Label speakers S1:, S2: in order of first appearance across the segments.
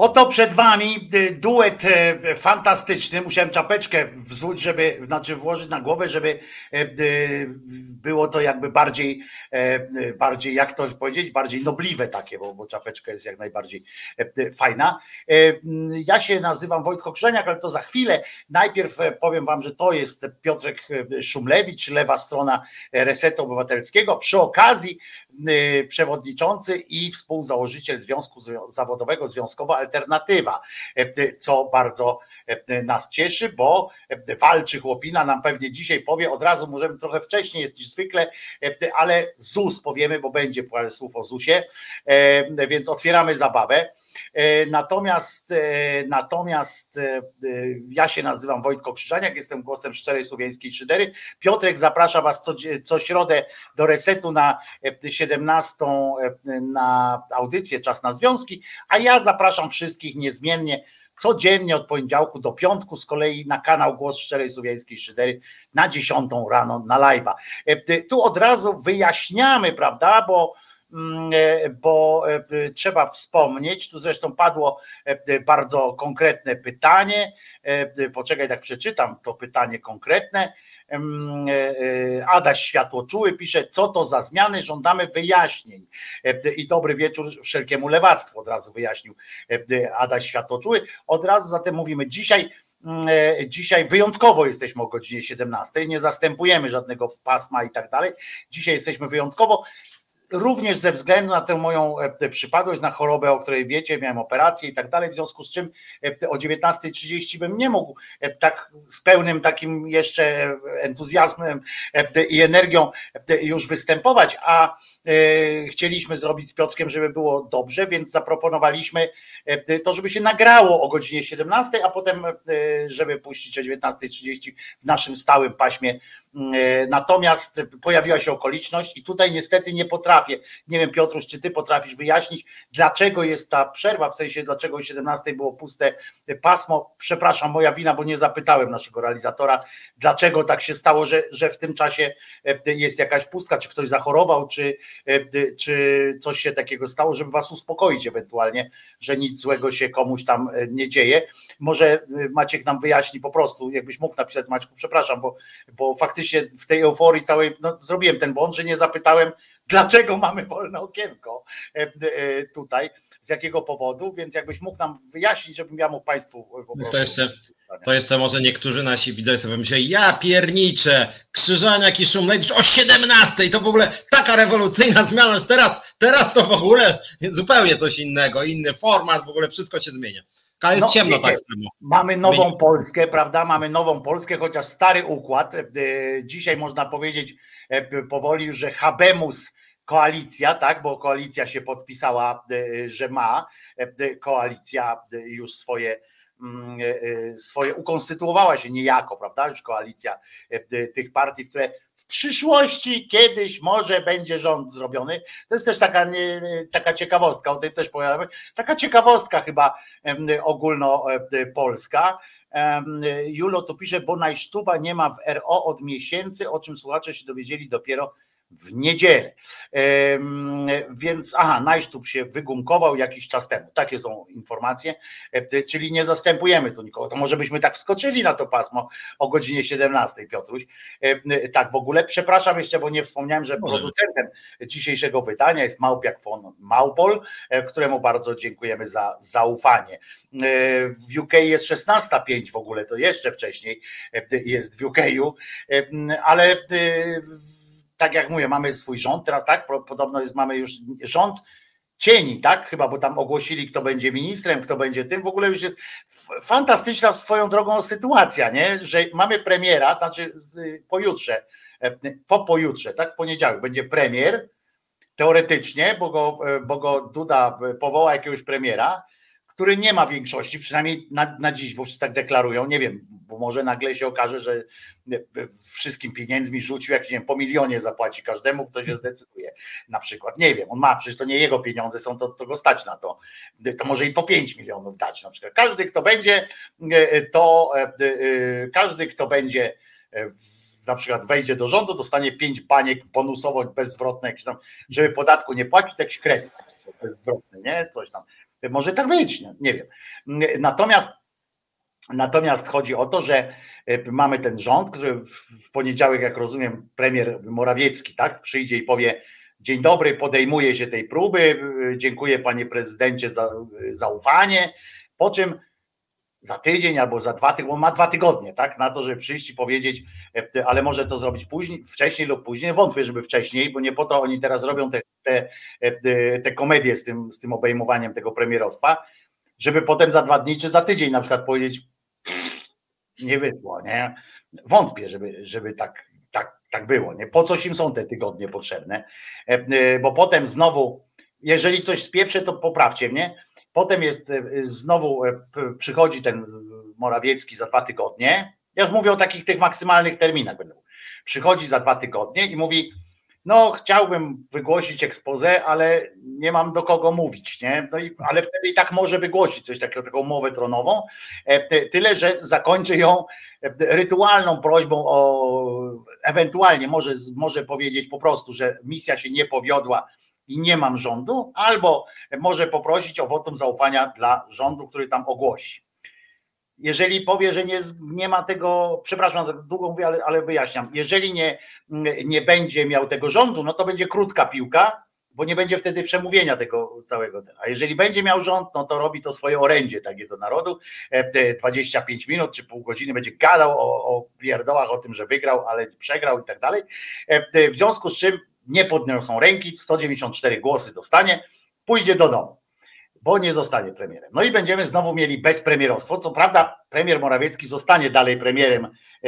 S1: Oto przed wami duet fantastyczny. Musiałem czapeczkę wzuć, znaczy włożyć na głowę, żeby było to jakby bardziej, jak to powiedzieć, bardziej nobliwe takie, bo czapeczka jest jak najbardziej fajna. Ja się nazywam Wojtko Krzyżaniak, ale to za chwilę. Najpierw powiem wam, że to jest Piotrek Szumlewicz, lewa strona Resetu Obywatelskiego. Przy okazji przewodniczący i współzałożyciel Związku Zawodowego Związkowa Alternatywa, co bardzo nas cieszy, bo walczy chłopina, nam pewnie dzisiaj powie, od razu możemy trochę wcześniej jest niż zwykle, ale ZUS powiemy, bo będzie parę słów o ZUS-ie, więc otwieramy zabawę. Natomiast ja się nazywam Wojtko Krzyżaniak, jestem głosem szczerej słowiańskiej szydery. Piotrek zaprasza was co środę do Resetu na 17 na audycję Czas na Związki, a ja zapraszam wszystkich niezmiennie codziennie od poniedziałku do piątku z kolei na kanał Głos Szczerej Słowiańskiej Szydery na 10 rano na live'a. Tu od razu wyjaśniamy, prawda, bo trzeba wspomnieć, tu zresztą padło bardzo konkretne pytanie, poczekaj, tak przeczytam to pytanie konkretne. Adaś Światłoczuły pisze, co to za zmiany, żądamy wyjaśnień i dobry wieczór wszelkiemu lewactwu, od razu wyjaśnił Adaś Światłoczuły. Od razu zatem mówimy, dzisiaj wyjątkowo jesteśmy o godzinie 17, nie zastępujemy żadnego pasma i tak dalej, dzisiaj jesteśmy wyjątkowo, również ze względu na tę moją przypadłość, na chorobę, o której wiecie, miałem operację i tak dalej, w związku z czym o 19:30 bym nie mógł tak z pełnym takim jeszcze entuzjazmem i energią już występować, a chcieliśmy zrobić z Piotrkiem, żeby było dobrze, więc zaproponowaliśmy to, żeby się nagrało o godzinie 17, a potem żeby puścić o 19:30 w naszym stałym paśmie. Natomiast pojawiła się okoliczność i tutaj niestety nie potrafię, nie wiem Piotruś, czy ty potrafisz wyjaśnić, dlaczego jest ta przerwa, w sensie dlaczego o 17 było puste pasmo, przepraszam, moja wina, bo nie zapytałem naszego realizatora, dlaczego tak się stało, że w tym czasie jest jakaś pustka, czy ktoś zachorował, czy coś się takiego stało, żeby was uspokoić ewentualnie, że nic złego się komuś tam nie dzieje. Może Maciek nam wyjaśni po prostu, jakbyś mógł napisać, Maćku, przepraszam, bo faktycznie w tej euforii całej zrobiłem ten błąd, że nie zapytałem, dlaczego mamy wolne okienko tutaj, z jakiego powodu, więc jakbyś mógł nam wyjaśnić, żebym ja mógł Państwu po prostu...
S2: To jeszcze może niektórzy nasi widzowie sobie myśleli, ja pierniczę, Krzyżaniak i Szumlewicz o 17, to w ogóle taka rewolucyjna zmiana, że teraz to w ogóle zupełnie coś innego, inny format, w ogóle wszystko się zmienia. Jest ciemno, wiecie, tak samo.
S1: Mamy nową Polskę, prawda? Mamy nową Polskę, chociaż stary układ. Dzisiaj można powiedzieć powoli już, że habemus koalicja, tak? Bo koalicja się podpisała, że ma. Koalicja już swoje ukonstytuowała się niejako, prawda? Już koalicja tych partii, które w przyszłości kiedyś może będzie rząd zrobiony. To jest też taka ciekawostka, o tej też powiadamy, taka ciekawostka chyba ogólnopolska. Julo tu pisze, bo Najsztuba nie ma w RO od miesięcy, o czym słuchacze się dowiedzieli dopiero w niedzielę. Więc Najsztub się wygumkował jakiś czas temu. Takie są informacje, czyli nie zastępujemy tu nikogo. To może byśmy tak wskoczyli na to pasmo o godzinie 17, Piotruś. Tak w ogóle, przepraszam jeszcze, bo nie wspomniałem, że producentem dzisiejszego wydania jest Małpiak von Małpol, któremu bardzo dziękujemy za zaufanie. W UK jest 16:05 w ogóle, to jeszcze wcześniej jest w UK-u, ale tak jak mówię, mamy swój rząd, teraz tak, podobno mamy już rząd cieni, tak, chyba, bo tam ogłosili, kto będzie ministrem, kto będzie tym, w ogóle już jest fantastyczna swoją drogą sytuacja, nie, że mamy premiera, znaczy pojutrze, tak, w poniedziałek będzie premier, teoretycznie, bo go Duda powoła jakiegoś premiera, który nie ma większości, przynajmniej na dziś, bo wszyscy tak deklarują, nie wiem, bo może nagle się okaże, że wszystkim pieniędzmi rzucił, jak nie wiem, po milionie zapłaci każdemu, kto się zdecyduje na przykład, nie wiem, on ma, przecież to nie jego pieniądze są, to go stać na to może i po 5 milionów dać na przykład, każdy kto będzie na przykład wejdzie do rządu, dostanie 5 baniek bonusowo bezzwrotne, jakieś tam, żeby podatku nie płacić, to jakiś kredyt bezzwrotny, nie? Coś tam. Może tak być, nie wiem. Natomiast chodzi o to, że mamy ten rząd, który w poniedziałek, jak rozumiem, premier Morawiecki, tak, przyjdzie i powie: dzień dobry, podejmuję się tej próby, dziękuję panie prezydencie za zaufanie, po czym za tydzień albo za 2 tygodnie, bo ma 2 tygodnie, tak, na to, żeby przyjść i powiedzieć, ale może to zrobić później, wcześniej lub później, wątpię, żeby wcześniej, bo nie po to oni teraz robią te komedie z tym obejmowaniem tego premierostwa, żeby potem za 2 dni czy za tydzień na przykład powiedzieć: nie wyszło, nie? Wątpię, żeby tak było, nie? Po coś im są te tygodnie potrzebne, bo potem znowu, jeżeli coś spieprzę, to poprawcie mnie, potem jest znowu, przychodzi ten Morawiecki za 2 tygodnie, ja już mówię o takich tych maksymalnych terminach, przychodzi za 2 tygodnie i mówi: no chciałbym wygłosić exposé, ale nie mam do kogo mówić, nie? No ale wtedy i tak może wygłosić coś takiego, taką mowę tronową, tyle, że zakończy ją rytualną prośbą o, ewentualnie może powiedzieć po prostu, że misja się nie powiodła i nie mam rządu, albo może poprosić o wotum zaufania dla rządu, który tam ogłosi. Jeżeli powie, że nie ma tego, przepraszam, za długo mówię, ale wyjaśniam, jeżeli nie będzie miał tego rządu, no to będzie krótka piłka, bo nie będzie wtedy przemówienia tego całego. A jeżeli będzie miał rząd, no to robi to swoje orędzie takie do narodu, 25 minut czy pół godziny będzie gadał o pierdołach, o tym, że wygrał, ale przegrał i tak dalej. W związku z czym nie podniosą ręki, 194 głosy dostanie, pójdzie do domu, bo nie zostanie premierem. No i będziemy znowu mieli bezpremierostwo. Co prawda premier Morawiecki zostanie dalej premierem,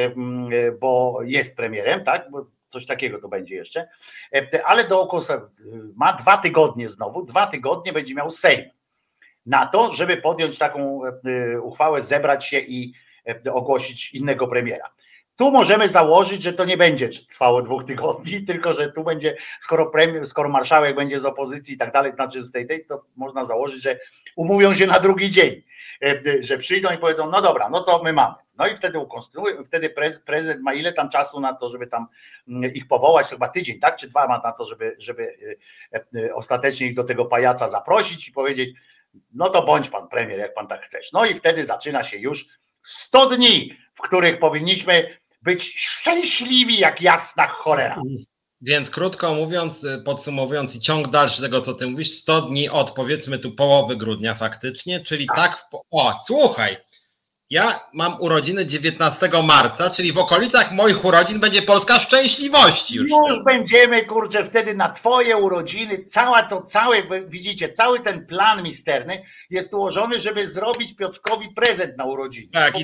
S1: bo jest premierem, tak? Bo coś takiego to będzie jeszcze, ale dookoła ma 2 tygodnie znowu, 2 tygodnie będzie miał Sejm na to, żeby podjąć taką uchwałę, zebrać się i ogłosić innego premiera. Tu możemy założyć, że to nie będzie trwało 2 tygodni, tylko że tu będzie, skoro marszałek będzie z opozycji i tak dalej, znaczy z tej, to można założyć, że umówią się na drugi dzień, że przyjdą i powiedzą: no dobra, no to my mamy. No i wtedy ukonstruują, wtedy prezydent ma ile tam czasu na to, żeby tam ich powołać, chyba tydzień, tak, czy 2 ma na to, żeby ostatecznie ich do tego pajaca zaprosić i powiedzieć: no to bądź pan premier, jak pan tak chcesz. No i wtedy zaczyna się już 100 dni, w których powinniśmy być szczęśliwi jak jasna cholera.
S2: Więc krótko mówiąc, podsumowując i ciąg dalszy tego, co ty mówisz, 100 dni od, powiedzmy tu, połowy grudnia faktycznie, czyli tak, słuchaj, ja mam urodziny 19 marca, czyli w okolicach moich urodzin będzie Polska szczęśliwości już.
S1: Już będziemy, kurczę, wtedy na twoje urodziny, widzicie, cały ten plan misterny jest ułożony, żeby zrobić Piotrkowi prezent na urodziny.
S2: Tak,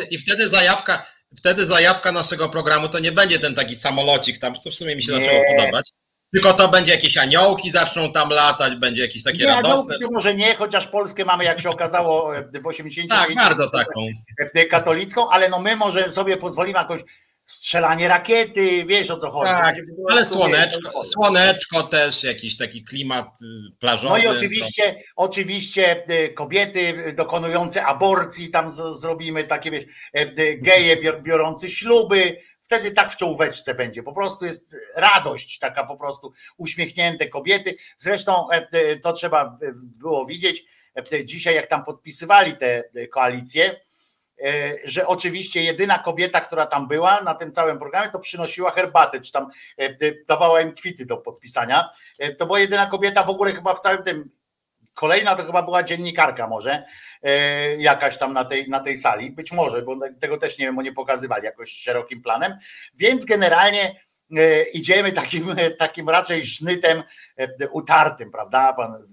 S2: wtedy zajawka naszego programu to nie będzie ten taki samolocik tam, co w sumie mi się zaczęło podobać. Tylko to będzie jakieś aniołki zaczną tam latać, będzie jakieś takie radosne.
S1: Aniołki może nie, chociaż Polskę mamy, jak się okazało, w 80.
S2: Tak, bardzo taką
S1: katolicką, ale no my może sobie pozwolimy jakąś strzelanie rakiety, wiesz o co chodzi.
S2: Tak, ale słoneczko też, jakiś taki klimat plażowy.
S1: No i oczywiście kobiety dokonujące aborcji, tam zrobimy takie, wiesz, geje biorący śluby, wtedy tak w czołóweczce będzie, po prostu jest radość, taka po prostu uśmiechnięte kobiety. Zresztą to trzeba było widzieć dzisiaj, jak tam podpisywali te koalicje, że oczywiście jedyna kobieta, która tam była na tym całym programie, to przynosiła herbatę, czy tam dawała im kwity do podpisania. To była jedyna kobieta w ogóle chyba w całym tym. Kolejna to chyba była dziennikarka może, jakaś tam na tej sali, być może, bo tego też nie wiem, bo nie pokazywali jakoś szerokim planem, więc generalnie idziemy takim raczej sznytem utartym, prawda, pan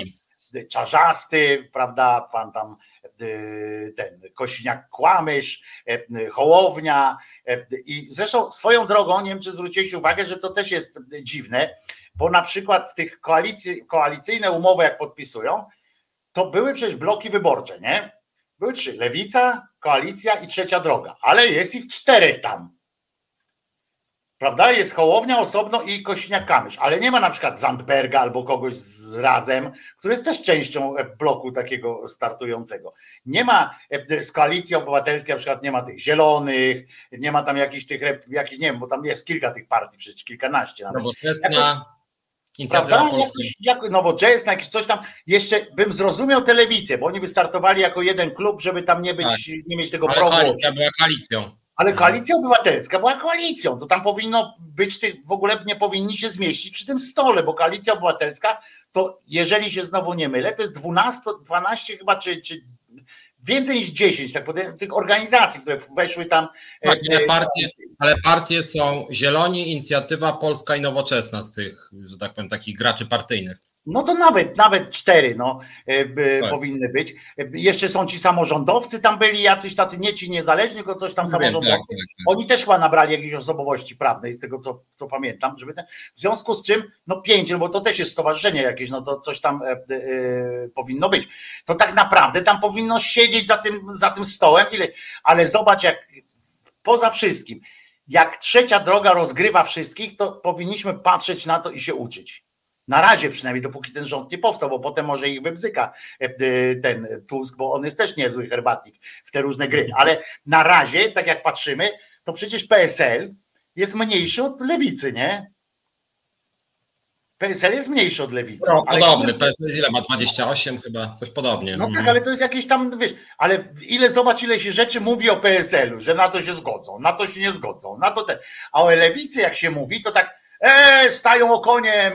S1: Czarzasty, prawda, pan tam ten Kosiniak-Kłamysz, Hołownia i zresztą swoją drogą, nie wiem, czy zwróciliście uwagę, że to też jest dziwne, bo na przykład w tych koalicyjne umowy, jak podpisują, to były przecież bloki wyborcze, nie? Były 3, Lewica, Koalicja i Trzecia Droga, ale jest ich 4 tam. Prawda? Jest Hołownia osobno i Kosiniak-Kamysz, ale nie ma na przykład Zandberga albo kogoś z Razem, który jest też częścią bloku takiego startującego. Nie ma z Koalicji Obywatelskiej, na przykład nie ma tych Zielonych, nie ma tam jakichś tych, nie wiem, bo tam jest kilka tych partii, przecież kilkanaście nawet.
S2: Nowoczesna,
S1: prawda? Nowoczesna, jakieś coś tam. Jeszcze bym zrozumiał telewizję, bo oni wystartowali jako jeden klub, żeby tam nie być, tak, nie mieć tego
S2: progu. Koalicja była koalicją.
S1: Ale Koalicja Obywatelska była koalicją, to tam powinno być, w ogóle nie powinni się zmieścić przy tym stole, bo Koalicja Obywatelska to, jeżeli się znowu nie mylę, to jest 12 chyba, czy więcej niż 10 tak powiem, tych organizacji, które weszły tam.
S2: Tak, ale partie są Zieloni, Inicjatywa Polska i Nowoczesna z tych, że tak powiem, takich graczy partyjnych.
S1: No to nawet 4 tak powinny być. Jeszcze są ci samorządowcy, tam byli jacyś tacy, nie ci niezależni, tylko coś tam samorządowcy. Tak. Oni też chyba nabrali jakiejś osobowości prawnej, z tego co pamiętam, żeby w związku z czym 5, bo to też jest stowarzyszenie jakieś, no to coś tam powinno być. To tak naprawdę tam powinno siedzieć za tym stołem, ale zobacz, jak poza wszystkim, jak Trzecia Droga rozgrywa wszystkich, to powinniśmy patrzeć na to i się uczyć. Na razie przynajmniej, dopóki ten rząd nie powstał, bo potem może ich wybzyka ten Tusk, bo on jest też niezły herbatnik w te różne gry. Ale na razie, tak jak patrzymy, to przecież PSL jest mniejszy od Lewicy, nie? PSL jest mniejszy od Lewicy.
S2: No, podobny, PSL ile ma? 28 chyba, coś podobnie.
S1: No tak, ale to jest jakieś tam, wiesz, ale zobacz ile się rzeczy mówi o PSL-u, że na to się zgodzą, na to się nie zgodzą, na to a o Lewicy jak się mówi, to tak stają okoniem,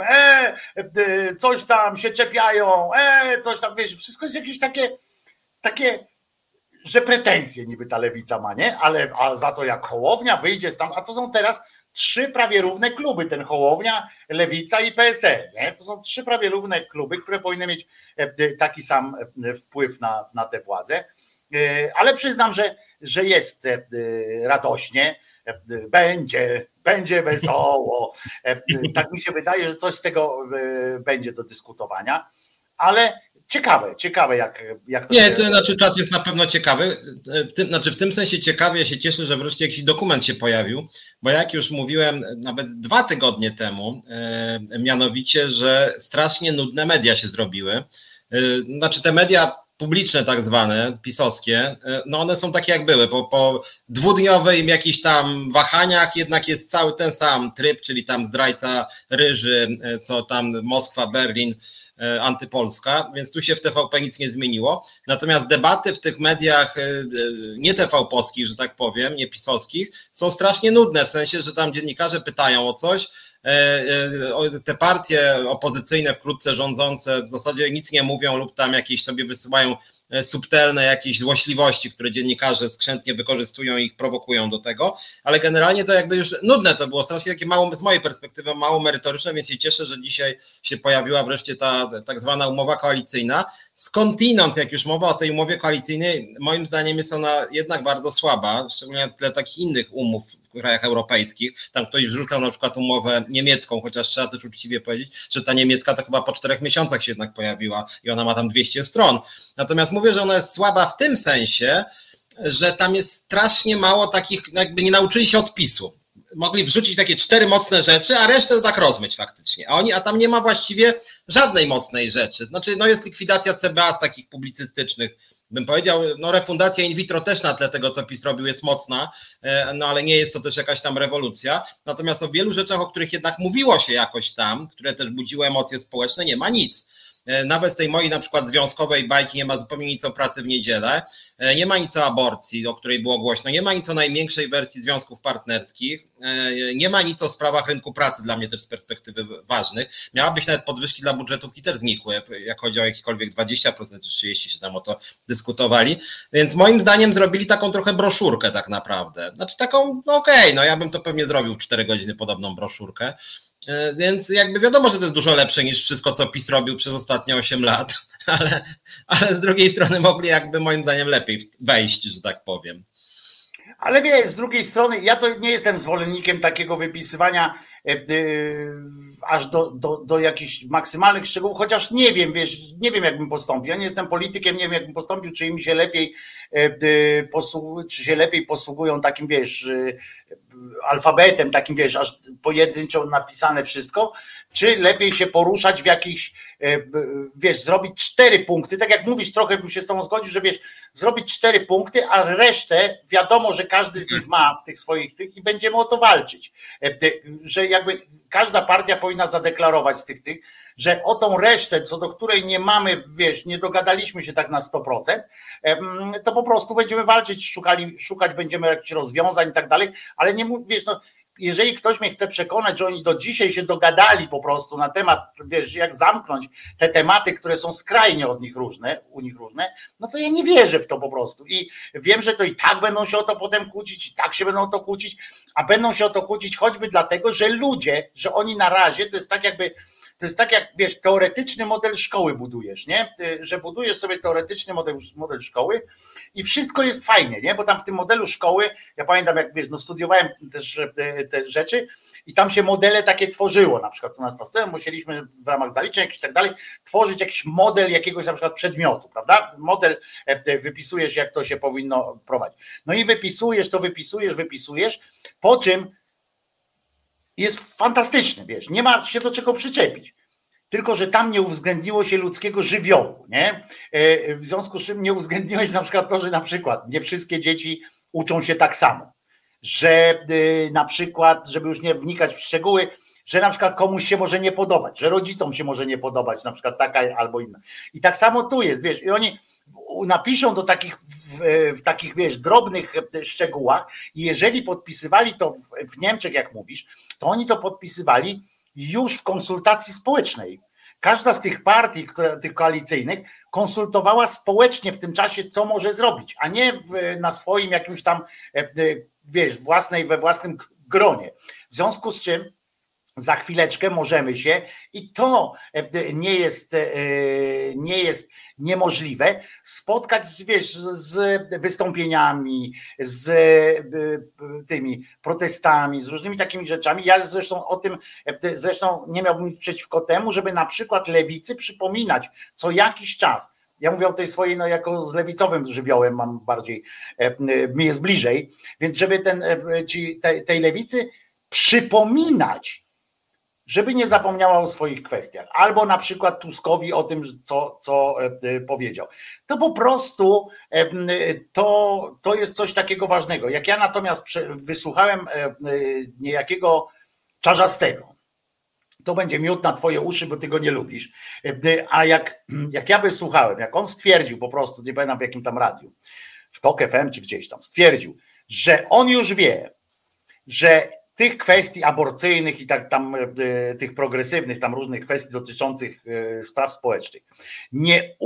S1: coś tam się czepiają, coś tam, wiesz, wszystko jest jakieś takie, że pretensje niby ta Lewica ma, nie? A za to jak Hołownia wyjdzie tam, a to są teraz 3 prawie równe kluby, ten Hołownia, Lewica i PSL, nie? To są 3 prawie równe kluby, które powinny mieć taki sam wpływ na tę władzę, ale przyznam, że jest radośnie, będzie wesoło. Tak mi się wydaje, że coś z tego będzie do dyskutowania, ale ciekawe jak to.
S2: Nie, to znaczy czas jest na pewno ciekawy. W tym sensie ciekawy, ja się cieszę, że wreszcie jakiś dokument się pojawił, bo jak już mówiłem nawet 2 tygodnie temu, mianowicie, że strasznie nudne media się zrobiły. Znaczy te media publiczne tak zwane, pisowskie, no one są takie jak były, po 2-dniowych jakichś tam wahaniach jednak jest cały ten sam tryb, czyli tam zdrajca Ryży, co tam Moskwa, Berlin, antypolska, więc tu się w TVP nic nie zmieniło, natomiast debaty w tych mediach nie TV-polskich, że tak powiem, nie pisowskich, są strasznie nudne, w sensie, że tam dziennikarze pytają o coś, te partie opozycyjne, wkrótce rządzące w zasadzie nic nie mówią lub tam jakieś sobie wysyłają subtelne jakieś złośliwości, które dziennikarze skrzętnie wykorzystują i ich prowokują do tego, ale generalnie to jakby już nudne to było, strasznie takie mało, z mojej perspektywy mało merytoryczne, więc się cieszę, że dzisiaj się pojawiła wreszcie ta tak zwana umowa koalicyjna. Skądinąd, jak już mowa o tej umowie koalicyjnej, moim zdaniem jest ona jednak bardzo słaba, szczególnie na tle takich innych umów w krajach europejskich. Tam ktoś wrzucał na przykład umowę niemiecką, chociaż trzeba też uczciwie powiedzieć, że ta niemiecka to chyba po 4 miesiącach się jednak pojawiła i ona ma tam 200 stron. Natomiast mówię, że ona jest słaba w tym sensie, że tam jest strasznie mało takich, jakby nie nauczyli się odpisu. Mogli wrzucić takie 4 mocne rzeczy, a resztę to tak rozmyć faktycznie. A tam nie ma właściwie żadnej mocnej rzeczy. Znaczy, jest likwidacja CBA z takich publicystycznych, bym powiedział, refundacja in vitro też na tle tego, co PiS robił, jest mocna, ale nie jest to też jakaś tam rewolucja. Natomiast o wielu rzeczach, o których jednak mówiło się jakoś tam, które też budziły emocje społeczne, nie ma nic. Nawet z tej mojej na przykład związkowej bajki nie ma zupełnie nic o pracy w niedzielę, nie ma nic o aborcji, o której było głośno, nie ma nic o największej wersji związków partnerskich, nie ma nic o sprawach rynku pracy, dla mnie też z perspektywy ważnych. Miała być nawet podwyżki dla budżetówki, też znikły, jak chodzi o jakiekolwiek 20% czy 30%, się tam o to dyskutowali, więc moim zdaniem zrobili taką trochę broszurkę tak naprawdę. Znaczy taką, ja bym to pewnie zrobił w 4 godziny podobną broszurkę. Więc jakby wiadomo, że to jest dużo lepsze niż wszystko, co PiS robił przez ostatnie 8 lat, ale z drugiej strony mogli jakby moim zdaniem lepiej wejść, że tak powiem.
S1: Ale wiesz, z drugiej strony ja to nie jestem zwolennikiem takiego wypisywania aż do jakichś maksymalnych szczegółów, chociaż nie wiem, wiesz, nie wiem jak bym postąpił. Ja nie jestem politykiem, nie wiem jak bym postąpił, czy im się lepiej czy się lepiej posługują takim, wiesz, alfabetem takim, wiesz, aż pojedynczo napisane wszystko, czy lepiej się poruszać w jakiś, wiesz, zrobić 4 punkty, tak jak mówisz, trochę bym się z tobą zgodził, że wiesz, zrobić 4 punkty, a resztę wiadomo, że każdy z nich ma w tych swoich tych i będziemy o to walczyć, że jakby każda partia powinna zadeklarować z tych, że o tą resztę, co do której nie mamy, wiesz, nie dogadaliśmy się tak na 100%, to po prostu będziemy walczyć, szukać będziemy jakichś rozwiązań i tak dalej, ale nie wiesz, no, jeżeli ktoś mnie chce przekonać, że oni do dzisiaj się dogadali po prostu na temat, wiesz, jak zamknąć te tematy, które są skrajnie u nich różne, no to ja nie wierzę w to po prostu i wiem, że to i tak będą się o to potem kłócić, i tak się będą o to kłócić, a będą się o to kłócić choćby dlatego, że ludzie, że oni na razie, to jest tak jak, wiesz, teoretyczny model szkoły budujesz, nie? Że budujesz sobie teoretyczny model szkoły i wszystko jest fajnie, nie? Bo tam w tym modelu szkoły, ja pamiętam, jak wiesz, no studiowałem też te rzeczy i tam się modele takie tworzyło, na przykład u nas na scenę musieliśmy w ramach zaliczeń jakichś tak dalej tworzyć jakiś model jakiegoś na przykład przedmiotu, prawda? Model wypisujesz, jak to się powinno prowadzić. No i wypisujesz, po czym jest fantastyczny, wiesz, nie ma się do czego przyczepić. Tylko że tam nie uwzględniło się ludzkiego żywiołu, nie? W związku z czym nie uwzględniłeś na przykład to, że na przykład nie wszystkie dzieci uczą się tak samo. Że na przykład, żeby już nie wnikać w szczegóły, że na przykład komuś się może nie podobać, że rodzicom się może nie podobać, na przykład taka albo inna. I tak samo tu jest, wiesz, i oni napiszą do takich, w takich, wiesz, drobnych szczegółach i jeżeli podpisywali to w Niemczech, jak mówisz, to oni to podpisywali już w konsultacji społecznej. Każda z tych partii, tych koalicyjnych, konsultowała społecznie w tym czasie, co może zrobić, a nie na swoim jakimś tam, wiesz, we własnym gronie. W związku z czym za chwileczkę możemy się, i to nie jest niemożliwe, spotkać z wystąpieniami, z tymi protestami, z różnymi takimi rzeczami. Ja zresztą nie miałbym nic przeciwko temu, żeby na przykład lewicy przypominać co jakiś czas. Ja mówię o tej swojej, no jako z lewicowym żywiołem mam bardziej, mi jest bliżej, więc żeby tej lewicy przypominać, żeby nie zapomniała o swoich kwestiach, albo na przykład Tuskowi o tym, co powiedział. To po prostu to jest coś takiego ważnego. Jak ja natomiast wysłuchałem niejakiego Czarzastego, to będzie miód na twoje uszy, bo ty go nie lubisz. A jak ja wysłuchałem, jak on stwierdził po prostu, nie pamiętam w jakim tam radiu, w TOK FM czy gdzieś tam, stwierdził, że on już wie, że tych kwestii aborcyjnych i tak tam tych progresywnych, tam różnych kwestii dotyczących spraw społecznych nie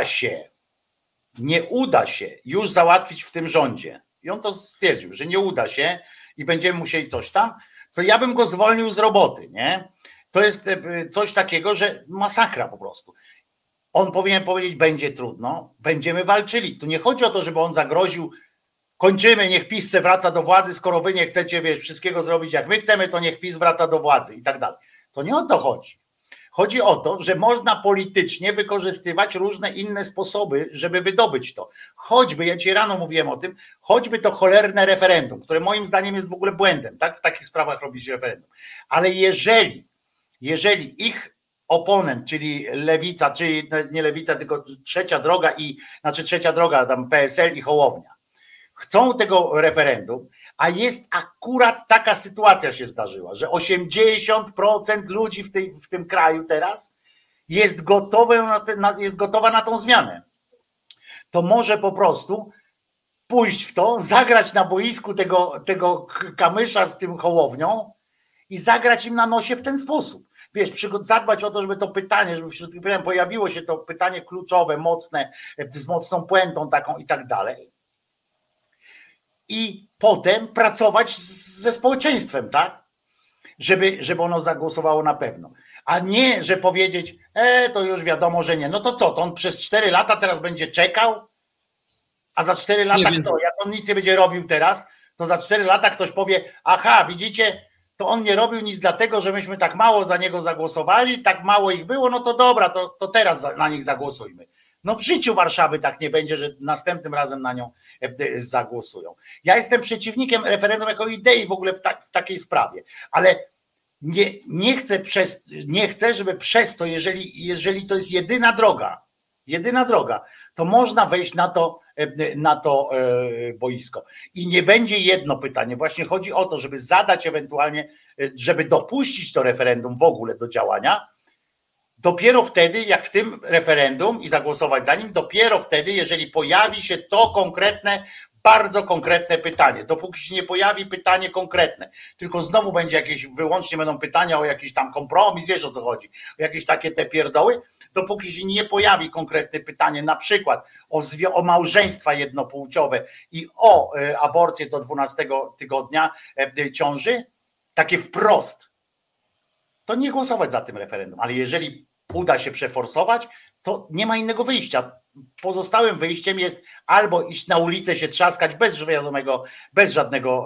S1: uda się już załatwić w tym rządzie. I on to stwierdził, że nie uda się i będziemy musieli coś tam, to ja bym go zwolnił z roboty, nie? To jest coś takiego, że masakra po prostu. On powinien powiedzieć, będzie trudno, będziemy walczyli. Tu nie chodzi o to, żeby on zagroził, kończymy, niech PiS se wraca do władzy, skoro wy nie chcecie, wiesz, wszystkiego zrobić jak my chcemy, to niech PiS wraca do władzy i tak dalej. To nie o to chodzi. Chodzi o to, że można politycznie wykorzystywać różne inne sposoby, żeby wydobyć to. Choćby, ja ci rano mówiłem o tym, choćby to cholerne referendum, które moim zdaniem jest w ogóle błędem, tak? W takich sprawach robić referendum. Ale jeżeli ich oponent, czyli lewica, czyli nie lewica, tylko trzecia droga, tam PSL i Hołownia, chcą tego referendum, a jest akurat taka sytuacja się zdarzyła, że 80% ludzi w tym kraju teraz jest gotowa na tą zmianę. To może po prostu pójść w to, zagrać na boisku tego kamysza z tym Hołownią i zagrać im na nosie w ten sposób. Wiesz, zadbać o to, żeby to pytanie, żeby wśród tych pytań pojawiło się to pytanie kluczowe, mocne, z mocną puentą taką i tak dalej. I potem pracować ze społeczeństwem, tak? Żeby ono zagłosowało na pewno. A nie, że powiedzieć, to już wiadomo, że nie. No to co, to on przez 4 lata teraz będzie czekał? A za 4 lata kto? Jak on nic nie będzie robił teraz, to za 4 lata ktoś powie, aha, widzicie, to on nie robił nic dlatego, że myśmy tak mało za niego zagłosowali, tak mało ich było, no to dobra, to teraz na nich zagłosujmy. No w życiu Warszawy tak nie będzie, że następnym razem na nią zagłosują. Ja jestem przeciwnikiem referendum jako idei w ogóle w takiej sprawie, ale nie chcę, żeby przez to, jeżeli to jest jedyna droga, to można wejść na to boisko. I nie będzie jedno pytanie. Właśnie chodzi o to, żeby zadać ewentualnie, żeby dopuścić to referendum w ogóle do działania. Dopiero wtedy, jak w tym referendum i zagłosować za nim, dopiero wtedy, jeżeli pojawi się to konkretne, bardzo konkretne pytanie. Dopóki się nie pojawi pytanie konkretne, tylko znowu będzie wyłącznie będą pytania o jakiś tam kompromis, wiesz o co chodzi, o jakieś takie te pierdoły, dopóki się nie pojawi konkretne pytanie, na przykład o małżeństwa jednopłciowe i o aborcję do 12 tygodnia ciąży, takie wprost, to nie głosować za tym referendum, ale jeżeli uda się przeforsować, to nie ma innego wyjścia. Pozostałym wyjściem jest albo iść na ulicę, się trzaskać bez żadnego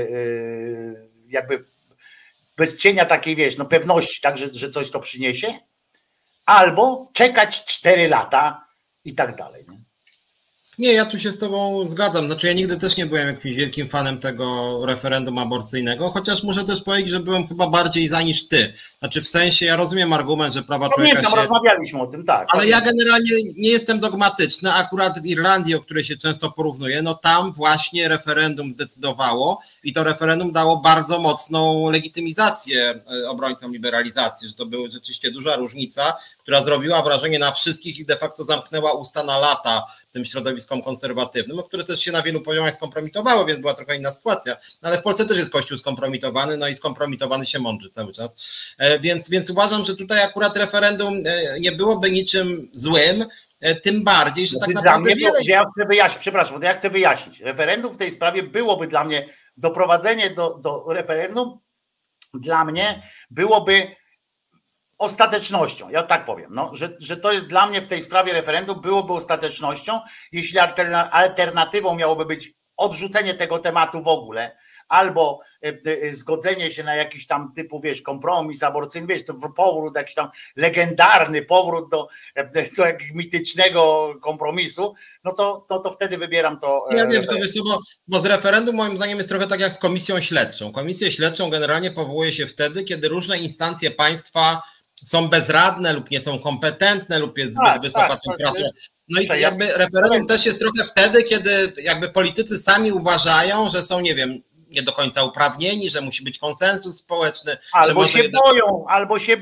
S1: jakby bez cienia takiej, wiesz, no pewności, tak, że coś to przyniesie, albo czekać 4 lata i tak dalej.
S2: Nie, ja tu się z tobą zgadzam. Znaczy ja nigdy też nie byłem jakimś wielkim fanem tego referendum aborcyjnego, chociaż muszę też powiedzieć, że byłem chyba bardziej za niż ty. Znaczy w sensie, ja rozumiem argument, że prawa człowieka
S1: się... rozmawialiśmy o tym, tak.
S2: Ale ja generalnie nie jestem dogmatyczny. Akurat w Irlandii, o której się często porównuje, no tam właśnie referendum zdecydowało i to referendum dało bardzo mocną legitymizację obrońcom liberalizacji, że to była rzeczywiście duża różnica, która zrobiła wrażenie na wszystkich i de facto zamknęła usta na lata tym środowiskom konserwatywnym, które też się na wielu poziomach skompromitowały, więc była trochę inna sytuacja. No ale w Polsce też jest Kościół skompromitowany, no i skompromitowany się mądrzy cały czas. Więc uważam, że tutaj akurat referendum nie byłoby niczym złym, tym bardziej, że tak naprawdę wiele...
S1: Ja chcę wyjaśnić. Referendum w tej sprawie byłoby dla mnie, doprowadzenie do referendum dla mnie byłoby ostatecznością, ja tak powiem, no, że to jest dla mnie w tej sprawie referendum byłoby ostatecznością, jeśli alternatywą miałoby być odrzucenie tego tematu w ogóle, albo zgodzenie się na jakiś tam typu, wiesz, kompromis aborcyjny, wiesz, to powrót, jakiś tam legendarny powrót do jakiegoś mitycznego kompromisu, no to wtedy wybieram to.
S2: Ja wiem, bo z referendum moim zdaniem jest trochę tak jak z komisją śledczą. Komisję śledczą generalnie powołuje się wtedy, kiedy różne instancje państwa są bezradne lub nie są kompetentne lub jest zbyt wysoka temperatura. No i jakby referendum też jest trochę wtedy, kiedy jakby politycy sami uważają, że są, nie wiem, nie do końca uprawnieni, że musi być konsensus społeczny.
S1: Albo się boją. Albo się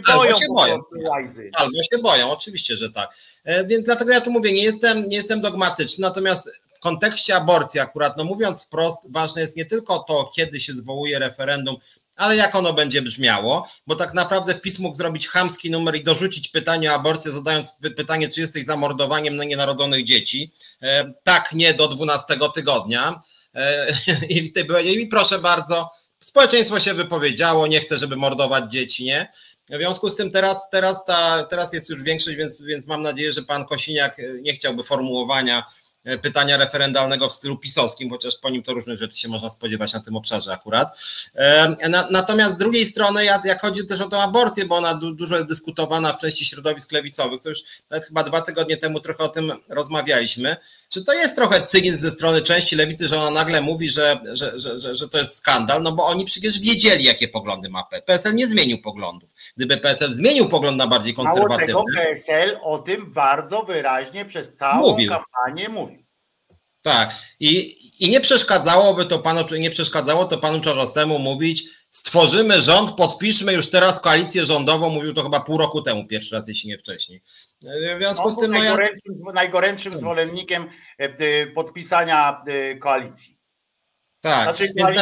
S2: boją, oczywiście, że tak. Więc dlatego ja tu mówię, nie jestem dogmatyczny, natomiast w kontekście aborcji akurat, no mówiąc wprost, ważne jest nie tylko to, kiedy się zwołuje referendum, ale jak ono będzie brzmiało, bo tak naprawdę PiS mógł zrobić chamski numer i dorzucić pytanie o aborcję, zadając pytanie, czy jesteś za mordowaniem nienarodzonych dzieci. Tak, nie do 12 tygodnia. I proszę bardzo, społeczeństwo się wypowiedziało, nie chce, żeby mordować dzieci, nie? W związku z tym teraz jest już większość, więc mam nadzieję, że pan Kosiniak nie chciałby formułowania pytania referendalnego w stylu pisowskim, chociaż po nim to różnych rzeczy się można spodziewać na tym obszarze akurat. Natomiast z drugiej strony, jak chodzi też o tę aborcję, bo ona dużo jest dyskutowana w części środowisk lewicowych, to już nawet chyba 2 tygodnie temu trochę o tym rozmawialiśmy, że to jest trochę cynizm ze strony części lewicy, że ona nagle mówi, że to jest skandal, no bo oni przecież wiedzieli, jakie poglądy ma PSL. Nie zmienił poglądów. Gdyby PSL zmienił pogląd na bardziej konserwatywny...
S1: Mało tego, PSL o tym bardzo wyraźnie przez całą kampanię mówi.
S2: Tak. I nie przeszkadzałoby to panu Czarzastemu mówić, stworzymy rząd, podpiszmy już teraz koalicję rządową, mówił to chyba pół roku temu pierwszy raz, jeśli nie wcześniej. W związku z tym
S1: najgorętszym zwolennikiem podpisania koalicji.
S2: Tak,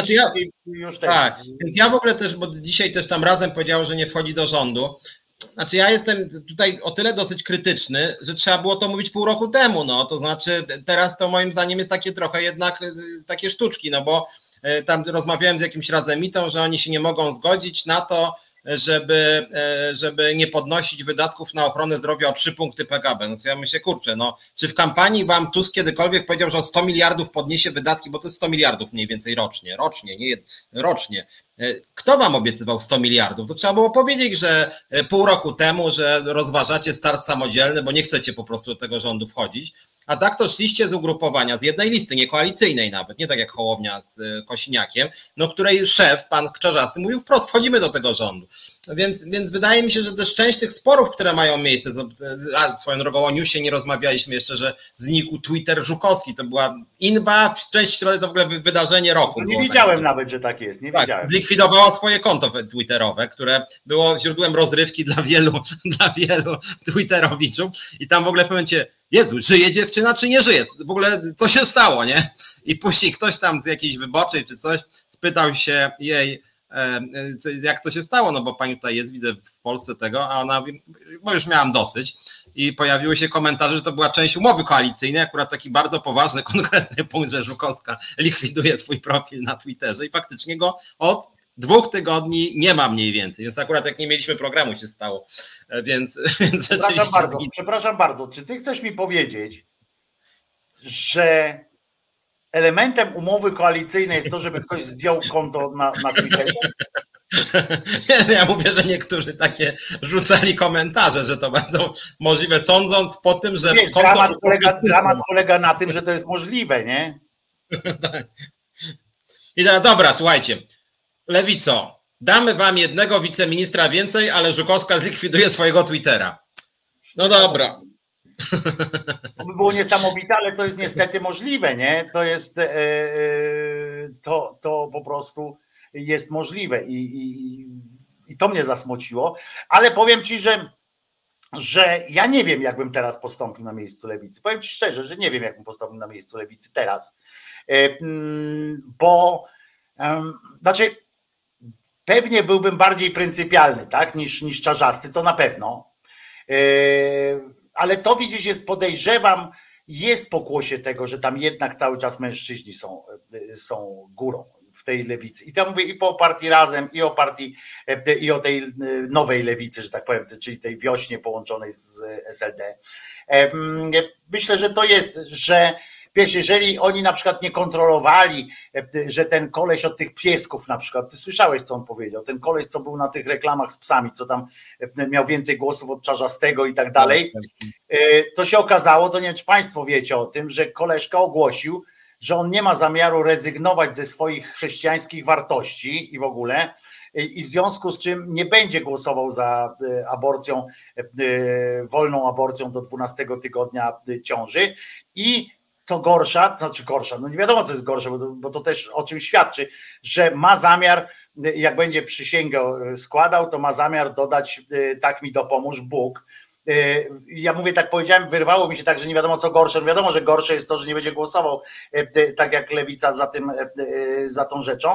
S2: więc ja w ogóle też, bo dzisiaj też tam Razem powiedziało, że nie wchodzi do rządu. Znaczy ja jestem tutaj o tyle dosyć krytyczny, że trzeba było to mówić pół roku temu, no to znaczy teraz to moim zdaniem jest takie trochę jednak takie sztuczki, no bo tam rozmawiałem z jakimś Razemitą, że oni się nie mogą zgodzić na to, żeby nie podnosić wydatków na ochronę zdrowia o 3 punkty PKB. No to ja myślę, kurczę, no czy w kampanii wam Tusk kiedykolwiek powiedział, że o 100 miliardów podniesie wydatki, bo to jest 100 miliardów mniej więcej rocznie. Kto wam obiecywał 100 miliardów? To trzeba było powiedzieć, że pół roku temu, że rozważacie start samodzielny, bo nie chcecie po prostu do tego rządu wchodzić. A tak to szliście z ugrupowania, z jednej listy, nie koalicyjnej nawet, nie tak jak Hołownia z Kosiniakiem, no której szef, pan Czarzasty, mówił wprost, wchodzimy do tego rządu. Więc wydaje mi się, że też część tych sporów, które mają miejsce, swoją drogą o newsie nie rozmawialiśmy jeszcze, że znikł Twitter Żukowski, to była inba, w części środy to w ogóle wydarzenie roku.
S1: To nie wiedziałem nawet, że tak jest, nie wiedziałem.
S2: Zlikwidowała swoje konto twitterowe, które było źródłem rozrywki dla wielu twitterowiczów i tam w ogóle w momencie, Jezu, żyje dziewczyna czy nie żyje? W ogóle co się stało, nie? I później ktoś tam z jakiejś wyborczej czy coś spytał się jej, jak to się stało, no bo pani tutaj jest, widzę w Polsce tego, a ona mówi, bo już miałam dosyć i pojawiły się komentarze, że to była część umowy koalicyjnej, akurat taki bardzo poważny, konkretny punkt, że Żukowska likwiduje swój profil na Twitterze i faktycznie go od 2 tygodni nie ma mniej więcej, więc akurat jak nie mieliśmy programu się stało, więc
S1: Przepraszam bardzo, czy ty chcesz mi powiedzieć, że elementem umowy koalicyjnej jest to, żeby ktoś zdjął konto na Twitterze?
S2: Ja mówię, że niektórzy takie rzucali komentarze, że to będą możliwe, sądząc po tym, że...
S1: Wiesz, dramat polega na tym, że to jest możliwe, nie?
S2: I teraz dobra, słuchajcie, Lewico, damy wam jednego wiceministra więcej, ale Żukowska zlikwiduje swojego Twittera. No dobra.
S1: To by było niesamowite, ale to jest niestety możliwe, nie? To jest to po prostu jest możliwe i to mnie zasmuciło, ale powiem ci, że ja nie wiem, jakbym teraz postąpił na miejscu Lewicy. Powiem ci szczerze, że nie wiem, jakbym postąpił na miejscu Lewicy teraz, bo znaczy pewnie byłbym bardziej pryncypialny, tak, niż Czarzasty, to na pewno. Ale to widzisz, podejrzewam, jest pokłosie tego, że tam jednak cały czas mężczyźni są górą w tej lewicy. I to mówię i po partii Razem, i o partii, i o tej nowej lewicy, że tak powiem, czyli tej wiośnie połączonej z SLD. Myślę, że to jest, że wiesz, jeżeli oni na przykład nie kontrolowali, że ten koleś od tych piesków na przykład, ty słyszałeś, co on powiedział, ten koleś, co był na tych reklamach z psami, co tam miał więcej głosów od Czarzastego i tak dalej, to się okazało, to nie wiem, czy państwo wiecie o tym, że koleżka ogłosił, że on nie ma zamiaru rezygnować ze swoich chrześcijańskich wartości i w ogóle, i w związku z czym nie będzie głosował za aborcją, wolną aborcją do 12 tygodnia ciąży i co gorsza, no nie wiadomo, co jest gorsze, bo to też o czym świadczy, że ma zamiar, jak będzie przysięgę składał, to ma zamiar dodać tak mi dopomóż Bóg. Ja mówię, tak powiedziałem, wyrwało mi się tak, że nie wiadomo co gorsze. No wiadomo, że gorsze jest to, że nie będzie głosował tak jak Lewica za tą rzeczą.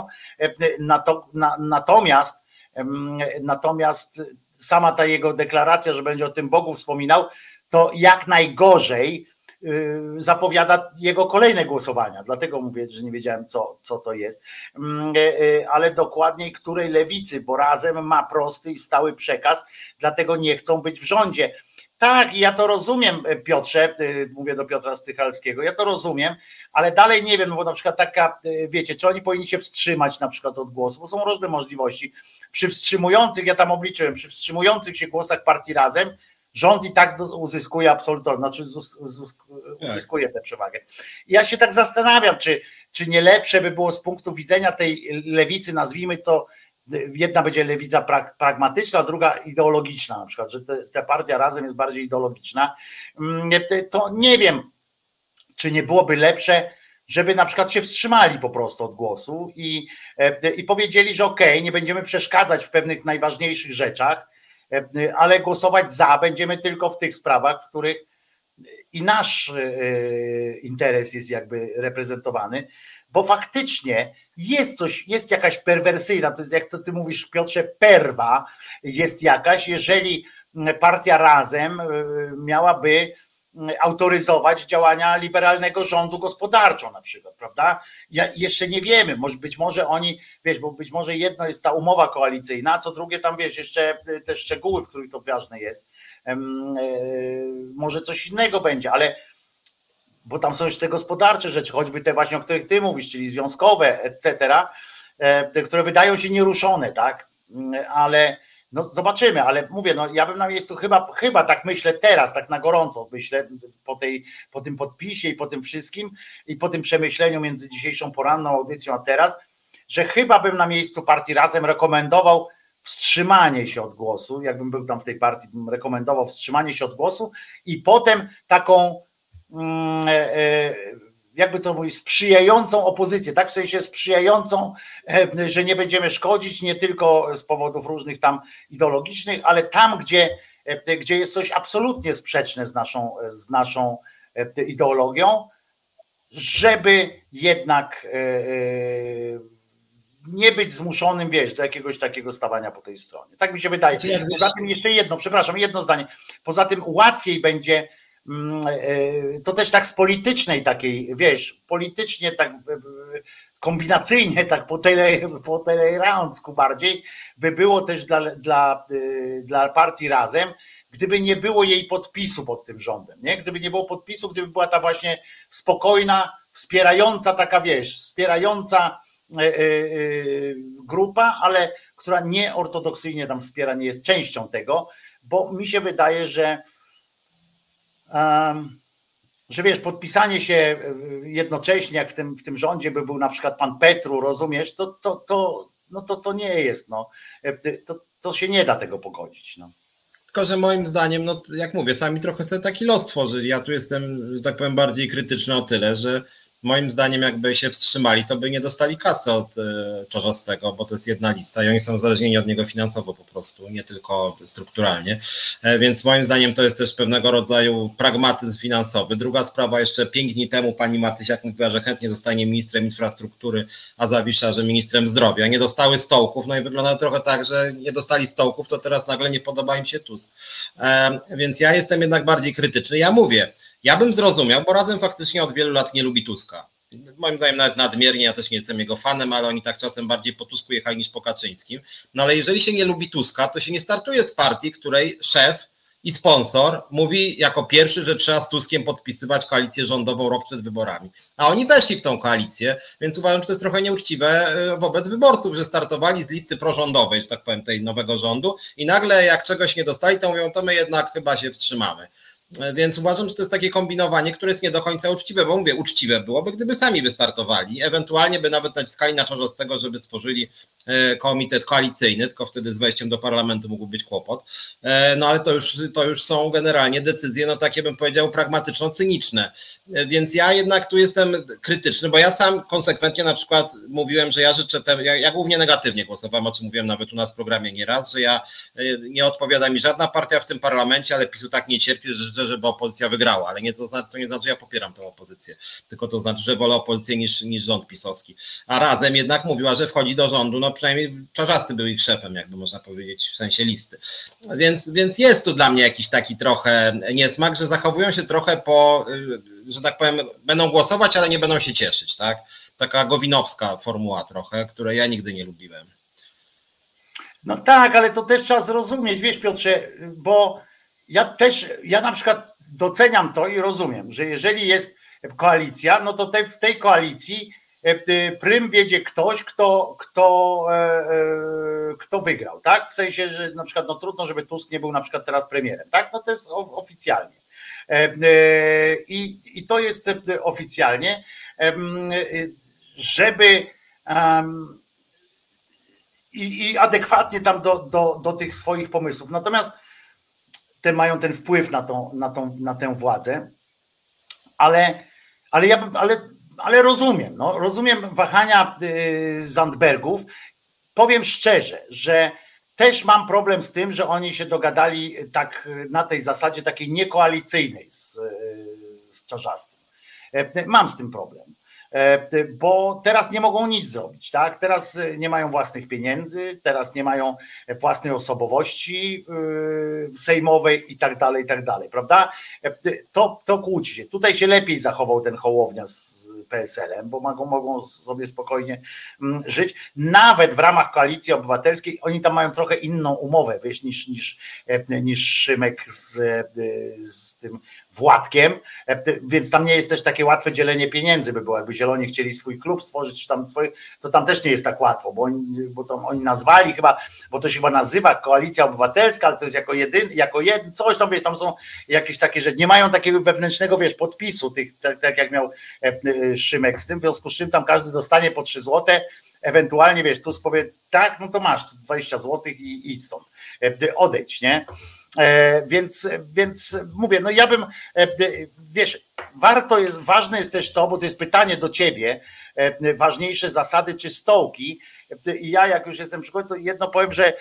S1: Natomiast sama ta jego deklaracja, że będzie o tym Bogu wspominał, to jak najgorzej zapowiada jego kolejne głosowania. Dlatego mówię, że nie wiedziałem, co to jest. Ale dokładniej której lewicy, bo Razem ma prosty i stały przekaz, dlatego nie chcą być w rządzie. Tak, ja to rozumiem, Piotrze, mówię do Piotra Stychalskiego, ja to rozumiem, ale dalej nie wiem, bo na przykład taka, wiecie, czy oni powinni się wstrzymać na przykład od głosu, bo są różne możliwości. Przy wstrzymujących, ja tam obliczyłem, przy wstrzymujących się głosach partii Razem, rząd i tak uzyskuje absolutornie, znaczy uzyskuje tę przewagę. Ja się tak zastanawiam, czy nie lepsze by było z punktu widzenia tej lewicy, nazwijmy to, jedna będzie lewica pragmatyczna, druga ideologiczna, na przykład, że ta partia Razem jest bardziej ideologiczna, to nie wiem, czy nie byłoby lepsze, żeby na przykład się wstrzymali po prostu od głosu i powiedzieli, że okej, nie będziemy przeszkadzać w pewnych najważniejszych rzeczach, ale głosować za będziemy tylko w tych sprawach, w których i nasz interes jest jakby reprezentowany, bo faktycznie jest coś, jest jakaś perwersyjna, to jest jak to ty mówisz, Piotrze, perwa jest jakaś, jeżeli partia Razem miałaby autoryzować działania liberalnego rządu gospodarczo na przykład, prawda? Jeszcze nie wiemy, być może oni, wiesz, bo być może jedno jest ta umowa koalicyjna, a co drugie tam, wiesz, jeszcze te szczegóły, w których to ważne jest, może coś innego będzie, ale bo tam są jeszcze te gospodarcze rzeczy, choćby te właśnie, o których ty mówisz, czyli związkowe, etc., te, które wydają się nieruszone, tak? Ale no zobaczymy, ale mówię, no ja bym na miejscu chyba tak myślę teraz, tak na gorąco myślę po tym podpisie i po tym wszystkim i po tym przemyśleniu między dzisiejszą poranną audycją a teraz, że chyba bym na miejscu partii Razem rekomendował wstrzymanie się od głosu, jakbym był tam w tej partii, bym rekomendował wstrzymanie się od głosu i potem taką jakby to mówić, sprzyjającą opozycję, tak, w sensie sprzyjającą, że nie będziemy szkodzić nie tylko z powodów różnych tam ideologicznych, ale tam, gdzie jest coś absolutnie sprzeczne z naszą ideologią, żeby jednak nie być zmuszonym, wiesz, do jakiegoś takiego stawania po tej stronie. Tak mi się wydaje. Poza tym jeszcze jedno zdanie. Poza tym łatwiej będzie to też tak z politycznej takiej, wiesz, politycznie tak kombinacyjnie, tak po telerancku bardziej, by było też dla partii Razem, gdyby nie było jej podpisu pod tym rządem, nie? Gdyby nie było podpisu, gdyby była ta właśnie spokojna, wspierająca taka, wiesz, wspierająca grupa, ale która nieortodoksyjnie tam wspiera, nie jest częścią tego, bo mi się wydaje, że wiesz, podpisanie się jednocześnie, jak w tym rządzie by był na przykład pan Petru, rozumiesz, to nie jest, no, to się nie da tego pogodzić, no.
S2: Tylko, że moim zdaniem, no jak mówię, sami trochę sobie taki los tworzyli. Ja tu jestem, że tak powiem, bardziej krytyczny o tyle, że moim zdaniem jakby się wstrzymali, to by nie dostali kasy od Czarzastego, bo to jest jedna lista i oni są uzależnieni od niego finansowo po prostu, nie tylko strukturalnie, więc moim zdaniem to jest też pewnego rodzaju pragmatyzm finansowy. Druga sprawa, jeszcze 5 dni temu pani Matysiak mówiła, że chętnie zostanie ministrem infrastruktury, a Zawisza, że ministrem zdrowia. Nie dostały stołków, no i wygląda trochę tak, że nie dostali stołków, to teraz nagle nie podoba im się Tusk. Więc ja jestem jednak bardziej krytyczny. Ja mówię, ja bym zrozumiał, bo Razem faktycznie od wielu lat nie lubi Tuska. Moim zdaniem nawet nadmiernie, ja też nie jestem jego fanem, ale oni tak czasem bardziej po Tusku jechali niż po Kaczyńskim. No ale jeżeli się nie lubi Tuska, to się nie startuje z partii, której szef i sponsor mówi jako pierwszy, że trzeba z Tuskiem podpisywać koalicję rządową rok przed wyborami. A oni weszli w tą koalicję, więc uważam, że to jest trochę nieuczciwe wobec wyborców, że startowali z listy prorządowej, że tak powiem, tej nowego rządu i nagle jak czegoś nie dostali, to mówią, to my jednak chyba się wstrzymamy. Więc uważam, że to jest takie kombinowanie, które jest nie do końca uczciwe, bo mówię, uczciwe byłoby, gdyby sami wystartowali, ewentualnie by nawet naciskali na Czarzastego, żeby stworzyli komitet koalicyjny, tylko wtedy z wejściem do parlamentu mógł być kłopot, no ale to już są generalnie decyzje, no takie bym powiedział pragmatyczno-cyniczne, więc ja jednak tu jestem krytyczny, bo ja sam konsekwentnie na przykład mówiłem, że ja życzę, ja głównie negatywnie głosowałem, o czym mówiłem nawet u nas w programie nieraz, że ja nie odpowiada mi żadna partia w tym parlamencie, ale PiS-u tak nie cierpi, że żeby opozycja wygrała, ale to nie znaczy, że ja popieram tę opozycję, tylko to znaczy, że wolę opozycję niż rząd pisowski. A Razem jednak mówiła, że wchodzi do rządu, no przynajmniej Czarzasty był ich szefem, jakby można powiedzieć, w sensie listy. Więc jest tu dla mnie jakiś taki trochę niesmak, że zachowują się trochę że tak powiem, będą głosować, ale nie będą się cieszyć, tak? Taka gowinowska formuła trochę, której ja nigdy nie lubiłem.
S1: No tak, ale to też trzeba zrozumieć, wiesz Piotrze, bo ja na przykład doceniam to i rozumiem, że jeżeli jest koalicja, no to w tej koalicji prym wiedzie ktoś, kto wygrał, tak? W sensie, że na przykład no trudno, żeby Tusk nie był na przykład teraz premierem, tak? No to jest oficjalnie. I to jest oficjalnie, żeby i adekwatnie tam do tych swoich pomysłów. Natomiast te mają ten wpływ na tę władzę, ale rozumiem, no, rozumiem wahania Zandbergów. Powiem szczerze, że też mam problem z tym, że oni się dogadali tak na tej zasadzie takiej niekoalicyjnej z Czarzastym. Mam z tym problem, bo teraz nie mogą nic zrobić, tak? Teraz nie mają własnych pieniędzy, teraz nie mają własnej osobowości sejmowej i tak dalej, prawda? To kłóci się. Tutaj się lepiej zachował ten Hołownia z PSL-em, bo mogą sobie spokojnie żyć. Nawet w ramach Koalicji Obywatelskiej oni tam mają trochę inną umowę, wiesz, niż Szymek z tym Władkiem, więc tam nie jest też takie łatwe dzielenie pieniędzy by było, jakby Zieloni chcieli swój klub stworzyć, to tam też nie jest tak łatwo, bo tam oni nazwali chyba, bo to się chyba nazywa Koalicja Obywatelska, ale to jest jako jeden, coś tam, wiesz, tam są jakieś takie, że nie mają takiego wewnętrznego, wiesz, podpisu, tak jak miał Szymek z tym, w związku z czym tam każdy dostanie po 3 złote, ewentualnie, wiesz, tu powie, tak, no to masz 20 złotych i idź stąd, odejdź, nie? Więc mówię, no ja bym, wiesz, ważne jest też to, bo to jest pytanie do ciebie, ważniejsze zasady czy stołki. I ja jak już jestem przygotowany, to jedno powiem, że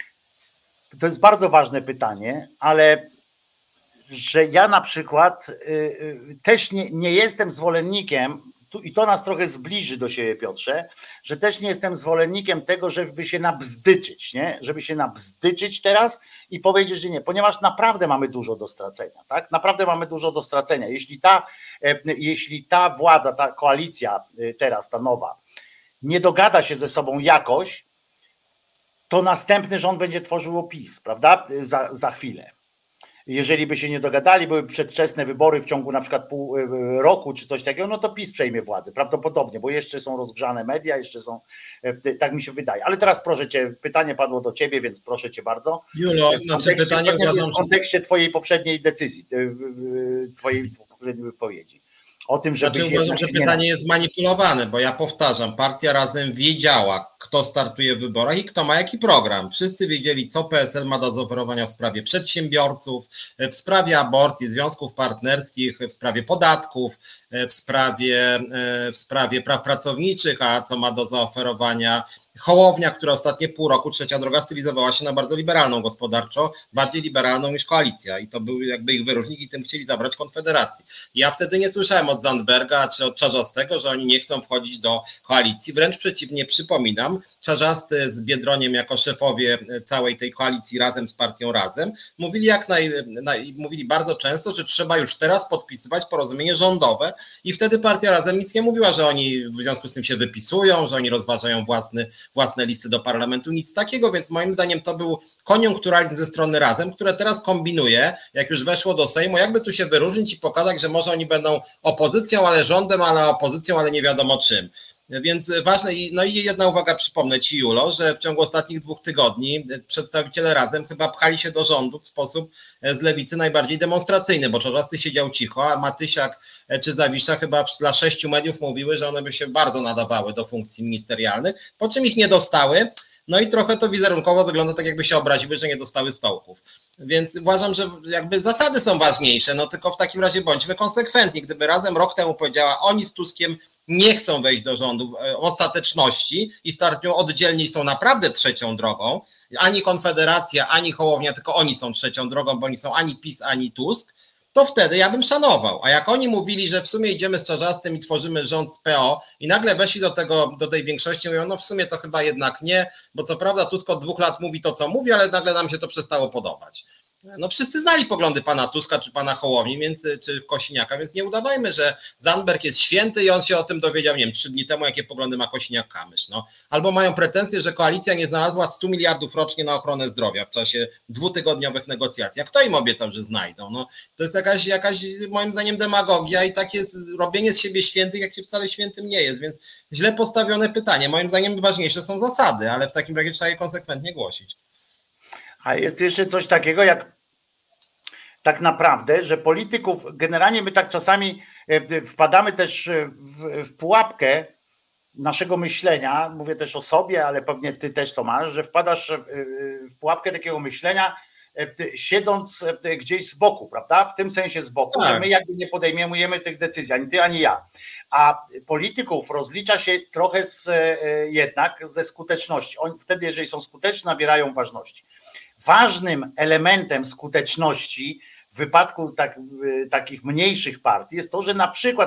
S1: to jest bardzo ważne pytanie, ale że ja na przykład też nie jestem zwolennikiem, i to nas trochę zbliży do siebie, Piotrze, że też nie jestem zwolennikiem tego, żeby się nabzdyczyć, nie? Żeby się nabzdyczyć teraz i powiedzieć, że nie, ponieważ naprawdę mamy dużo do stracenia, tak? Naprawdę mamy dużo do stracenia. Jeśli ta władza, ta koalicja teraz, ta nowa, nie dogada się ze sobą jakoś, to następny rząd będzie tworzył PiS, prawda? Za chwilę. Jeżeli by się nie dogadali, były przedwczesne wybory w ciągu na przykład pół roku czy coś takiego, no to PiS przejmie władzę, prawdopodobnie, bo jeszcze są rozgrzane media, jeszcze są, tak mi się wydaje. Ale teraz proszę cię, pytanie padło do ciebie, więc proszę cię bardzo.
S2: Julo, pytanie
S1: w kontekście twojej poprzedniej decyzji, twojej poprzedniej wypowiedzi. O tym, żeby
S2: uważam, że pytanie jest manipulowane, bo ja powtarzam, partia Razem wiedziała, kto startuje w wyborach i kto ma jaki program. Wszyscy wiedzieli, co PSL ma do zaoferowania w sprawie przedsiębiorców, w sprawie aborcji, związków partnerskich, w sprawie podatków, w sprawie praw pracowniczych, a co ma do zaoferowania Hołownia, która ostatnie pół roku, Trzecia Droga, stylizowała się na bardzo liberalną gospodarczo, bardziej liberalną niż koalicja i to był jakby ich wyróżnik i tym chcieli zabrać Konfederacji. Ja wtedy nie słyszałem od Zandberga czy od Czarzastego, że oni nie chcą wchodzić do koalicji, wręcz przeciwnie, przypominam, Czarzasty z Biedroniem jako szefowie całej tej koalicji razem z partią Razem mówili mówili bardzo często, że trzeba już teraz podpisywać porozumienie rządowe i wtedy partia Razem nic nie mówiła, że oni w związku z tym się wypisują, że oni rozważają własne listy do parlamentu, nic takiego, więc moim zdaniem to był koniunkturalizm ze strony Razem, które teraz kombinuje, jak już weszło do Sejmu, jakby tu się wyróżnić i pokazać, że może oni będą opozycją, ale rządem, ale opozycją, ale nie wiadomo czym. Więc ważne, no i jedna uwaga, przypomnę Ci, Julo, że w ciągu ostatnich 2 tygodni przedstawiciele Razem chyba pchali się do rządu w sposób z lewicy najbardziej demonstracyjny, bo Czarzasty siedział cicho, a Matysiak czy Zawisza chyba dla 6 mediów mówiły, że one by się bardzo nadawały do funkcji ministerialnych, po czym ich nie dostały. No i trochę to wizerunkowo wygląda tak, jakby się obraziły, że nie dostały stołków. Więc uważam, że jakby zasady są ważniejsze, no tylko w takim razie bądźmy konsekwentni. Gdyby Razem rok temu powiedziała, oni z Tuskiem nie chcą wejść do rządu w ostateczności i startują oddzielnie i są naprawdę trzecią drogą, ani Konfederacja, ani Hołownia, tylko oni są trzecią drogą, bo oni są ani PiS, ani Tusk, to wtedy ja bym szanował. A jak oni mówili, że w sumie idziemy z Czarzastym i tworzymy rząd z PO i nagle weszli do tej większości, mówią, no w sumie to chyba jednak nie, bo co prawda Tusk od 2 lat mówi to, co mówi, ale nagle nam się to przestało podobać. No wszyscy znali poglądy pana Tuska czy pana Hołowni, czy Kosiniaka, więc nie udawajmy, że Zandberg jest święty i on się o tym dowiedział, nie wiem, 3 dni temu, jakie poglądy ma Kosiniak-Kamysz. No. Albo mają pretensje, że koalicja nie znalazła 100 miliardów rocznie na ochronę zdrowia w czasie 2-tygodniowych negocjacji. A kto im obiecał, że znajdą? No, to jest jakaś moim zdaniem demagogia i takie robienie z siebie świętych, jak się wcale świętym nie jest, więc źle postawione pytanie. Moim zdaniem ważniejsze są zasady, ale w takim razie trzeba je konsekwentnie głosić.
S1: A jest jeszcze coś takiego jak tak naprawdę, że polityków, generalnie my tak czasami wpadamy też w pułapkę naszego myślenia, mówię też o sobie, ale pewnie ty też to masz, że wpadasz w pułapkę takiego myślenia, siedząc gdzieś z boku, prawda? W tym sensie z boku, tak, że my jakby nie podejmujemy tych decyzji, ani ty, ani ja. A polityków rozlicza się trochę jednak ze skuteczności. Oni wtedy, jeżeli są skuteczni, nabierają ważności. Ważnym elementem skuteczności w wypadku takich mniejszych partii jest to, że na przykład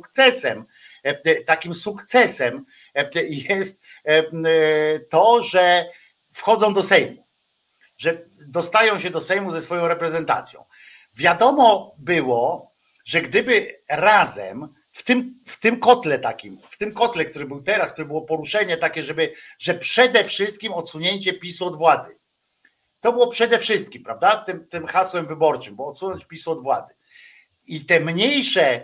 S1: takim sukcesem jest to, że wchodzą do Sejmu, że dostają się do Sejmu ze swoją reprezentacją. Wiadomo było, że gdyby razem w tym kotle, który był teraz, które było poruszenie takie, że przede wszystkim odsunięcie PiS-u od władzy. To było przede wszystkim, prawda? Tym hasłem wyborczym, bo odsunąć PiS-u od władzy. I te mniejsze,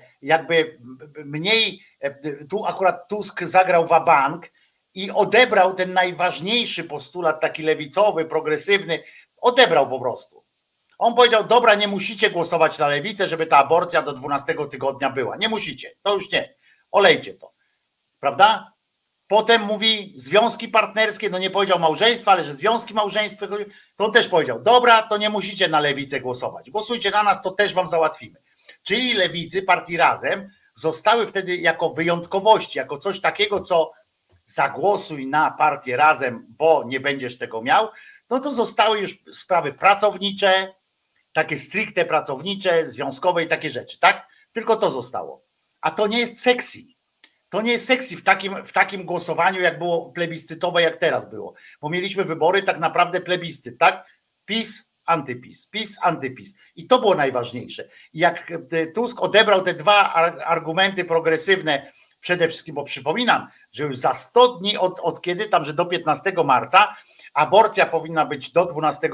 S1: tu akurat Tusk zagrał wabank i odebrał ten najważniejszy postulat, taki lewicowy, progresywny, odebrał po prostu. On powiedział, dobra, nie musicie głosować na lewicę, żeby ta aborcja do 12 tygodnia była. Nie musicie, to już nie. Olejcie to. Prawda? Potem mówi związki partnerskie, no nie powiedział małżeństwa, ale że związki małżeńskie, to on też powiedział, dobra, to nie musicie na lewicę głosować. Głosujcie na nas, to też wam załatwimy. Czyli lewicy, partii Razem, zostały wtedy jako wyjątkowości, jako coś takiego, co zagłosuj na partię Razem, bo nie będziesz tego miał, no to zostały już sprawy pracownicze, takie stricte pracownicze, związkowe i takie rzeczy, tak? Tylko to zostało. A to nie jest sexy. To nie jest sexy w takim głosowaniu, jak było plebiscytowe, jak teraz było. Bo mieliśmy wybory tak naprawdę plebiscyt, tak? PiS, antyPiS, PiS, antyPiS. I to było najważniejsze. I jak Tusk odebrał te dwa argumenty progresywne, przede wszystkim, bo przypominam, że już za 100 dni od kiedy tam, że do 15 marca aborcja powinna być do 12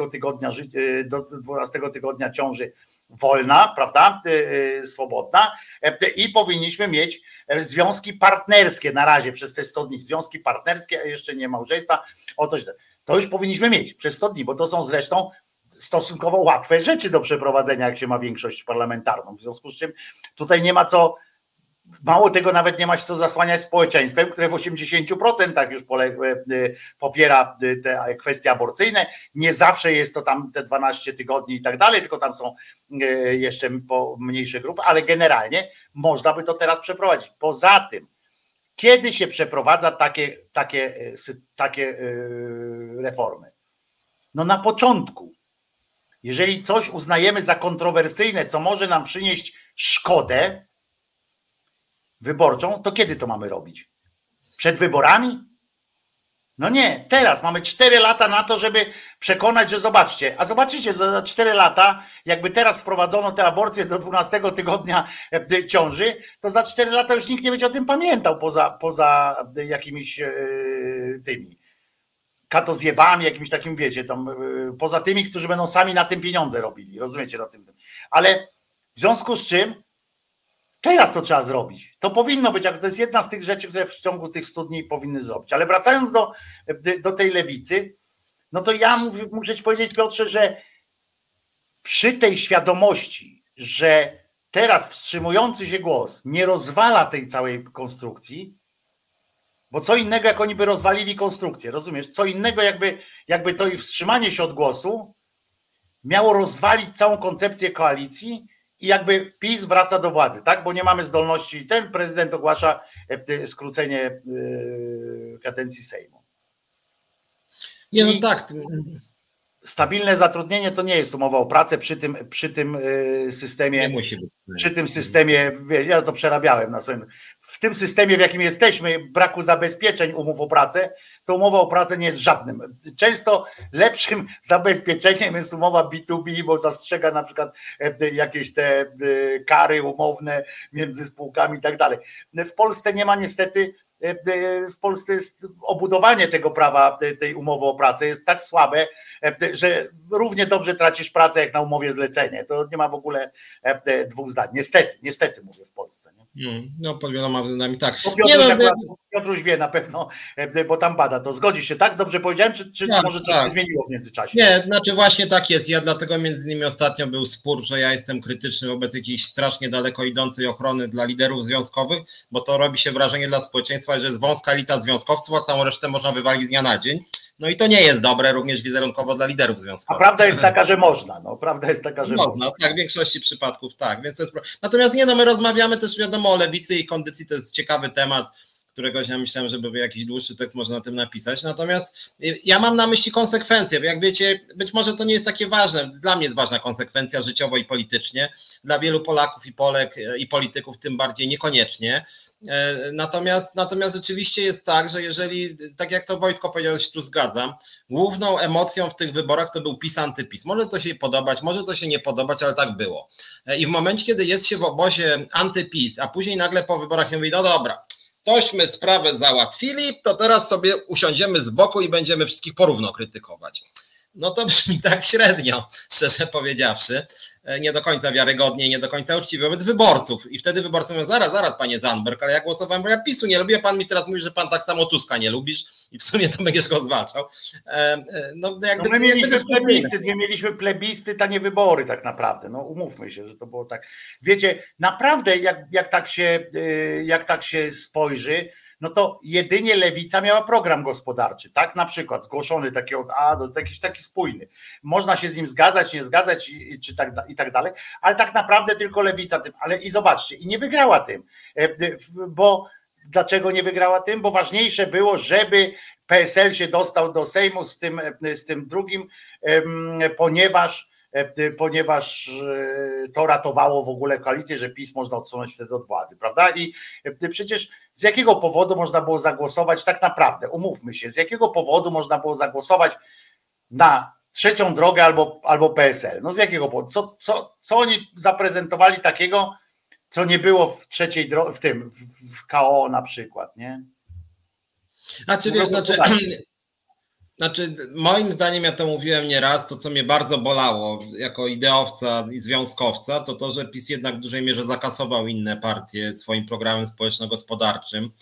S1: tygodnia ciąży wolna, prawda, swobodna i powinniśmy mieć związki partnerskie na razie przez te 100 dni, związki partnerskie, a jeszcze nie małżeństwa, to już powinniśmy mieć przez 100 dni, bo to są zresztą stosunkowo łatwe rzeczy do przeprowadzenia, jak się ma większość parlamentarną, w związku z czym tutaj nie ma co, mało tego, nawet nie ma się co zasłaniać społeczeństwem, które w 80% już popiera te kwestie aborcyjne. Nie zawsze jest to tam te 12 tygodni i tak dalej, tylko tam są jeszcze mniejsze grupy, ale generalnie można by to teraz przeprowadzić. Poza tym, kiedy się przeprowadza takie reformy? No na początku. Jeżeli coś uznajemy za kontrowersyjne, co może nam przynieść szkodę wyborczą, to kiedy to mamy robić? Przed wyborami? No nie, teraz mamy 4 lata na to, żeby przekonać, że zobaczcie, a zobaczycie, że za 4 lata, jakby teraz wprowadzono tę aborcję do 12 tygodnia ciąży, to za 4 lata już nikt nie będzie o tym pamiętał poza jakimiś tymi katozjebami, jakimś takim, wiecie, tam, poza tymi, którzy będą sami na tym pieniądze robili, rozumiecie, na tym. Ale w związku z czym teraz to trzeba zrobić. To powinno być, to jest jedna z tych rzeczy, które w ciągu tych 100 dni powinny zrobić. Ale wracając do tej lewicy, no to ja muszę ci powiedzieć, Piotrze, że przy tej świadomości, że teraz wstrzymujący się głos nie rozwala tej całej konstrukcji, bo co innego, jak oni by rozwalili konstrukcję, rozumiesz? Co innego, jakby to ich wstrzymanie się od głosu miało rozwalić całą koncepcję koalicji i jakby PiS wraca do władzy, tak? Bo nie mamy zdolności. Ten prezydent ogłasza skrócenie kadencji Sejmu.
S2: Nie, no tak.
S1: Stabilne zatrudnienie to nie jest umowa o pracę przy tym systemie. Nie musi być. Przy tym systemie, ja to przerabiałem w tym systemie, w jakim jesteśmy, braku zabezpieczeń umów o pracę, to umowa o pracę nie jest żadnym. Często lepszym zabezpieczeniem jest umowa B2B, bo zastrzega na przykład jakieś te kary umowne między spółkami i tak dalej. W Polsce nie ma niestety. W Polsce jest obudowanie tego prawa, tej umowy o pracę jest tak słabe, że równie dobrze tracisz pracę jak na umowie zlecenie. To nie ma w ogóle dwóch zdań. Niestety mówię w Polsce. Nie?
S2: No pod wieloma względami tak.
S1: Piotruś wie na pewno, bo tam bada to. Zgodzi się, tak? Dobrze powiedziałem? Czy tak, może coś się zmieniło w międzyczasie?
S2: Nie, znaczy właśnie tak jest. Ja dlatego między innymi ostatnio był spór, że ja jestem krytyczny wobec jakiejś strasznie daleko idącej ochrony dla liderów związkowych, bo to robi się wrażenie dla społeczeństwa, że jest wąska elita związkowców, a całą resztę można wywalić z dnia na dzień. No i to nie jest dobre również wizerunkowo dla liderów związkowych.
S1: A prawda jest taka, że można. No, prawda jest taka, że można.
S2: Tak, w większości przypadków tak. Więc to jest... Natomiast my rozmawiamy też wiadomo o lewicy i kondycji, to jest ciekawy temat. któregoś ja myślałem, żeby jakiś dłuższy tekst można na tym napisać. Natomiast ja mam na myśli konsekwencje, bo jak wiecie, być może to nie jest takie ważne. Dla mnie jest ważna konsekwencja życiowo i politycznie. Dla wielu Polaków i Polek i polityków tym bardziej niekoniecznie. Natomiast rzeczywiście jest tak, że jeżeli, tak jak to Wojtko powiedział, się tu zgadzam, główną emocją w tych wyborach to był PiS, antyPiS. Może to się podobać, może to się nie podobać, ale tak było. I w momencie, kiedy jest się w obozie antyPiS, a później nagle po wyborach się mówi, no dobra, tośmy sprawę załatwili, to teraz sobie usiądziemy z boku i będziemy wszystkich porówno krytykować. No to brzmi tak średnio, szczerze powiedziawszy, nie do końca wiarygodnie, nie do końca uczciwie wobec wyborców. I wtedy wyborcy mówią, zaraz panie Zandberg, ale ja głosowałem, bo ja PiS-u nie lubię, pan mi teraz mówi, że pan tak samo Tuska nie lubisz i w sumie to będziesz go zwalczał.
S1: My mieliśmy plebiscyt, a nie wybory tak naprawdę. No umówmy się, że to było tak. Wiecie, naprawdę jak tak się spojrzy, no to jedynie Lewica miała program gospodarczy, tak? Na przykład zgłoszony taki od A do jakiś taki spójny. Można się z nim zgadzać, nie zgadzać i tak dalej, ale tak naprawdę tylko Lewica tym. Ale i zobaczcie, i nie wygrała tym, bo dlaczego nie wygrała tym? Bo ważniejsze było, żeby PSL się dostał do Sejmu z tym drugim, ponieważ to ratowało w ogóle koalicję, że PiS można odsunąć wtedy od władzy, prawda? I przecież z jakiego powodu można było zagłosować, tak naprawdę, umówmy się, z jakiego powodu można było zagłosować na Trzecią Drogę albo PSL? No z jakiego powodu? Co oni zaprezentowali takiego, co nie było w Trzeciej Drodze, w KO na przykład, nie?
S2: Znaczy, moim zdaniem, ja to mówiłem nieraz, to co mnie bardzo bolało jako ideowca i związkowca, to, że PiS jednak w dużej mierze zakasował inne partie swoim programem społeczno-gospodarczym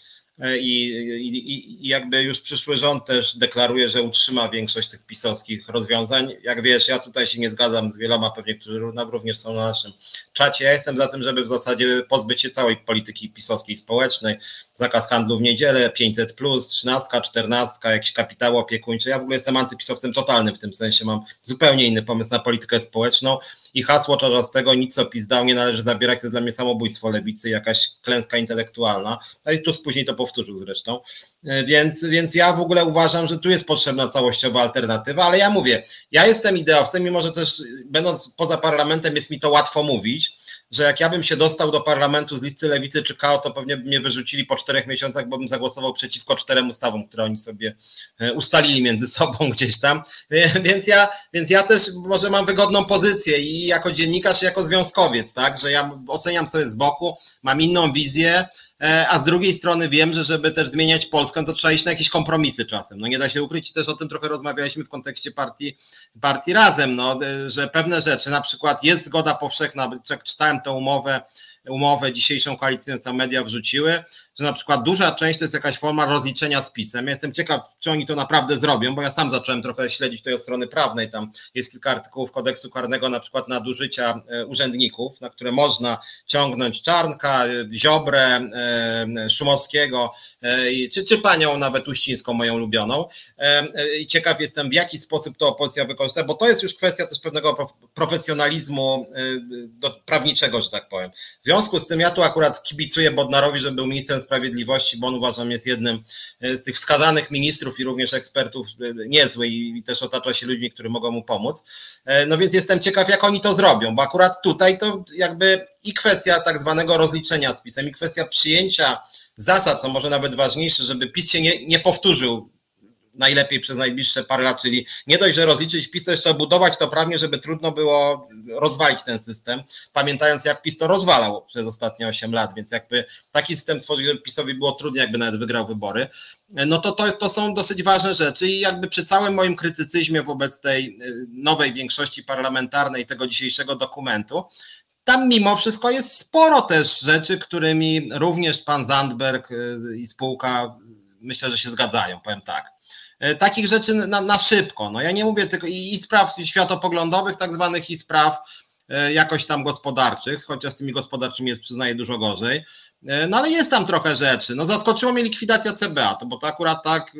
S2: i jakby już przyszły rząd też deklaruje, że utrzyma większość tych pisowskich rozwiązań. Jak wiesz, ja tutaj się nie zgadzam z wieloma pewnie, którzy również są na naszym czacie. Ja jestem za tym, żeby w zasadzie pozbyć się całej polityki pisowskiej społecznej, zakaz handlu w niedzielę, 500+, 13, 14, jakiś kapitał opiekuńczy. Ja w ogóle jestem antypisowcem totalnym w tym sensie, mam zupełnie inny pomysł na politykę społeczną i hasło Czarzastego, nic co PiS dał nie należy zabierać, to jest dla mnie samobójstwo lewicy, jakaś klęska intelektualna, a i tu później to powtórzył zresztą, więc ja w ogóle uważam, że tu jest potrzebna całościowa alternatywa, ale ja mówię, ja jestem ideowcem, mimo że też będąc poza parlamentem jest mi to łatwo mówić, że jak ja bym się dostał do parlamentu z listy Lewicy czy KO, to pewnie by mnie wyrzucili po 4 miesiącach, bo bym zagłosował przeciwko 4 ustawom, które oni sobie ustalili między sobą gdzieś tam. Więc ja też może mam wygodną pozycję i jako dziennikarz, i jako związkowiec, tak, że ja oceniam sobie z boku, mam inną wizję, a z drugiej strony wiem, że żeby też zmieniać Polskę, to trzeba iść na jakieś kompromisy czasem. No nie da się ukryć, też o tym trochę rozmawialiśmy w kontekście partii Razem, no, że pewne rzeczy, na przykład jest zgoda powszechna, jak czytałem tę umowę dzisiejszą koalicyjną media wrzuciły, że na przykład duża część to jest jakaś forma rozliczenia z PiS-em. Ja jestem ciekaw, czy oni to naprawdę zrobią, bo ja sam zacząłem trochę śledzić tej od strony prawnej. Tam jest kilka artykułów kodeksu karnego, na przykład nadużycia urzędników, na które można ciągnąć Czarnka, Ziobrę, Szumowskiego, czy panią nawet Uścińską, moją ulubioną. I ciekaw jestem, w jaki sposób to opozycja wykorzysta, bo to jest już kwestia też pewnego profesjonalizmu prawniczego, że tak powiem. W związku z tym ja tu akurat kibicuję Bodnarowi, żeby był ministrem sprawiedliwości, bo on uważam jest jednym z tych wskazanych ministrów i również ekspertów niezły i też otacza się ludźmi, którzy mogą mu pomóc. No więc jestem ciekaw, jak oni to zrobią, bo akurat tutaj to jakby i kwestia tak zwanego rozliczenia z PiS-em, i kwestia przyjęcia zasad, co może nawet ważniejsze, żeby PiS się nie powtórzył najlepiej przez najbliższe parę lat, czyli nie dość, że rozliczyć PiS, to jeszcze budować to prawnie, żeby trudno było rozwalić ten system, pamiętając jak PiS to rozwalał przez ostatnie 8 lat, więc jakby taki system stworzyć, żeby PiS-owi było trudniej, jakby nawet wygrał wybory, no to są dosyć ważne rzeczy i jakby przy całym moim krytycyzmie wobec tej nowej większości parlamentarnej tego dzisiejszego dokumentu, tam mimo wszystko jest sporo też rzeczy, którymi również pan Zandberg i spółka myślę, że się zgadzają, powiem tak. Takich rzeczy na szybko. No ja nie mówię tylko i spraw światopoglądowych tak zwanych i spraw jakoś tam gospodarczych, chociaż z tymi gospodarczymi jest, przyznaję, dużo gorzej. No ale jest tam trochę rzeczy. No zaskoczyło mnie likwidacja CBA, bo to akurat tak,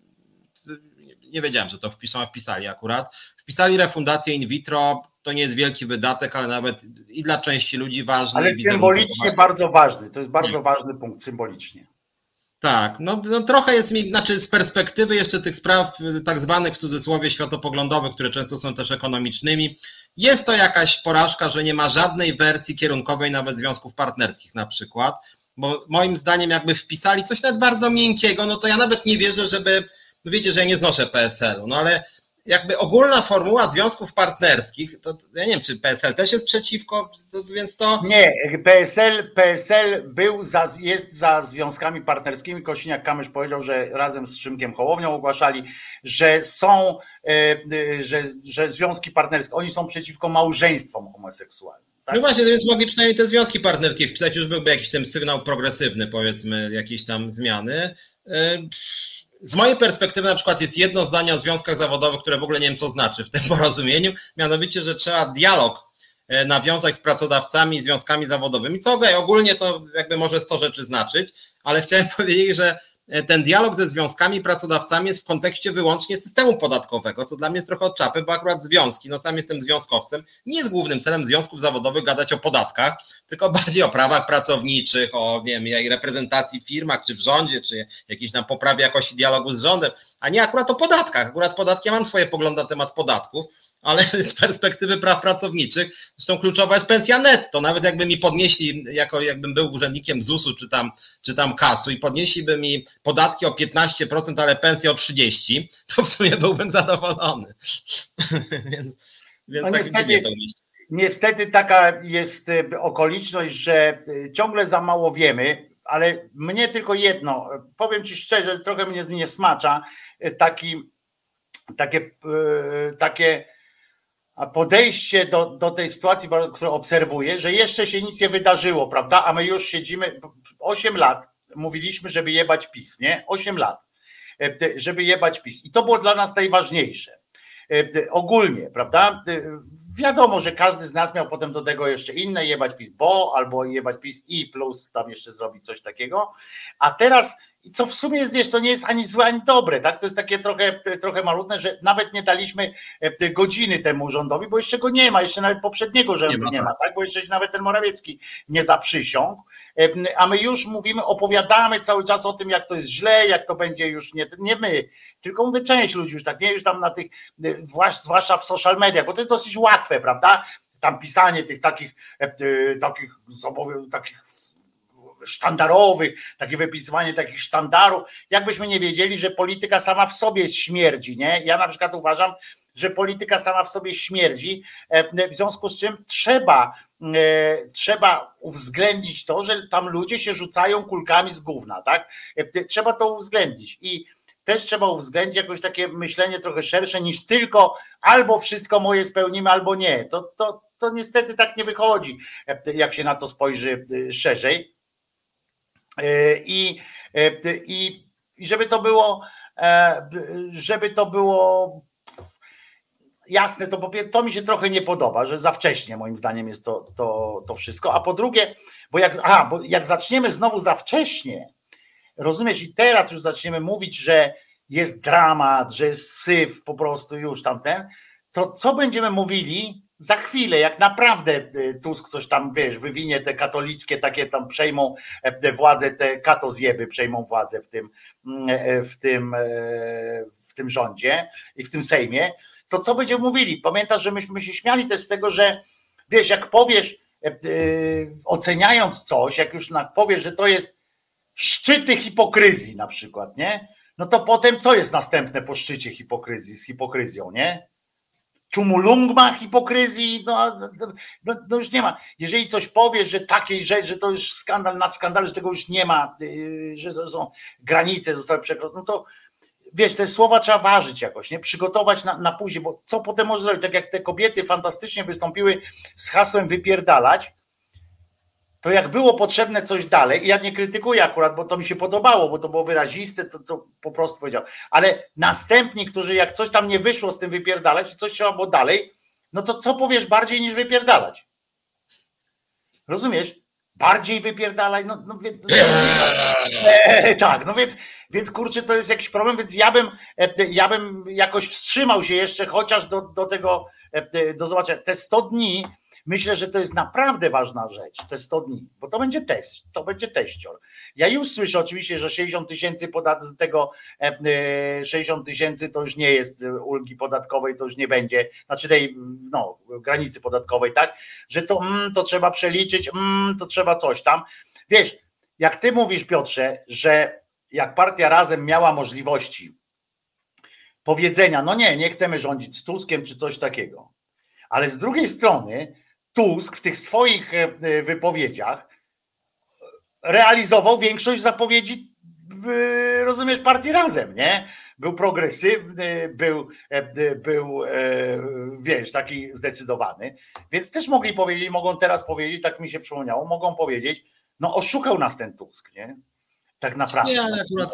S2: nie wiedziałem, że to wpisali akurat. Wpisali refundację in vitro, to nie jest wielki wydatek, ale nawet i dla części ludzi ważny.
S1: Ale symbolicznie bardzo ważny, to jest bardzo ważny punkt symbolicznie.
S2: Tak, no trochę jest mi, znaczy z perspektywy jeszcze tych spraw tak zwanych w cudzysłowie światopoglądowych, które często są też ekonomicznymi, jest to jakaś porażka, że nie ma żadnej wersji kierunkowej nawet związków partnerskich na przykład, bo moim zdaniem jakby wpisali coś nawet bardzo miękkiego, no to ja nawet nie wierzę, żeby, no wiecie, że ja nie znoszę PSL-u, no ale jakby ogólna formuła związków partnerskich, to ja nie wiem, czy PSL też jest przeciwko, więc to...
S1: Nie, PSL jest za związkami partnerskimi. Kosiniak-Kamysz powiedział, że razem z Szymkiem Hołownią ogłaszali, że są, że związki partnerskie, oni są przeciwko małżeństwom homoseksualnym. Tak?
S2: No właśnie, więc mogli przynajmniej te związki partnerskie wpisać, już byłby jakiś ten sygnał progresywny, powiedzmy, jakieś tam zmiany. Z mojej perspektywy na przykład jest jedno zdanie o związkach zawodowych, które w ogóle nie wiem co znaczy w tym porozumieniu, mianowicie, że trzeba dialog nawiązać z pracodawcami i związkami zawodowymi, co ogólnie to jakby może 100 rzeczy znaczyć, ale chciałem powiedzieć, że ten dialog ze związkami i pracodawcami jest w kontekście wyłącznie systemu podatkowego, co dla mnie jest trochę od czapy, bo akurat związki, no sam jestem związkowcem, nie jest głównym celem związków zawodowych gadać o podatkach, tylko bardziej o prawach pracowniczych, o nie wiem, reprezentacji w firmach, czy w rządzie, czy jakiejś tam poprawie jakości dialogu z rządem, a nie akurat o podatkach. Akurat podatki, ja mam swoje poglądy na temat podatków, ale z perspektywy praw pracowniczych, zresztą kluczowa jest pensja netto, nawet jakby mi podnieśli, jakbym był urzędnikiem ZUS-u czy tam KAS-u i podnieśliby mi podatki o 15%, ale pensję o 30%, to w sumie byłbym zadowolony. więc
S1: no
S2: tak
S1: niestety, to niestety taka jest okoliczność, że ciągle za mało wiemy, ale mnie tylko jedno, powiem ci szczerze, trochę mnie nie smacza takie podejście do tej sytuacji, którą obserwuję, że jeszcze się nic nie wydarzyło, prawda? A my już siedzimy 8 lat, mówiliśmy, żeby jebać PiS, nie? 8 lat, żeby jebać PiS. I to było dla nas najważniejsze. Ogólnie, prawda? Wiadomo, że każdy z nas miał potem do tego jeszcze inne, jebać PiS, albo jebać PiS i plus tam jeszcze zrobić coś takiego. A teraz, co w sumie jest, wiesz, to nie jest ani złe, ani dobre, tak? To jest takie trochę malutne, że nawet nie daliśmy godziny temu rządowi, bo jeszcze go nie ma, jeszcze nawet poprzedniego rządu nie ma, tak? Bo jeszcze nawet ten Morawiecki nie zaprzysiągł, a my już mówimy, opowiadamy cały czas o tym, jak to jest źle, jak to będzie już nie my, tylko mówię, część ludzi już tak, nie już tam na tych, zwłaszcza w social mediach, bo to jest dosyć łatwe, prawda? Tam pisanie tych takich sztandarowych, takie wypisywanie takich sztandarów, jakbyśmy nie wiedzieli, że polityka sama w sobie śmierdzi, nie? Ja na przykład uważam, że polityka sama w sobie śmierdzi, w związku z czym trzeba uwzględnić to, że tam ludzie się rzucają kulkami z gówna, tak? Trzeba to uwzględnić i też trzeba uwzględnić jakoś takie myślenie trochę szersze niż tylko albo wszystko moje spełnimy, albo nie. To niestety tak nie wychodzi, jak się na to spojrzy szerzej. I żeby to było jasne, to mi się trochę nie podoba, że za wcześnie moim zdaniem jest to wszystko. A po drugie, bo jak zaczniemy znowu za wcześnie, rozumiesz, i teraz już zaczniemy mówić, że jest dramat, że jest syf po prostu już tamten, to co będziemy mówili za chwilę, jak naprawdę Tusk coś tam, wiesz, wywinie te katolickie, takie tam przejmą władzę, te katozjeby przejmą władzę w tym rządzie i w tym Sejmie, to co będziemy mówili? Pamiętasz, że myśmy się śmiali też z tego, że wiesz, jak powiesz, oceniając coś, jak już powiesz, że to jest szczyty hipokryzji na przykład, nie? No to potem co jest następne po szczycie hipokryzji, z hipokryzją, nie? Czumulungma hipokryzji, no już nie ma. Jeżeli coś powiesz, że takiej rzeczy, że to już skandal nad skandalem, że tego już nie ma, że to są granice zostały przekroczone, no to wiesz, te słowa trzeba ważyć jakoś, nie? Przygotować na później, bo co potem może zrobić? Tak jak te kobiety fantastycznie wystąpiły z hasłem wypierdalać, to jak było potrzebne coś dalej, i ja nie krytykuję akurat, bo to mi się podobało, bo to było wyraziste, to po prostu powiedział, ale następni, którzy jak coś tam nie wyszło z tym wypierdalać i coś trzeba było dalej, no to co powiesz bardziej niż wypierdalać? Rozumiesz? Bardziej wypierdalaj, tak, no więc kurczę, to jest jakiś problem, więc ja bym jakoś wstrzymał się jeszcze chociaż do tego, do zobaczenia, te 100 dni myślę, że to jest naprawdę ważna rzecz, te 100 dni, bo to będzie test, to będzie teścior. Ja już słyszę oczywiście, że 60 tysięcy z tego 60 tysięcy to już nie jest ulgi podatkowej, to już nie będzie, znaczy tej granicy podatkowej, tak, że to trzeba przeliczyć, to trzeba coś tam. Wiesz, jak ty mówisz, Piotrze, że jak partia Razem miała możliwości powiedzenia, no nie chcemy rządzić z Tuskiem czy coś takiego, ale z drugiej strony Tusk w tych swoich wypowiedziach realizował większość zapowiedzi, rozumiesz, partii Razem, nie? Był progresywny, był wiesz, taki zdecydowany, więc też mogli powiedzieć, mogą teraz powiedzieć, tak mi się przypomniało, mogą powiedzieć, no oszukał nas ten Tusk, nie? Tak naprawdę.
S2: Nie, ale akurat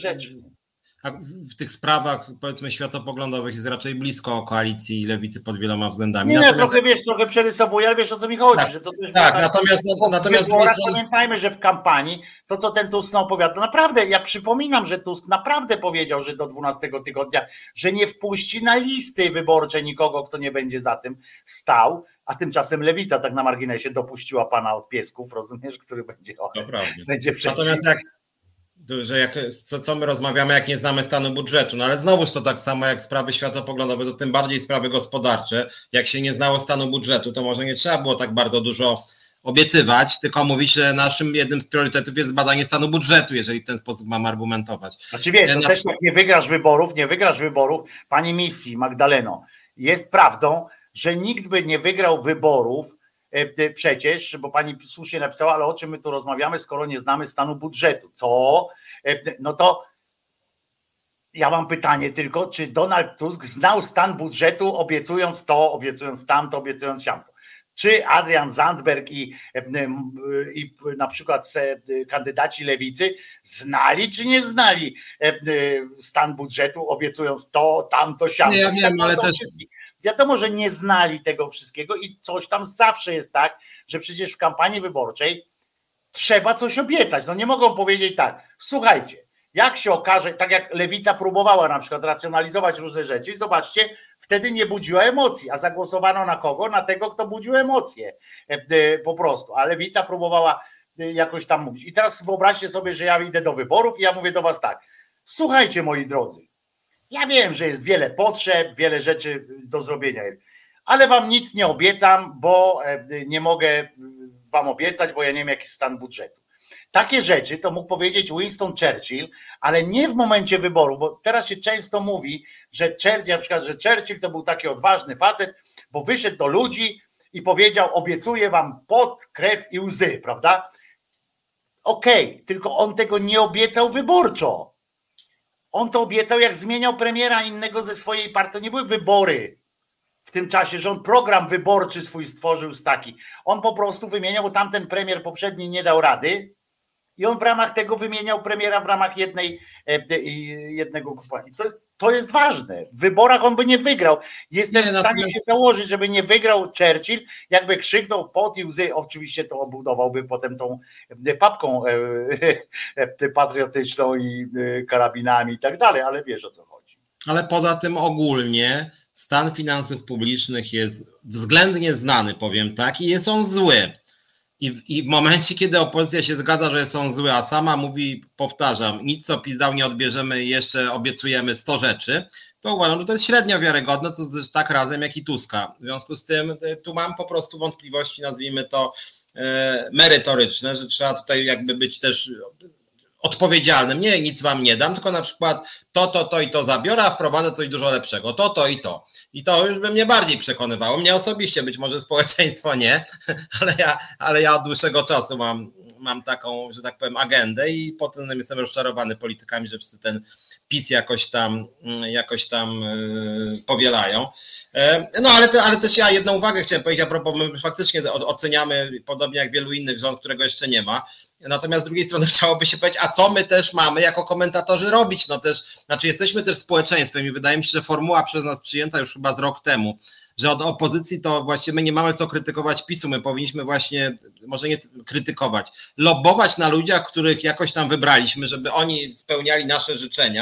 S2: w tych sprawach, powiedzmy, światopoglądowych jest raczej blisko koalicji lewicy pod wieloma względami.
S1: Nie, trochę przerysowuję, ale wiesz, o co mi chodzi.
S2: Tak,
S1: że to też
S2: tak, natomiast
S1: pamiętajmy, że w kampanii to, co ten Tusk opowiada, naprawdę, ja przypominam, że Tusk naprawdę powiedział, że do 12 tygodnia, że nie wpuści na listy wyborcze nikogo, kto nie będzie za tym stał, a tymczasem lewica tak na marginesie dopuściła pana od piesków, rozumiesz, który będzie przeciw.
S2: Natomiast co my rozmawiamy, jak nie znamy stanu budżetu, no ale znowuż to tak samo jak sprawy światopoglądowe, to tym bardziej sprawy gospodarcze, jak się nie znało stanu budżetu, to może nie trzeba było tak bardzo dużo obiecywać, tylko mówić, że naszym jednym z priorytetów jest badanie stanu budżetu, jeżeli w ten sposób mam argumentować.
S1: Znaczy wiesz, to też jak nie wygrasz wyborów, pani Misji Magdaleno, jest prawdą, że nikt by nie wygrał wyborów przecież, bo pani słusznie napisała, ale o czym my tu rozmawiamy, skoro nie znamy stanu budżetu? Co? No to ja mam pytanie tylko, czy Donald Tusk znał stan budżetu, obiecując to, obiecując tamto, obiecując siamto? Czy Adrian Zandberg i na przykład kandydaci lewicy znali, czy nie znali stan budżetu, obiecując to, tamto, siamto?
S2: Nie, ja wiem, ale też...
S1: Wiadomo, że nie znali tego wszystkiego i coś tam zawsze jest tak, że przecież w kampanii wyborczej trzeba coś obiecać. No nie mogą powiedzieć tak, słuchajcie, jak się okaże, tak jak lewica próbowała na przykład racjonalizować różne rzeczy i zobaczcie, wtedy nie budziła emocji, a zagłosowano na kogo? Na tego, kto budził emocje po prostu, a lewica próbowała jakoś tam mówić. I teraz wyobraźcie sobie, że ja idę do wyborów i ja mówię do was tak, słuchajcie moi drodzy, ja wiem, że jest wiele potrzeb, wiele rzeczy do zrobienia jest, ale wam nic nie obiecam, bo nie mogę wam obiecać, bo ja nie wiem, jaki jest stan budżetu. Takie rzeczy to mógł powiedzieć Winston Churchill, ale nie w momencie wyborów, bo teraz się często mówi, że Churchill, na przykład, że Churchill to był taki odważny facet, bo wyszedł do ludzi i powiedział, obiecuję wam pot, krew i łzy, prawda? Okej, tylko on tego nie obiecał wyborczo. On to obiecał, jak zmieniał premiera innego ze swojej partii. To nie były wybory w tym czasie, że on program wyborczy swój stworzył z taki. On po prostu wymieniał, bo tamten premier poprzedni nie dał rady i on w ramach tego wymieniał premiera w ramach jednego kupowania. To jest ważne. W wyborach on by nie wygrał. Jestem w stanie się założyć, żeby nie wygrał Churchill, jakby krzyknął pot i łzy. Oczywiście to obudowałby potem tą papką patriotyczną i karabinami i tak dalej, ale wiesz, o co chodzi.
S2: Ale poza tym ogólnie stan finansów publicznych jest względnie znany, powiem tak, i jest on zły. I w momencie, kiedy opozycja się zgadza, że są złe, a sama mówi, powtarzam, nic co PiS dał nie odbierzemy i jeszcze obiecujemy 100 rzeczy, to uważam, że to jest średnio wiarygodne, to też tak Razem, jak i Tuska. W związku z tym tu mam po prostu wątpliwości, nazwijmy to merytoryczne, że trzeba tutaj jakby być też odpowiedzialnym. Nie, nic wam nie dam, tylko na przykład to i to zabiorę, a wprowadzę coś dużo lepszego. To i to. I to już by mnie bardziej przekonywało. Mnie osobiście, być może społeczeństwo nie, ale ja od dłuższego czasu mam taką, że tak powiem, agendę i potem jestem rozczarowany politykami, że wszyscy ten PiS jakoś tam powielają. No ale też ja jedną uwagę chciałem powiedzieć, a propos, my faktycznie oceniamy, podobnie jak wielu innych rząd, którego jeszcze nie ma. Natomiast z drugiej strony chciałoby się powiedzieć, a co my też mamy jako komentatorzy robić? No też, znaczy jesteśmy też społeczeństwem i wydaje mi się, że formuła przez nas przyjęta już chyba z rok temu, że od opozycji to właściwie my nie mamy co krytykować PiS-u, my powinniśmy właśnie, może nie krytykować, lobbować na ludziach, których jakoś tam wybraliśmy, żeby oni spełniali nasze życzenia,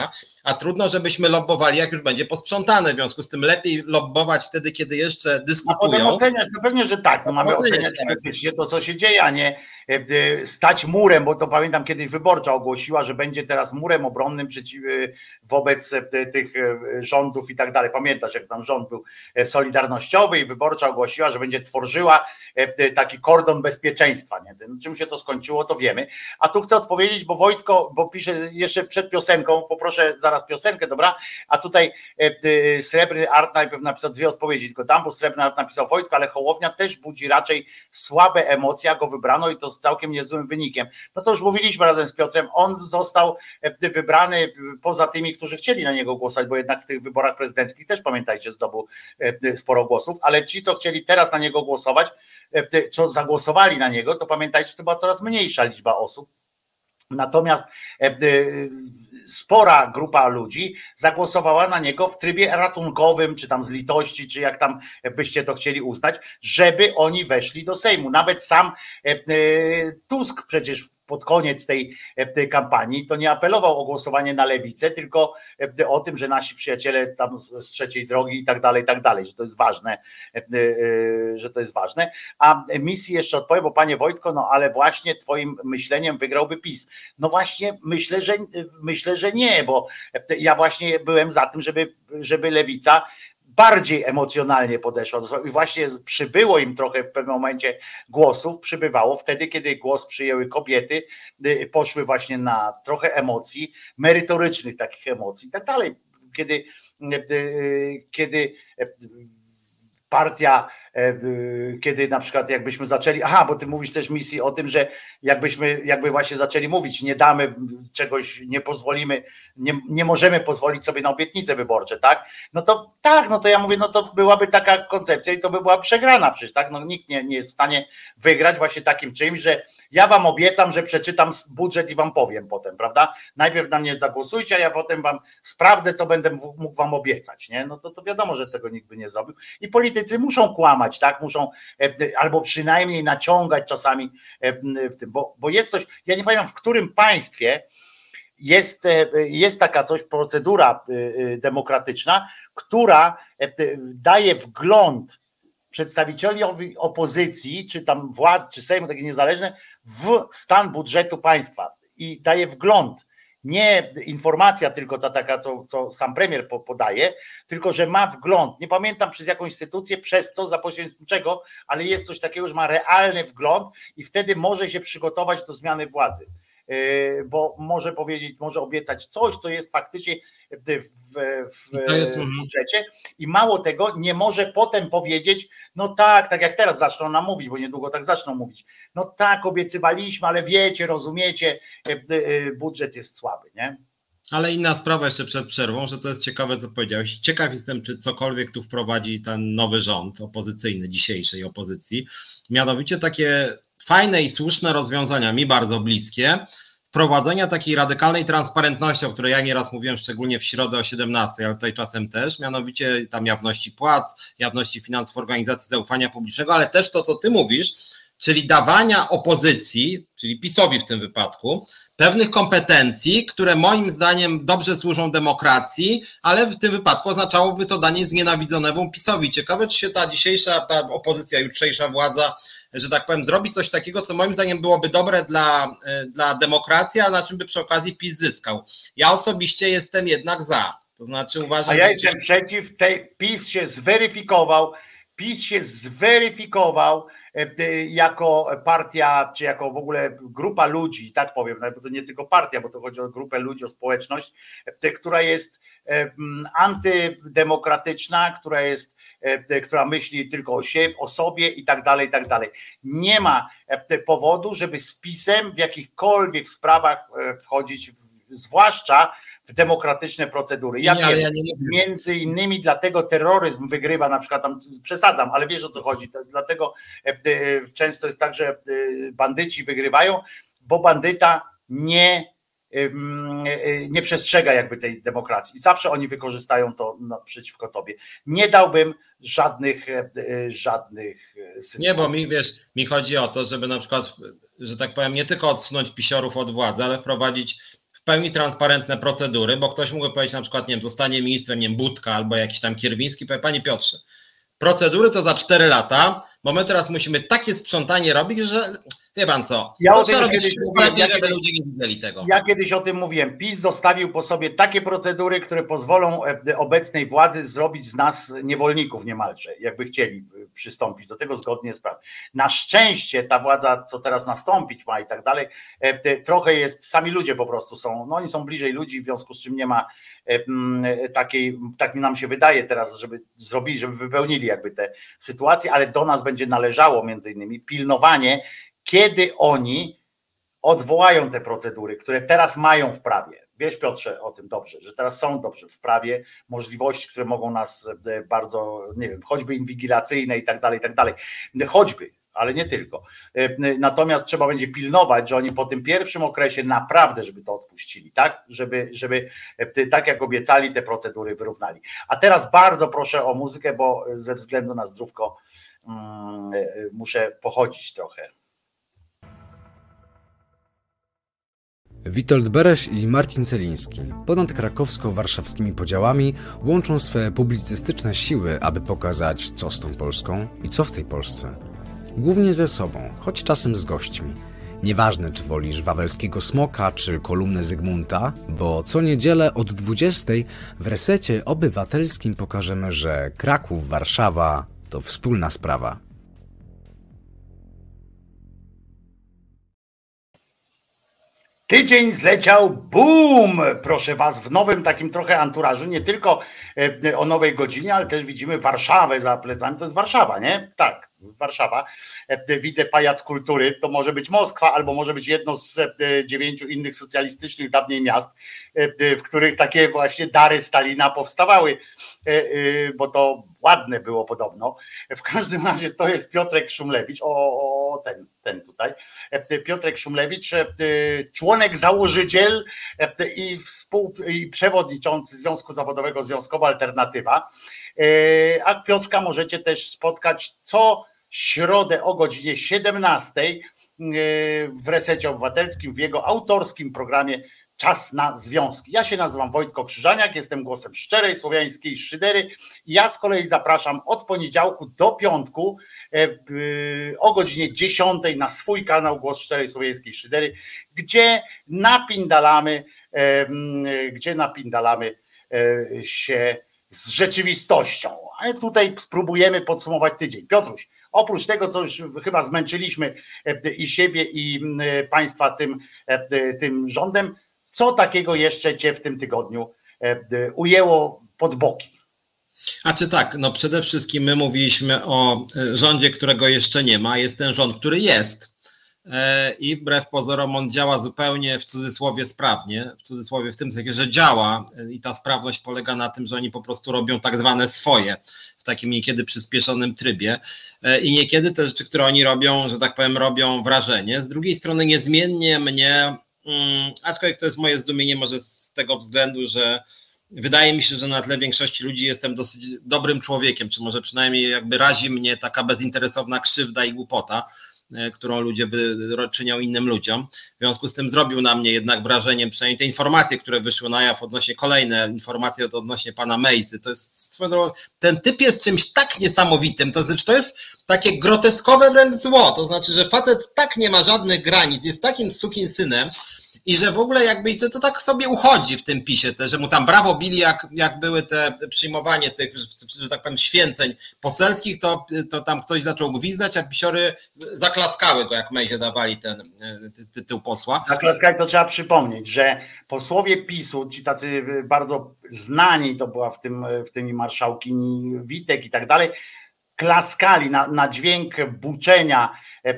S2: a trudno, żebyśmy lobbowali, jak już będzie posprzątane, w związku z tym lepiej lobbować wtedy, kiedy jeszcze dyskutują.
S1: A potem oceniać, no pewnie, że tak, no mamy oceniać faktycznie to, co się dzieje, a nie stać murem, bo to pamiętam kiedyś Wyborcza ogłosiła, że będzie teraz murem obronnym wobec tych rządów i tak dalej. Pamiętasz, jak tam rząd był solidarnościowy i Wyborcza ogłosiła, że będzie tworzyła taki kordon bezpieczeństwa. Nie? Czym się to skończyło, to wiemy. A tu chcę odpowiedzieć, bo Wojtko, bo pisze jeszcze przed piosenką, poproszę zaraz piosenkę, dobra? A tutaj Srebrny Art najpierw napisał dwie odpowiedzi, tylko dam, bo Srebrny Art napisał: Wojtko, ale Hołownia też budzi raczej słabe emocje, a go wybrano i to z całkiem niezłym wynikiem. No to już mówiliśmy razem z Piotrem, on został wybrany poza tymi, którzy chcieli na niego głosować, bo jednak w tych wyborach prezydenckich też, pamiętajcie, zdobył sporo głosów, ale ci, co chcieli teraz na niego głosować, co zagłosowali na niego, to pamiętajcie, to była coraz mniejsza liczba osób. Natomiast spora grupa ludzi zagłosowała na niego w trybie ratunkowym, czy tam z litości, czy jak tam byście to chcieli uznać, żeby oni weszli do Sejmu. Nawet sam Tusk przecież pod koniec tej kampanii to nie apelował o głosowanie na lewicę, tylko o tym, że nasi przyjaciele tam z trzeciej drogi i tak dalej, że to jest ważne, A misji jeszcze odpowiem, bo panie Wojtko, no ale właśnie twoim myśleniem wygrałby PiS. No właśnie myślę, że nie, bo ja właśnie byłem za tym, żeby lewica bardziej emocjonalnie podeszła i właśnie przybyło im trochę w pewnym momencie głosów, przybywało wtedy, kiedy głos przyjęły kobiety, poszły właśnie na trochę emocji, merytorycznych takich emocji i tak dalej. Kiedy partia, kiedy na przykład jakbyśmy zaczęli, bo ty mówisz też misji o tym, że jakby właśnie zaczęli mówić, nie damy czegoś, nie pozwolimy, nie możemy pozwolić sobie na obietnice wyborcze, tak? No to tak, no to ja mówię, no to byłaby taka koncepcja i to by była przegrana przecież, tak? No nikt nie jest w stanie wygrać właśnie takim czymś, że ja wam obiecam, że przeczytam budżet i wam powiem potem, prawda? Najpierw na mnie zagłosujcie, a ja potem wam sprawdzę, co będę mógł wam obiecać, nie? No to wiadomo, że tego nikt by nie zrobił. I politycy muszą kłamać, tak? Muszą albo przynajmniej naciągać czasami w tym, bo jest coś, ja nie pamiętam, w którym państwie jest taka coś, procedura demokratyczna, która daje wgląd przedstawicielowi opozycji, czy tam władz, czy Sejmu, takie niezależne, w stan budżetu państwa i daje wgląd. Nie informacja tylko ta taka, co sam premier podaje, tylko że ma wgląd. Nie pamiętam przez jaką instytucję, przez co, za pośrednictwem czego, ale jest coś takiego, że ma realny wgląd i wtedy może się przygotować do zmiany władzy. Bo może powiedzieć, może obiecać coś, co jest faktycznie w budżecie i mało tego, nie może potem powiedzieć, no tak jak teraz zaczną nam mówić, bo niedługo tak zaczną mówić, no tak, obiecywaliśmy, ale wiecie, rozumiecie, budżet jest słaby, nie?
S2: Ale inna sprawa jeszcze przed przerwą, że to jest ciekawe, co powiedziałeś. Ciekaw jestem, czy cokolwiek tu wprowadzi ten nowy rząd opozycyjny, dzisiejszej opozycji. Mianowicie takie fajne i słuszne rozwiązania, mi bardzo bliskie, wprowadzenia takiej radykalnej transparentności, o której ja nieraz mówiłem, szczególnie w środę o 17, ale tutaj czasem też, mianowicie tam jawności płac, jawności finansów organizacji zaufania publicznego, ale też to, co ty mówisz, czyli dawania opozycji, czyli PiS-owi w tym wypadku, pewnych kompetencji, które moim zdaniem dobrze służą demokracji, ale w tym wypadku oznaczałoby to danie znienawidzonemu PiS-owi. Ciekawe, czy się ta dzisiejsza, ta opozycja, jutrzejsza władza, że tak powiem, zrobi coś takiego, co moim zdaniem byłoby dobre dla demokracji, a na czym by przy okazji PiS zyskał. Ja osobiście jestem jednak za. To znaczy uważam...
S1: A ja jestem przeciw, PiS się zweryfikował jako partia, czy jako w ogóle grupa ludzi, tak powiem, bo to nie tylko partia, bo to chodzi o grupę ludzi, o społeczność, która jest antydemokratyczna, która myśli tylko o sobie i tak dalej, i tak dalej. Nie ma powodu, żeby z PiS-em w jakichkolwiek sprawach wchodzić, zwłaszcza w demokratyczne procedury. Między innymi dlatego terroryzm wygrywa, na przykład tam przesadzam, ale wiesz, o co chodzi. Dlatego często jest tak, że bandyci wygrywają, bo bandyta nie przestrzega jakby tej demokracji. I zawsze oni wykorzystają to przeciwko tobie. Nie dałbym żadnych sytuacji.
S2: Nie, bo mi chodzi o to, żeby na przykład, że tak powiem, nie tylko odsunąć pisiorów od władzy, ale wprowadzić w w pełni transparentne procedury, bo ktoś mógłby powiedzieć na przykład, nie wiem, zostanie ministrem, nie wiem, Budka albo jakiś tam Kierwiński, powie, panie Piotrze, procedury to za 4 lata, bo my teraz musimy takie sprzątanie robić, że wie pan co,
S1: ja
S2: to trzeba robić lepiej, żeby ludzie nie widzieli tego.
S1: Ja kiedyś o tym mówiłem. PiS zostawił po sobie takie procedury, które pozwolą obecnej władzy zrobić z nas niewolników niemalże, jakby chcieli przystąpić do tego zgodnie z prawem. Na szczęście ta władza, co teraz nastąpić ma i tak dalej, trochę jest, sami ludzie po prostu są, no oni są bliżej ludzi, w związku z czym nie ma takiej, tak mi nam się wydaje teraz, żeby zrobili, żeby wypełnili jakby te sytuacje, ale do nas będzie należało między innymi pilnowanie, kiedy oni odwołają te procedury, które teraz mają w prawie. Wiesz, Piotrze, o tym dobrze, że teraz są dobrze w prawie możliwości, które mogą nas bardzo, nie wiem, choćby inwigilacyjne i tak dalej, choćby, ale nie tylko. Natomiast trzeba będzie pilnować, że oni po tym pierwszym okresie naprawdę, żeby to odpuścili, tak? Żeby tak jak obiecali, te procedury wyrównali. A teraz bardzo proszę o muzykę, bo ze względu na zdrówko muszę pochodzić trochę.
S3: Witold Bereś i Marcin Celiński ponad krakowsko-warszawskimi podziałami łączą swe publicystyczne siły, aby pokazać, co z tą Polską i co w tej Polsce. Głównie ze sobą, choć czasem z gośćmi. Nieważne, czy wolisz Wawelskiego Smoka, czy kolumnę Zygmunta, bo co niedzielę od 20 w Resecie Obywatelskim pokażemy, że Kraków, Warszawa to wspólna sprawa.
S1: Tydzień zleciał, boom! Proszę was, w nowym takim trochę anturażu, nie tylko o nowej godzinie, ale też widzimy Warszawę za plecami. To jest Warszawa, nie? Tak, Warszawa. Widzę Pałac Kultury, to może być Moskwa, albo może być jedno z 9 innych socjalistycznych dawniej miast, w których takie właśnie dary Stalina powstawały, bo to ładne było podobno. W każdym razie to jest Piotrek Szumlewicz, ten tutaj, Piotrek Szumlewicz, członek, założyciel i przewodniczący Związku Zawodowego Związkowa Alternatywa. A Piotrka możecie też spotkać co środę o godzinie 17 w Resecie Obywatelskim, w jego autorskim programie Czas na Związki. Ja się nazywam Wojtko Krzyżaniak, jestem głosem szczerej słowiańskiej szydery. Ja z kolei zapraszam od poniedziałku do piątku o godzinie 10 na swój kanał Głos Szczerej Słowiańskiej Szydery, gdzie napindalamy się z rzeczywistością. Ale tutaj spróbujemy podsumować tydzień. Piotruś, oprócz tego, co już chyba zmęczyliśmy i siebie, i państwa tym rządem, co takiego jeszcze cię w tym tygodniu ujęło pod boki?
S2: A czy tak, no przede wszystkim my mówiliśmy o rządzie, którego jeszcze nie ma, jest ten rząd, który jest i wbrew pozorom on działa zupełnie w cudzysłowie sprawnie, w cudzysłowie w tym sensie, że działa i ta sprawność polega na tym, że oni po prostu robią tak zwane swoje w takim niekiedy przyspieszonym trybie i niekiedy te rzeczy, które oni robią, że tak powiem, robią wrażenie. Z drugiej strony niezmiennie mnie, aczkolwiek to jest moje zdumienie może z tego względu, że wydaje mi się, że na tle większości ludzi jestem dosyć dobrym człowiekiem, czy może przynajmniej jakby razi mnie taka bezinteresowna krzywda i głupota, którą ludzie czynią innym ludziom. W związku z tym zrobił na mnie jednak wrażenie, przynajmniej te informacje, które wyszły na jaw odnośnie, kolejne informacje odnośnie pana Mejzy, to jest, ten typ jest czymś tak niesamowitym, to znaczy to jest takie groteskowe wręcz zło, to znaczy, że facet tak nie ma żadnych granic, jest takim sukinsynem, i że w ogóle jakby to tak sobie uchodzi w tym PiSie, że mu tam brawo bili, jak były te przyjmowanie tych, że tak powiem, święceń poselskich, to tam ktoś zaczął gwizdać, a pisiory zaklaskały go, jak Mejzie dawali ten tytuł posła.
S1: Zaklaskali, to trzeba przypomnieć, że posłowie PiSu, ci tacy bardzo znani, to była w tym marszałkini Witek i tak dalej, klaskali na dźwięk buczenia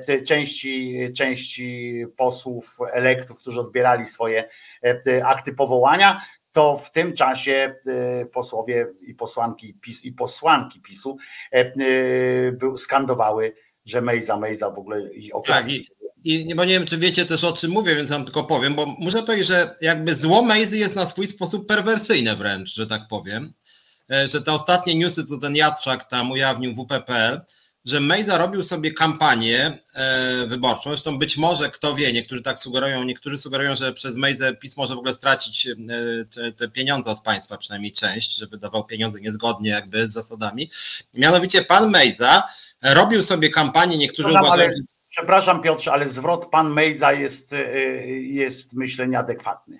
S1: części posłów elektów, którzy odbierali swoje akty powołania, to w tym czasie posłowie i posłanki PiSu skandowały, że Mejza w ogóle i oklaski.
S2: I bo nie wiem, czy wiecie też, o czym mówię, więc wam tylko powiem, bo muszę powiedzieć, że jakby zło Mejzy jest na swój sposób perwersyjne wręcz, że tak powiem. Że te ostatnie newsy, co ten Jadczak tam ujawnił w WP.pl, że Mejza robił sobie kampanię wyborczą, zresztą być może, kto wie, niektórzy sugerują, że przez Mejzę PiS może w ogóle stracić te pieniądze od państwa, przynajmniej część, że wydawał pieniądze niezgodnie jakby z zasadami. Mianowicie pan Mejza robił sobie kampanię, niektórzy uważają...
S1: Przepraszam Piotrze, ale zwrot pan Mejza jest myślę nieadekwatny.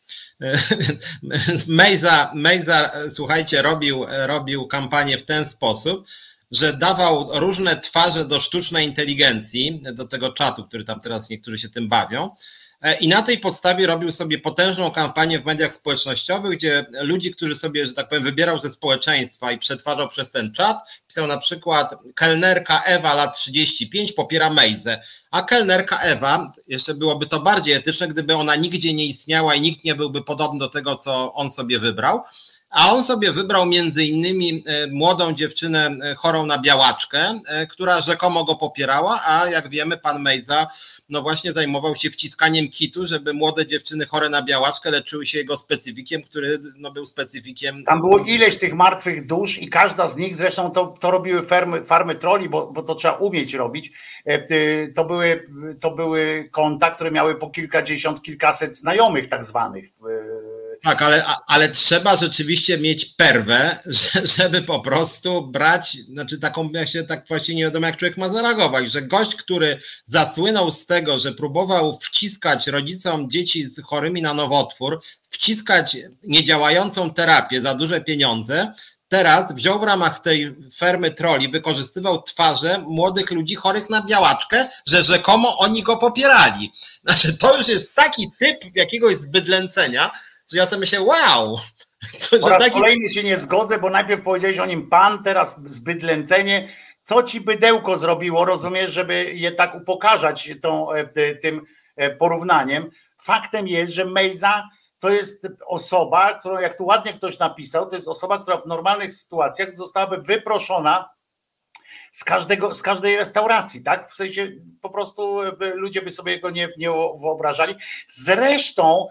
S2: Mejza, słuchajcie, robił kampanię w ten sposób, że dawał różne twarze do sztucznej inteligencji, do tego czatu, który tam teraz niektórzy się tym bawią, i na tej podstawie robił sobie potężną kampanię w mediach społecznościowych, gdzie ludzi, którzy sobie, że tak powiem, wybierał ze społeczeństwa i przetwarzał przez ten czat, pisał na przykład: kelnerka Ewa, lat 35, popiera Mejzę, a kelnerka Ewa, jeszcze byłoby to bardziej etyczne, gdyby ona nigdzie nie istniała i nikt nie byłby podobny do tego, co on sobie wybrał. A on sobie wybrał między innymi młodą dziewczynę chorą na białaczkę, która rzekomo go popierała, a jak wiemy, pan Mejza no właśnie zajmował się wciskaniem kitu, żeby młode dziewczyny chore na białaczkę leczyły się jego specyfikiem, który no był specyfikiem.
S1: Tam było ileś tych martwych dusz i każda z nich, zresztą to robiły farmy trolli, bo to trzeba umieć robić. To były konta, które miały po kilkadziesiąt, kilkaset znajomych tak zwanych.
S2: Tak, ale trzeba rzeczywiście mieć perwę, żeby po prostu brać, znaczy taką, jak się tak właśnie nie wiadomo jak człowiek ma zareagować, że gość, który zasłynął z tego, że próbował wciskać rodzicom dzieci chorymi na nowotwór, wciskać niedziałającą terapię za duże pieniądze, teraz wziął w ramach tej fermy trolli, wykorzystywał twarze młodych ludzi chorych na białaczkę, że rzekomo oni go popierali. Znaczy to już jest taki typ jakiegoś zbydlęcenia, że ja sobie myślę, wow.
S1: Po raz kolejny się nie zgodzę, bo najpierw powiedziałeś o nim pan, teraz zbydlęcenie. Co ci bydełko zrobiło, rozumiesz, żeby je tak upokarzać tym porównaniem. Faktem jest, że Mejza to jest osoba, którą, jak tu ładnie ktoś napisał, to jest osoba, która w normalnych sytuacjach zostałaby wyproszona z każdej restauracji, tak? W sensie po prostu ludzie by sobie go nie wyobrażali. Zresztą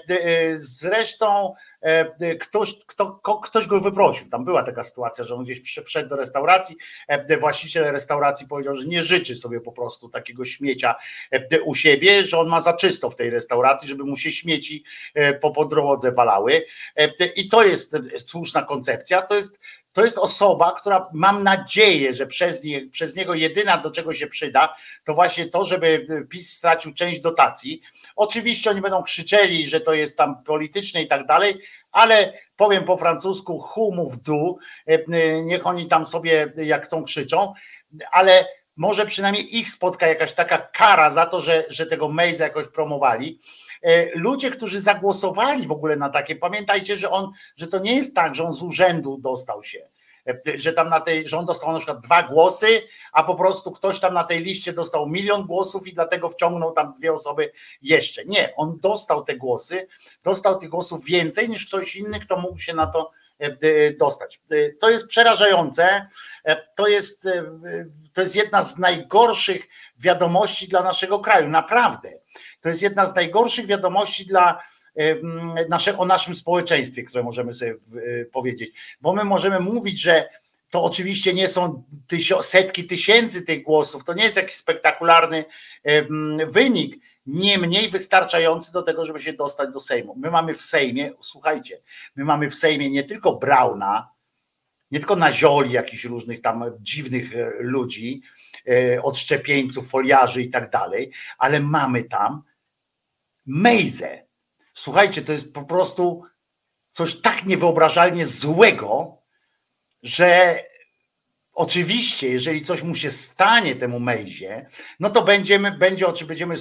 S1: ktoś go wyprosił. Tam była taka sytuacja, że on gdzieś wszedł do restauracji, właściciel restauracji powiedział, że nie życzy sobie po prostu takiego śmiecia u siebie, że on ma za czysto w tej restauracji, żeby mu się śmieci po drodze walały. I to jest słuszna koncepcja. To jest osoba, która, mam nadzieję, że przez niego jedyna do czego się przyda, to właśnie to, żeby PiS stracił część dotacji. Oczywiście oni będą krzyczeli, że to jest tam polityczne i tak dalej, ale powiem po francusku humu w dół, niech oni tam sobie jak chcą krzyczą, ale może przynajmniej ich spotka jakaś taka kara za to, że tego Mejza jakoś promowali. Ludzie, którzy zagłosowali w ogóle na takie, pamiętajcie, że to nie jest tak, że on z urzędu dostał się, że tam że on dostał na przykład 2 głosy, a po prostu ktoś tam na tej liście dostał 1 000 000 głosów i dlatego wciągnął tam 2 osoby jeszcze. Nie, on dostał tych głosów więcej niż ktoś inny, kto mógł się na to dostać. To jest przerażające, to jest jedna z najgorszych wiadomości dla naszego kraju, naprawdę. To jest jedna z najgorszych wiadomości o naszym społeczeństwie, które możemy sobie powiedzieć, bo my możemy mówić, że to oczywiście nie są setki tysięcy tych głosów, to nie jest jakiś spektakularny wynik, niemniej wystarczający do tego, żeby się dostać do Sejmu. My mamy w Sejmie, słuchajcie, my mamy w Sejmie nie tylko Brauna, nie tylko nazioli jakichś różnych tam dziwnych ludzi, odszczepieńców, foliarzy i tak dalej, ale mamy tam Mejzę. Słuchajcie, to jest po prostu coś tak niewyobrażalnie złego, że oczywiście, jeżeli coś mu się stanie temu Mejzie, no to będziemy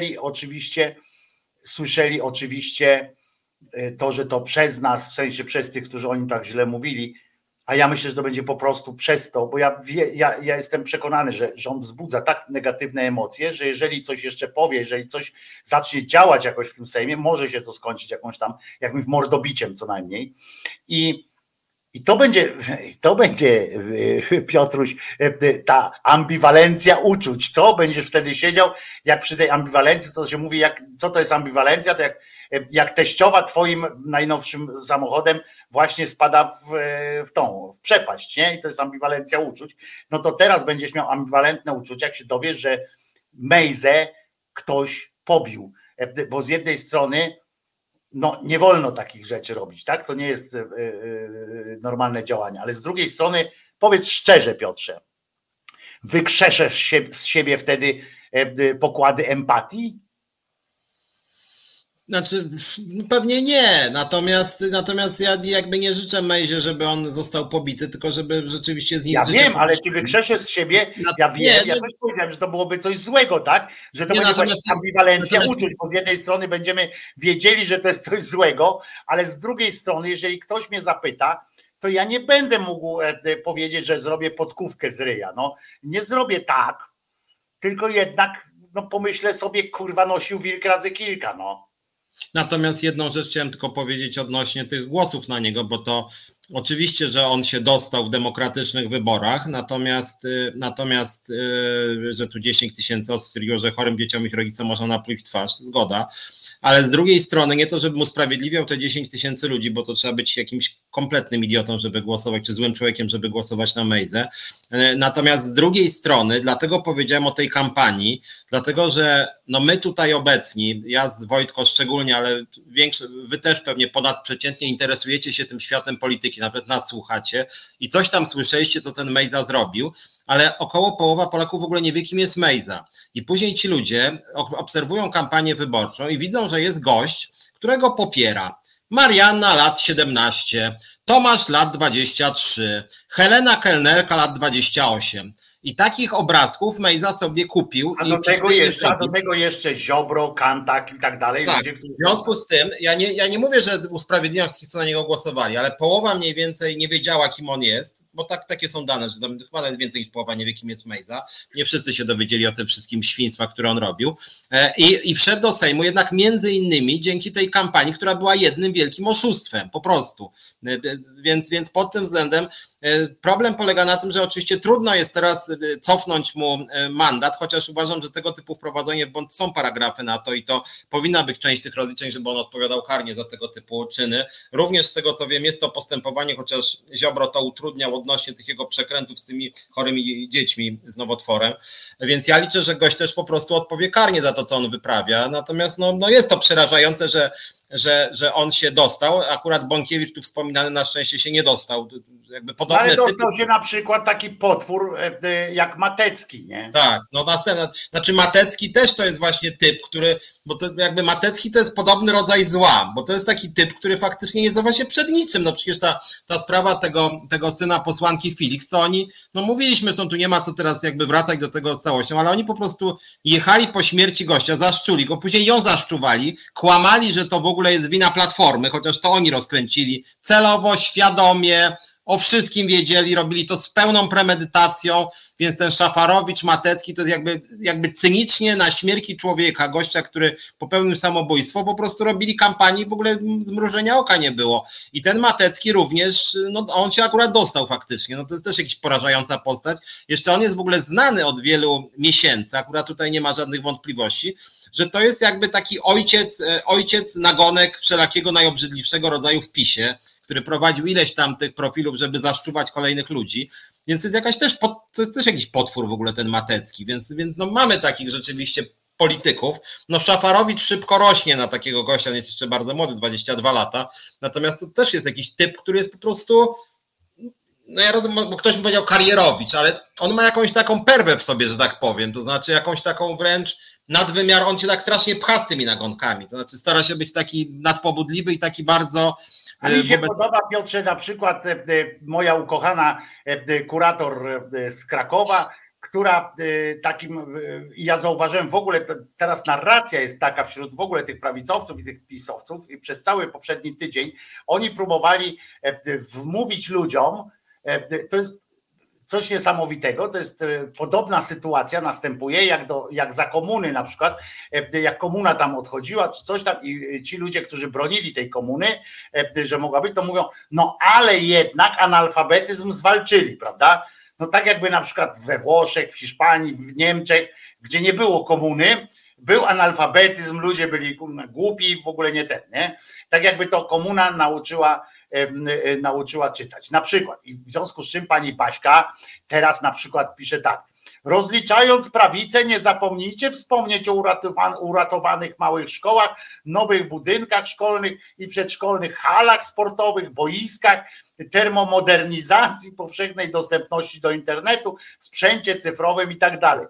S1: słyszeli oczywiście to, że to przez nas, w sensie przez tych, którzy o nim tak źle mówili, a ja myślę, że to będzie po prostu przez to, bo ja jestem przekonany, że on wzbudza tak negatywne emocje, że jeżeli coś jeszcze powie, jeżeli coś zacznie działać jakoś w tym Sejmie, może się to skończyć jakimś mordobiciem co najmniej. I to będzie, Piotruś, ta ambiwalencja uczuć. Co? Będziesz wtedy siedział, jak przy tej ambiwalencji, to się mówi, co to jest ambiwalencja, to jak jak teściowa twoim najnowszym samochodem właśnie spada w przepaść, nie? I to jest ambiwalencja uczuć. No to teraz będziesz miał ambiwalentne uczucia, jak się dowiesz, że Mejzę ktoś pobił. Bo z jednej strony no nie wolno takich rzeczy robić, tak? To nie jest normalne działanie, ale z drugiej strony powiedz szczerze, Piotrze, wykrzeszesz z siebie wtedy pokłady empatii?
S2: Znaczy, pewnie nie, natomiast ja jakby nie życzę Mejzie, żeby on został pobity, tylko żeby rzeczywiście z nim...
S1: Ja wiem, ale ci wykrzeszesz z siebie, ja wiem, ja też powiedziałem, że to byłoby coś złego, tak? Że to będzie właśnie ambiwalencja uczuć, bo z jednej strony będziemy wiedzieli, że to jest coś złego, ale z drugiej strony, jeżeli ktoś mnie zapyta, to ja nie będę mógł powiedzieć, że zrobię podkówkę z ryja, no. Nie zrobię tak, tylko jednak no pomyślę sobie, kurwa, nosił wilk razy kilka, no.
S2: Natomiast jedną rzecz chciałem tylko powiedzieć odnośnie tych głosów na niego, bo to oczywiście, że on się dostał w demokratycznych wyborach, natomiast że tu 10 000 osób stwierdziło, że chorym dzieciom ich rodzicom można napluć w twarz, zgoda, ale z drugiej strony nie to, żebym usprawiedliwiał te 10 000 ludzi, bo to trzeba być jakimś kompletnym idiotą, żeby głosować, czy złym człowiekiem, żeby głosować na Mejzę. Natomiast z drugiej strony, dlatego powiedziałem o tej kampanii, dlatego, że no my tutaj obecni, ja z Wojtko szczególnie, ale wy też pewnie ponadprzeciętnie interesujecie się tym światem polityki, nawet nas słuchacie i coś tam słyszeliście, co ten Mejza zrobił, ale około połowa Polaków w ogóle nie wie, kim jest Mejza. I później ci ludzie obserwują kampanię wyborczą i widzą, że jest gość, którego popiera Marianna lat 17, Tomasz lat 23, Helena Kelnerka lat 28. I takich obrazków Mejza sobie kupił.
S1: A do tego jeszcze Ziobro, Kantak i tak dalej.
S2: Tak,
S1: ludzie,
S2: w związku z tym, ja nie mówię, że usprawiedliwiam wszystkich, co na niego głosowali, ale połowa mniej więcej nie wiedziała, kim on jest, bo takie są dane, że tam chyba nawet więcej niż połowa nie wie, kim jest Mejza. Nie wszyscy się dowiedzieli o tym wszystkim świństwach, które on robił. I wszedł do Sejmu jednak między innymi dzięki tej kampanii, która była jednym wielkim oszustwem, po prostu. Więc pod tym względem problem polega na tym, że oczywiście trudno jest teraz cofnąć mu mandat, chociaż uważam, że tego typu wprowadzenie w błąd są paragrafy na to i to powinna być część tych rozliczeń, żeby on odpowiadał karnie za tego typu czyny. Również z tego, co wiem, jest to postępowanie, chociaż Ziobro to utrudniał odnośnie tych jego przekrętów z tymi chorymi dziećmi z nowotworem, więc ja liczę, że gość też po prostu odpowie karnie za to, co on wyprawia, natomiast no jest to przerażające, że on się dostał, akurat Bąkiewicz tu wspominany na szczęście się nie dostał. Jakby podobne
S1: ale dostał się na przykład taki potwór jak Matecki, nie?
S2: Tak, no następny, znaczy Matecki też to jest właśnie typ, który, bo to jakby Matecki to jest podobny rodzaj zła, bo to jest taki typ, który faktycznie nie zoba się przed niczym, no przecież ta sprawa tego syna posłanki Felix, to oni, no mówiliśmy, że tu nie ma co teraz jakby wracać do tego z całością, ale oni po prostu jechali po śmierci gościa, zaszczuli go, później ją zaszczuwali, kłamali, że to w ogóle jest wina Platformy, chociaż to oni rozkręcili celowo, świadomie, o wszystkim wiedzieli, robili to z pełną premedytacją, więc ten Szafarowicz, Matecki to jest jakby cynicznie na śmierci człowieka, gościa, który popełnił samobójstwo, po prostu robili kampanię i w ogóle zmrużenia oka nie było. I ten Matecki również, no on się akurat dostał faktycznie, no to jest też jakaś porażająca postać. Jeszcze on jest w ogóle znany od wielu miesięcy, akurat tutaj nie ma żadnych wątpliwości, że to jest jakby taki ojciec nagonek wszelakiego najobrzydliwszego rodzaju w PiS-ie, który prowadził ileś tam tych profilów, żeby zaszczuwać kolejnych ludzi, więc to jest też jakiś potwór w ogóle ten Matecki, więc no mamy takich rzeczywiście polityków. No Szafarowicz szybko rośnie na takiego gościa, on jest jeszcze bardzo młody, 22 lata, natomiast to też jest jakiś typ, który jest po prostu, no ja rozumiem, bo ktoś mi powiedział karierowicz, ale on ma jakąś taką perwę w sobie, że tak powiem, to znaczy jakąś taką wręcz nadwymiar, on się tak strasznie pcha z tymi nagonkami, to znaczy stara się być taki nadpobudliwy i taki bardzo...
S1: A mi się podoba, Piotrze, na przykład moja ukochana kurator z Krakowa, która ja zauważyłem w ogóle, teraz narracja jest taka wśród w ogóle tych prawicowców i tych pisowców i przez cały poprzedni tydzień oni próbowali wmówić ludziom, to jest coś niesamowitego, to jest podobna sytuacja następuje jak za komuny na przykład, jak komuna tam odchodziła czy coś tam i ci ludzie, którzy bronili tej komuny, że mogła być, to mówią, no ale jednak analfabetyzm zwalczyli, prawda? No tak jakby na przykład we Włoszech, w Hiszpanii, w Niemczech, gdzie nie było komuny, był analfabetyzm, ludzie byli głupi, w ogóle nie ten, nie? Tak jakby to komuna nauczyła czytać. Na przykład, i w związku z czym pani Baśka teraz na przykład pisze tak: rozliczając prawicę, nie zapomnijcie wspomnieć o uratowanych małych szkołach, nowych budynkach szkolnych i przedszkolnych, halach sportowych, boiskach, termomodernizacji, powszechnej dostępności do internetu, sprzęcie cyfrowym i tak dalej.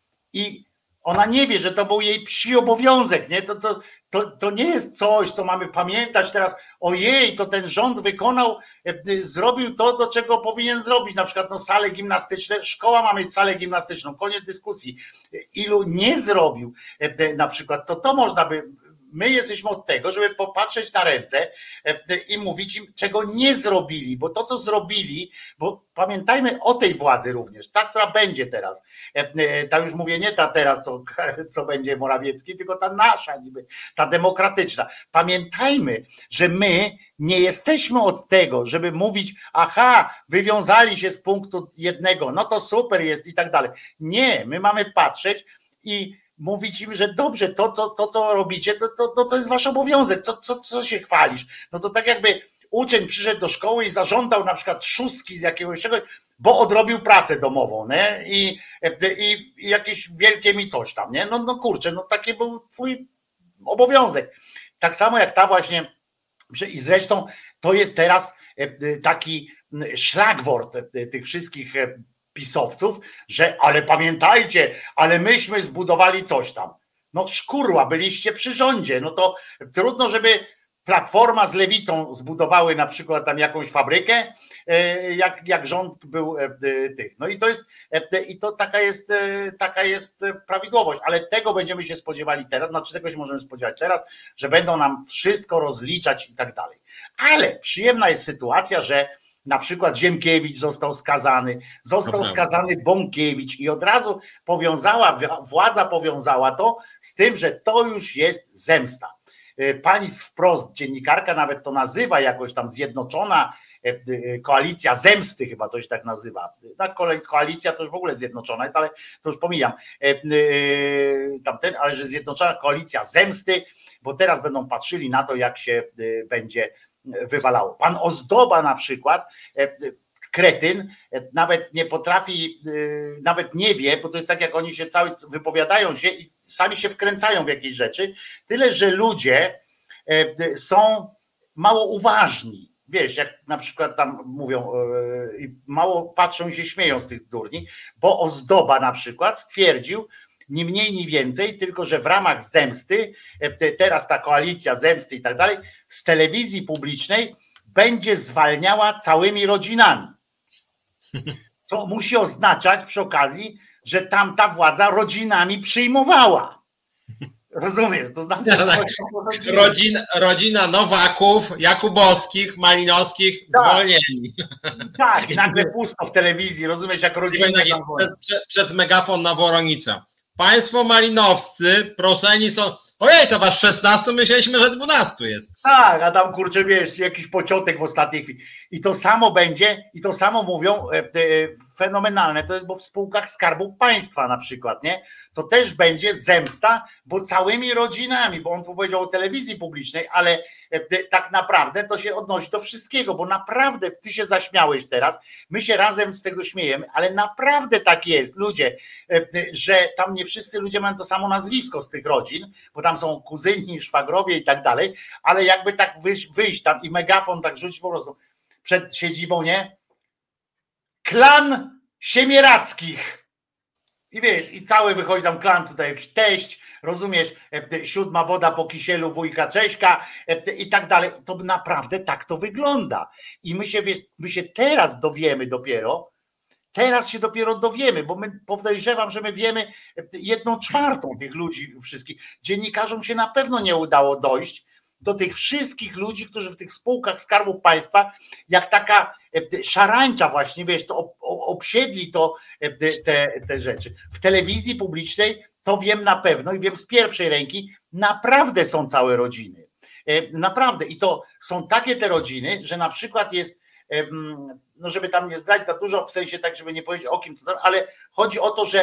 S1: I ona nie wie, że to był jej psi obowiązek, nie? To nie jest coś, co mamy pamiętać teraz. Ojej, to ten rząd wykonał, zrobił to, do czego powinien zrobić. Na przykład sale gimnastyczne, szkoła ma mieć salę gimnastyczną, koniec dyskusji. Ilu nie zrobił na przykład, to można by. My jesteśmy od tego, żeby popatrzeć na ręce i mówić im, czego nie zrobili, bo to, co zrobili, bo pamiętajmy o tej władzy również, ta, która będzie teraz, ta już mówię, nie ta teraz, co będzie Morawiecki, tylko ta nasza niby, ta demokratyczna. Pamiętajmy, że my nie jesteśmy od tego, żeby mówić, aha, wywiązali się z punktu jednego, no to super jest i tak dalej. Nie, my mamy patrzeć i mówić im, że dobrze, to co robicie, to jest wasz obowiązek, co się chwalisz? No to tak jakby uczeń przyszedł do szkoły i zażądał na przykład 6 z jakiegoś czegoś, bo odrobił pracę domową, nie? I jakieś wielkie mi coś tam, nie? No kurczę, no taki był twój obowiązek. Tak samo jak ta właśnie, i zresztą to jest teraz taki szlagwort tych wszystkich pisowców, że ale pamiętajcie, ale myśmy zbudowali coś tam. No szkurła, byliście przy rządzie, no to trudno, żeby Platforma z Lewicą zbudowały na przykład tam jakąś fabrykę, jak rząd był tych. No i to jest, i to taka jest prawidłowość, ale tego będziemy się spodziewali teraz, znaczy tego się możemy spodziewać teraz, że będą nam wszystko rozliczać i tak dalej. Ale przyjemna jest sytuacja, że na przykład Ziemkiewicz został skazany Bąkiewicz i od razu władza powiązała to z tym, że to już jest zemsta. Pani z Wprost, dziennikarka, nawet to nazywa jakoś tam Zjednoczona Koalicja Zemsty, chyba to się tak nazywa. Koalicja to już w ogóle zjednoczona jest, ale to już pomijam. Ale że Zjednoczona Koalicja Zemsty, bo teraz będą patrzyli na to, jak się będzie wywalało. Pan Ozdoba na przykład, kretyn, nawet nie potrafi, nawet nie wie, bo to jest tak, jak oni się wypowiadają się i sami się wkręcają w jakieś rzeczy, tyle, że ludzie są mało uważni. Wiesz, jak na przykład tam mówią, mało patrzą i się śmieją z tych durni, bo Ozdoba na przykład stwierdził, ni mniej, ni więcej, tylko że w ramach zemsty, teraz ta koalicja zemsty i tak dalej, z telewizji publicznej będzie zwalniała całymi rodzinami. Co musi oznaczać przy okazji, że tamta władza rodzinami przyjmowała. Rozumiesz? To znaczy,
S2: rodzina Nowaków, Jakubowskich, Malinowskich zwolnieni.
S1: Tak, i nagle pusto w telewizji, rozumiesz, jak rodzina.
S2: Przez megafon na Woronicza. Państwo malinowscy proszeni są. Ojej, to was 16, myśleliśmy, że 12 jest.
S1: Tak, a tam kurczę, wiesz, jakiś pociotek w ostatniej chwili. I to samo będzie, i to samo mówią, fenomenalne to jest, bo w spółkach Skarbu Państwa na przykład, nie? To też będzie zemsta, bo całymi rodzinami, bo on powiedział o telewizji publicznej, ale tak naprawdę to się odnosi do wszystkiego, bo naprawdę ty się zaśmiałeś teraz, my się razem z tego śmiejemy, ale naprawdę tak jest, ludzie, że tam nie wszyscy ludzie mają to samo nazwisko z tych rodzin, bo tam są kuzyni, szwagrowie i tak dalej, ale jakby tak wyjść tam i megafon tak rzucić po prostu przed siedzibą, nie? Klan Siemierackich. I wiesz, i cały wychodzi tam klan, tutaj jakiś teść, rozumiesz, 7 woda po kisielu wujka Cześka i tak dalej. To naprawdę tak to wygląda. I my się teraz dowiemy dopiero, bo my podejrzewam, że my wiemy 1/4 tych ludzi wszystkich. Dziennikarzom się na pewno nie udało dojść do tych wszystkich ludzi, którzy w tych spółkach Skarbu Państwa, jak taka szarańcza właśnie, wiesz, to obsiedli to te rzeczy. W telewizji publicznej to wiem na pewno i wiem z pierwszej ręki, naprawdę są całe rodziny. Naprawdę. I to są takie te rodziny, że na przykład jest, no żeby tam nie zdradzić za dużo, w sensie tak, żeby nie powiedzieć o kim, ale chodzi o to, że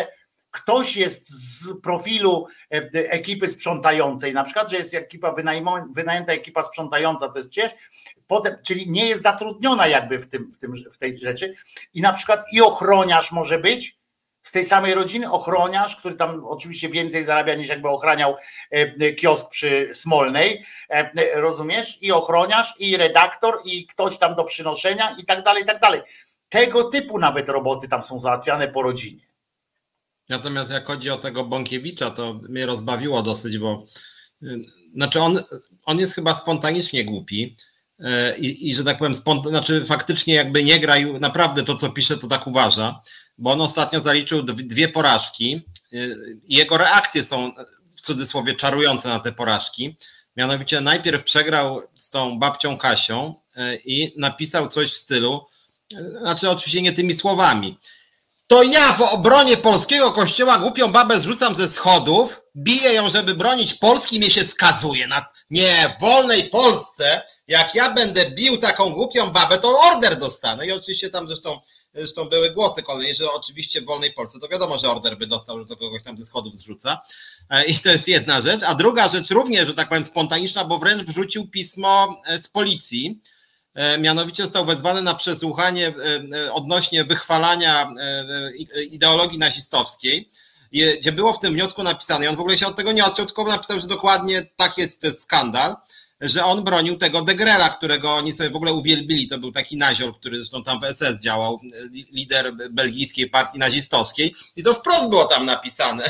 S1: ktoś jest z profilu ekipy sprzątającej, na przykład, że jest ekipa wynajęta ekipa sprzątająca, to jest czyjeś, potem, czyli nie jest zatrudniona jakby w tej rzeczy i na przykład i ochroniarz może być z tej samej rodziny, ochroniarz, który tam oczywiście więcej zarabia niż jakby ochraniał kiosk przy Smolnej, rozumiesz? I ochroniarz, i redaktor, i ktoś tam do przynoszenia i tak dalej, i tak dalej. Tego typu nawet roboty tam są załatwiane po rodzinie.
S2: Natomiast jak chodzi o tego Bąkiewicza, to mnie rozbawiło dosyć, bo znaczy on jest chyba spontanicznie głupi i że tak powiem, znaczy faktycznie jakby nie gra i naprawdę to, co pisze, to tak uważa, bo on ostatnio zaliczył 2 porażki i jego reakcje są w cudzysłowie czarujące na te porażki. Mianowicie najpierw przegrał z tą babcią Kasią i napisał coś w stylu, znaczy oczywiście nie tymi słowami, to ja w obronie polskiego kościoła głupią babę zrzucam ze schodów, biję ją, żeby bronić Polski, mnie się skazuje. Nie, w wolnej Polsce, jak ja będę bił taką głupią babę, to order dostanę. I oczywiście tam zresztą były głosy kolejne, że oczywiście w wolnej Polsce to wiadomo, że order by dostał, że to kogoś tam ze schodów zrzuca. I to jest jedna rzecz. A druga rzecz również, że tak powiem, spontaniczna, bo wręcz wrzucił pismo z policji. Mianowicie został wezwany na przesłuchanie odnośnie wychwalania ideologii nazistowskiej, gdzie było w tym wniosku napisane, i on w ogóle się od tego nie odciął, tylko napisał, że dokładnie tak jest, to jest skandal, że on bronił tego Degrela, którego oni sobie w ogóle uwielbili, to był taki naziol, który zresztą tam w SS działał, lider belgijskiej partii nazistowskiej i to wprost było tam napisane,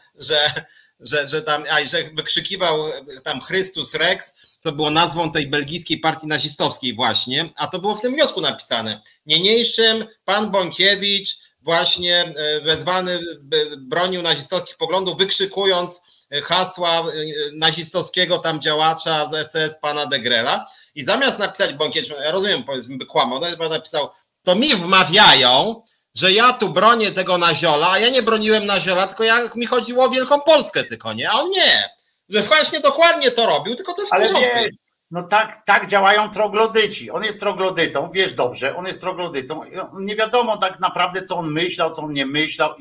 S2: że wykrzykiwał tam Chrystus Rex, co było nazwą tej belgijskiej partii nazistowskiej właśnie, a to było w tym wniosku napisane. Niniejszym pan Bąkiewicz właśnie wezwany bronił nazistowskich poglądów, wykrzykując hasła nazistowskiego tam działacza z SS pana Degrela i zamiast napisać Bąkiewicz, ja rozumiem, powiedzmy, by kłamał, no napisał, to mi wmawiają, że ja tu bronię tego naziola, a ja nie broniłem naziola, tylko jak mi chodziło o Wielką Polskę tylko, nie? A on nie. Że właśnie dokładnie to robił, tylko to jest porządku.
S1: Ale wiesz, no tak działają troglodyci. On jest troglodytą, wiesz dobrze, on jest troglodytą. Nie wiadomo tak naprawdę, co on myślał, co on nie myślał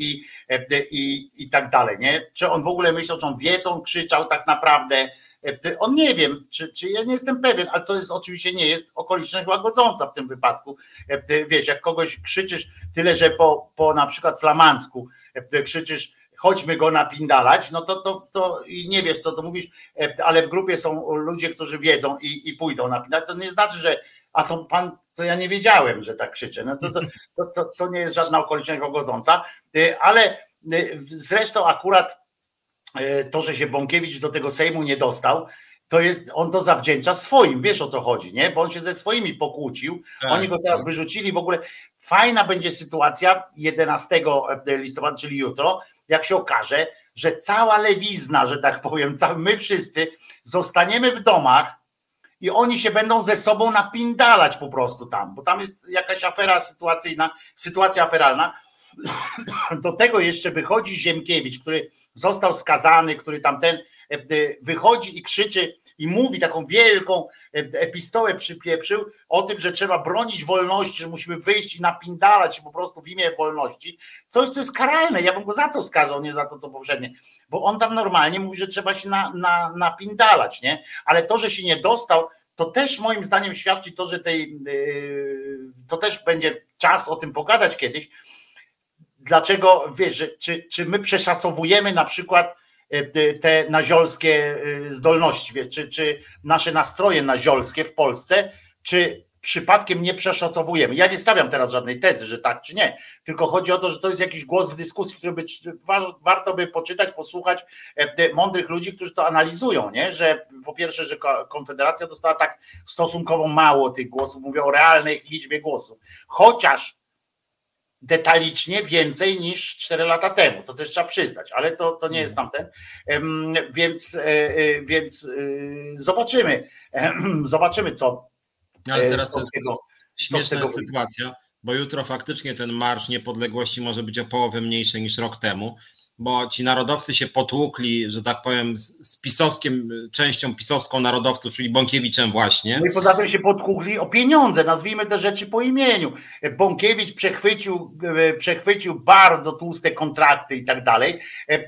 S1: i tak dalej, nie? Czy on w ogóle myślał, czy on wie, co on krzyczał tak naprawdę. On nie wiem, czy ja nie jestem pewien, ale to jest oczywiście nie jest okoliczność łagodząca w tym wypadku. Wiesz, jak kogoś krzyczysz, tyle że po na przykład flamandzku krzyczysz, chodźmy go napindalać, no to i nie wiesz, co to mówisz, ale w grupie są ludzie, którzy wiedzą i pójdą napindalać, to nie znaczy, że a to pan, to ja nie wiedziałem, że tak krzyczę. No to nie jest żadna okoliczność łagodząca, ale zresztą akurat to, że się Bąkiewicz do tego Sejmu nie dostał, to jest, on to zawdzięcza swoim, wiesz o co chodzi, nie? Bo on się ze swoimi pokłócił, tak, oni go teraz wyrzucili, w ogóle fajna będzie sytuacja 11 listopada, czyli jutro, jak się okaże, że cała lewizna, że tak powiem, my wszyscy zostaniemy w domach i oni się będą ze sobą napindalać po prostu tam, bo tam jest jakaś afera sytuacyjna, sytuacja aferalna. Do tego jeszcze wychodzi Ziemkiewicz, który został skazany, który tamten wychodzi i krzyczy i mówi taką wielką epistołę przypieprzył o tym, że trzeba bronić wolności, że musimy wyjść i napindalać się po prostu w imię wolności. Coś, co jest karalne. Ja bym go za to skazał, nie za to, co poprzednie. Bo on tam normalnie mówi, że trzeba się napindalać, nie? Ale to, że się nie dostał, to też moim zdaniem świadczy to, że to też będzie czas o tym pogadać kiedyś. Dlaczego, wiesz, czy my przeszacowujemy na przykład te naziolskie zdolności, wiesz, czy nasze nastroje naziolskie w Polsce, czy przypadkiem nie przeszacowujemy. Ja nie stawiam teraz żadnej tezy, że tak czy nie, tylko chodzi o to, że to jest jakiś głos w dyskusji, który warto by poczytać, posłuchać mądrych ludzi, którzy to analizują, nie? Że po pierwsze, że Konfederacja dostała tak stosunkowo mało tych głosów, mówię o realnej liczbie głosów, chociaż detalicznie więcej niż 4 lata temu, to też trzeba przyznać, ale to nie jest tamten, więc zobaczymy co.
S2: Ale teraz to jest śmieszna sytuacja, bo jutro faktycznie ten Marsz Niepodległości może być o połowę mniejszy niż rok temu bo ci narodowcy się potłukli, że tak powiem, z częścią pisowską narodowców, czyli Bąkiewiczem właśnie.
S1: No i poza tym się potłukli o pieniądze, nazwijmy te rzeczy po imieniu. Bąkiewicz przechwycił bardzo tłuste kontrakty i tak dalej,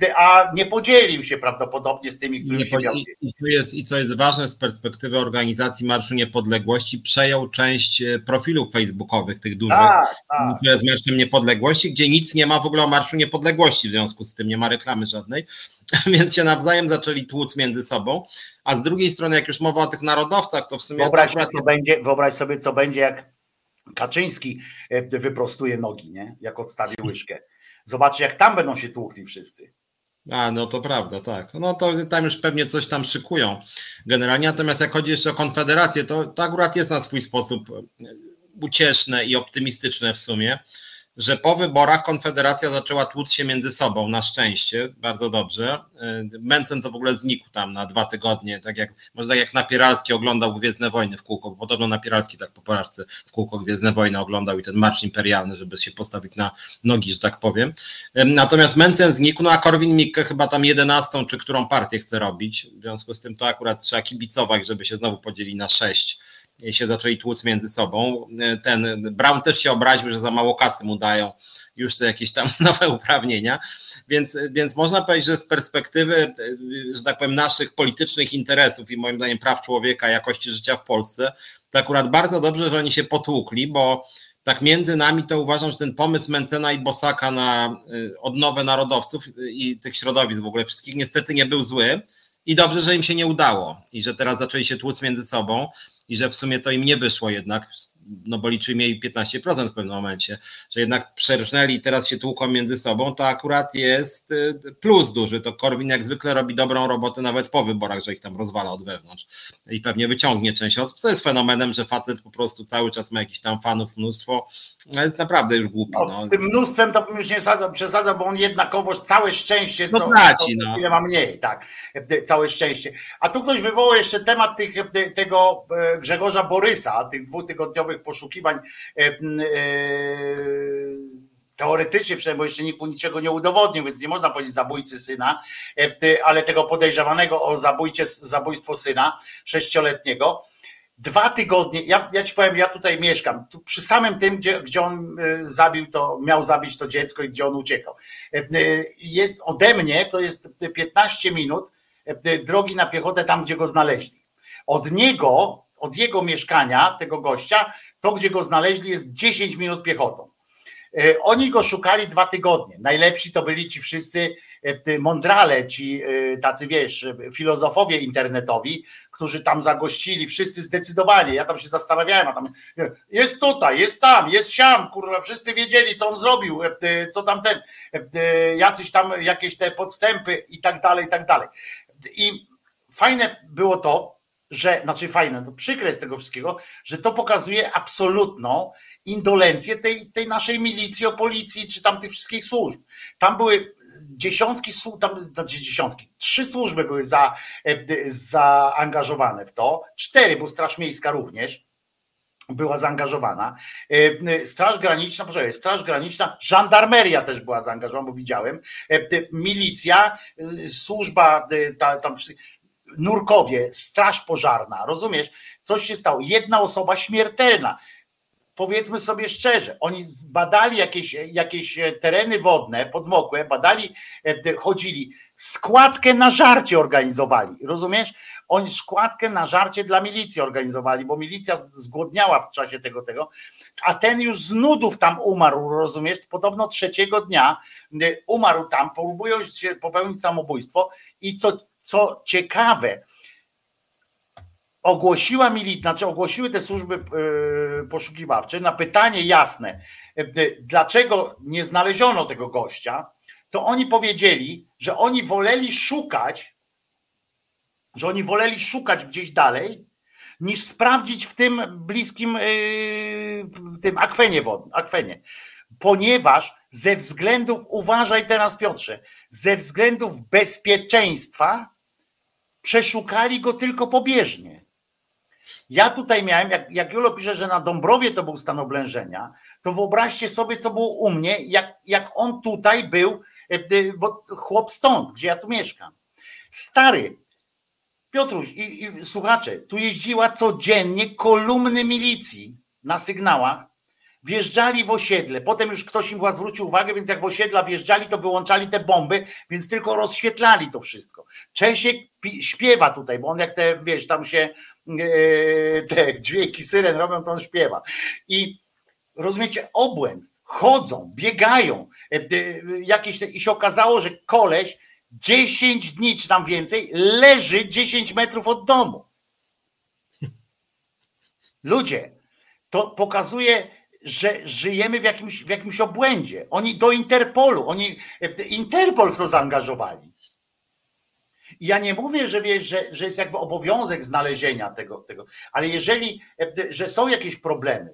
S1: a nie podzielił się prawdopodobnie z tymi, którzy się miał.
S2: I co jest ważne z perspektywy organizacji Marszu Niepodległości, przejął część profilów facebookowych tych dużych, które z Marszem Niepodległości, gdzie nic nie ma w ogóle o Marszu Niepodległości, w związku z tym nie ma reklamy żadnej, więc się nawzajem zaczęli tłuc między sobą, a z drugiej strony, jak już mowa o tych narodowcach, to w sumie...
S1: Wyobraź sobie, co będzie, jak Kaczyński wyprostuje nogi, nie? Jak odstawi łyżkę. Zobaczcie, jak tam będą się tłukli wszyscy.
S2: No to prawda, tak. No to tam już pewnie coś tam szykują generalnie, natomiast jak chodzi jeszcze o Konfederację, to akurat jest na swój sposób ucieszne i optymistyczne w sumie, że po wyborach Konfederacja zaczęła tłuc się między sobą, na szczęście, bardzo dobrze. Mencen to w ogóle znikł tam na 2 tygodnie, może tak jak Napieralski oglądał Gwiezdne Wojny w kółko, podobno Napieralski tak po porażce w kółko Gwiezdne Wojny oglądał i ten marsz imperialny, żeby się postawić na nogi, że tak powiem. Natomiast Mencen znikł, a Korwin-Mikke chyba tam 11 czy którą partię chce robić, w związku z tym to akurat trzeba kibicować, żeby się znowu podzieli na 6. I się zaczęli tłuc między sobą. Ten Braun też się obraził, że za mało kasy mu dają już te jakieś tam nowe uprawnienia, więc można powiedzieć, że z perspektywy, że tak powiem, naszych politycznych interesów i moim zdaniem praw człowieka, jakości życia w Polsce, to akurat bardzo dobrze, że oni się potłukli, bo tak między nami to uważam, że ten pomysł Mencena i Bosaka na odnowę narodowców i tych środowisk w ogóle wszystkich niestety nie był zły i dobrze, że im się nie udało i że teraz zaczęli się tłuc między sobą i że w sumie to im nie wyszło jednak, no bo liczyli mieli 15% w pewnym momencie, że jednak przerżnęli i teraz się tłuką między sobą, to akurat jest plus duży. To Korwin jak zwykle robi dobrą robotę nawet po wyborach, że ich tam rozwala od wewnątrz i pewnie wyciągnie część osób, co jest fenomenem, że facet po prostu cały czas ma jakiś tam fanów mnóstwo, ale jest naprawdę już głupi.
S1: Z tym mnóstwem to bym już nie przesadza, bo on jednakowoś całe szczęście, ile ma mniej, tak, całe szczęście. A tu ktoś wywołał jeszcze temat tego Grzegorza Borysa, tych 2-tygodniowych poszukiwań teoretycznie, przynajmniej, bo jeszcze nikt niczego nie udowodnił, więc nie można powiedzieć zabójcy syna, ale tego podejrzawanego o zabójstwo syna 6-letniego. 2 tygodnie, ja ci powiem, ja tutaj mieszkam, tu przy samym tym, gdzie on miał zabić to dziecko i gdzie on uciekał. Jest ode mnie, to jest 15 minut drogi na piechotę tam, gdzie go znaleźli. Od jego mieszkania, tego gościa, to gdzie go znaleźli jest 10 minut piechotą. Oni go szukali 2 tygodnie. Najlepsi to byli ci wszyscy mądrale, ci tacy, wiesz, filozofowie internetowi, którzy tam zagościli, wszyscy zdecydowanie. Ja tam się zastanawiałem, a tam jest tutaj, jest tam, jest siam, kurwa, wszyscy wiedzieli, co on zrobił, co tam jacyś tam jakieś te podstępy i tak dalej, i tak dalej. I fajne było to, to przykre z tego wszystkiego, że to pokazuje absolutną indolencję tej naszej milicji, policji, czy tam tych wszystkich służb. Tam były dziesiątki, 3 służby były zaangażowane w to, 4, bo Straż Miejska również była zaangażowana. Straż Graniczna, żandarmeria też była zaangażowana, bo widziałem, milicja, służba tam nurkowie, straż pożarna, rozumiesz? Coś się stało. 1 osoba śmiertelna. Powiedzmy sobie szczerze, oni zbadali jakieś tereny wodne, podmokłe, chodzili, składkę na żarcie organizowali, rozumiesz? Oni składkę na żarcie dla milicji organizowali, bo milicja zgłodniała w czasie tego, a ten już z nudów tam umarł, rozumiesz? Podobno 3. dnia umarł tam, próbując się popełnić samobójstwo i co ciekawe, ogłosiły te służby poszukiwawcze na pytanie jasne, dlaczego nie znaleziono tego gościa, to oni powiedzieli, że oni woleli szukać gdzieś dalej, niż sprawdzić w tym bliskim w tym akwenie, ponieważ ze względów, uważaj teraz Piotrze, ze względów bezpieczeństwa przeszukali go tylko pobieżnie. Ja tutaj miałem, jak Julo pisze, że na Dąbrowie to był stan oblężenia, to wyobraźcie sobie, co było u mnie, jak on tutaj był bo chłop stąd, gdzie ja tu mieszkam. Stary, Piotruś i słuchacze, tu jeździła codziennie kolumny milicji na sygnałach, wjeżdżali w osiedle, potem już ktoś im zwrócił uwagę, więc jak w osiedla wjeżdżali, to wyłączali te bomby, więc tylko rozświetlali to wszystko. Czesiek śpiewa tutaj, bo on jak te, wiesz, tam się te dźwięki syren robią, to on śpiewa. I rozumiecie, obłęd, chodzą, biegają, jakieś, i się okazało, że koleś 10 dni czy tam więcej leży 10 metrów od domu. Ludzie, to pokazuje, że żyjemy w jakimś obłędzie. Oni do Interpolu, Interpol w to zaangażowali. I ja nie mówię, że wiesz, że jest jakby obowiązek znalezienia tego, ale jeżeli, że są jakieś problemy,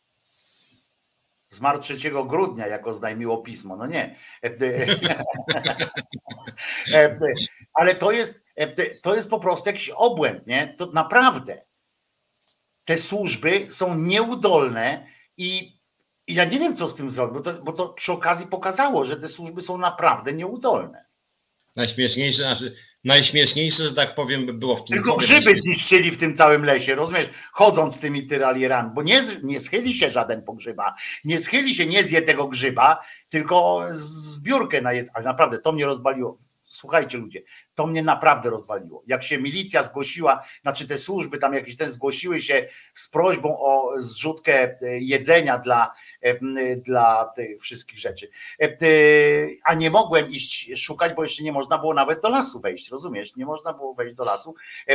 S1: zmarł 3 grudnia, jak oznajmiło pismo, no nie. Ale to jest po prostu jakiś obłęd, nie? To naprawdę. Te służby są nieudolne i ja nie wiem, co z tym zrobić, bo to przy okazji pokazało, że te służby są naprawdę nieudolne.
S2: Najśmieszniejsze, że tak powiem, by było w tym.
S1: Tylko grzyby zniszczyli w tym całym lesie, rozumiesz? Chodząc tymi tyralierami, bo nie schyli się żaden po grzyba, nie schyli się, nie zje tego grzyba, tylko zbiórkę na jedzenie. Ale naprawdę to mnie rozwaliło. Słuchajcie ludzie, to mnie naprawdę rozwaliło. Jak się milicja zgłosiła, znaczy te służby tam jakieś zgłosiły się z prośbą o zrzutkę jedzenia dla tych wszystkich rzeczy. A nie mogłem iść szukać, bo jeszcze nie można było nawet do lasu wejść, rozumiesz? Nie można było wejść do lasu.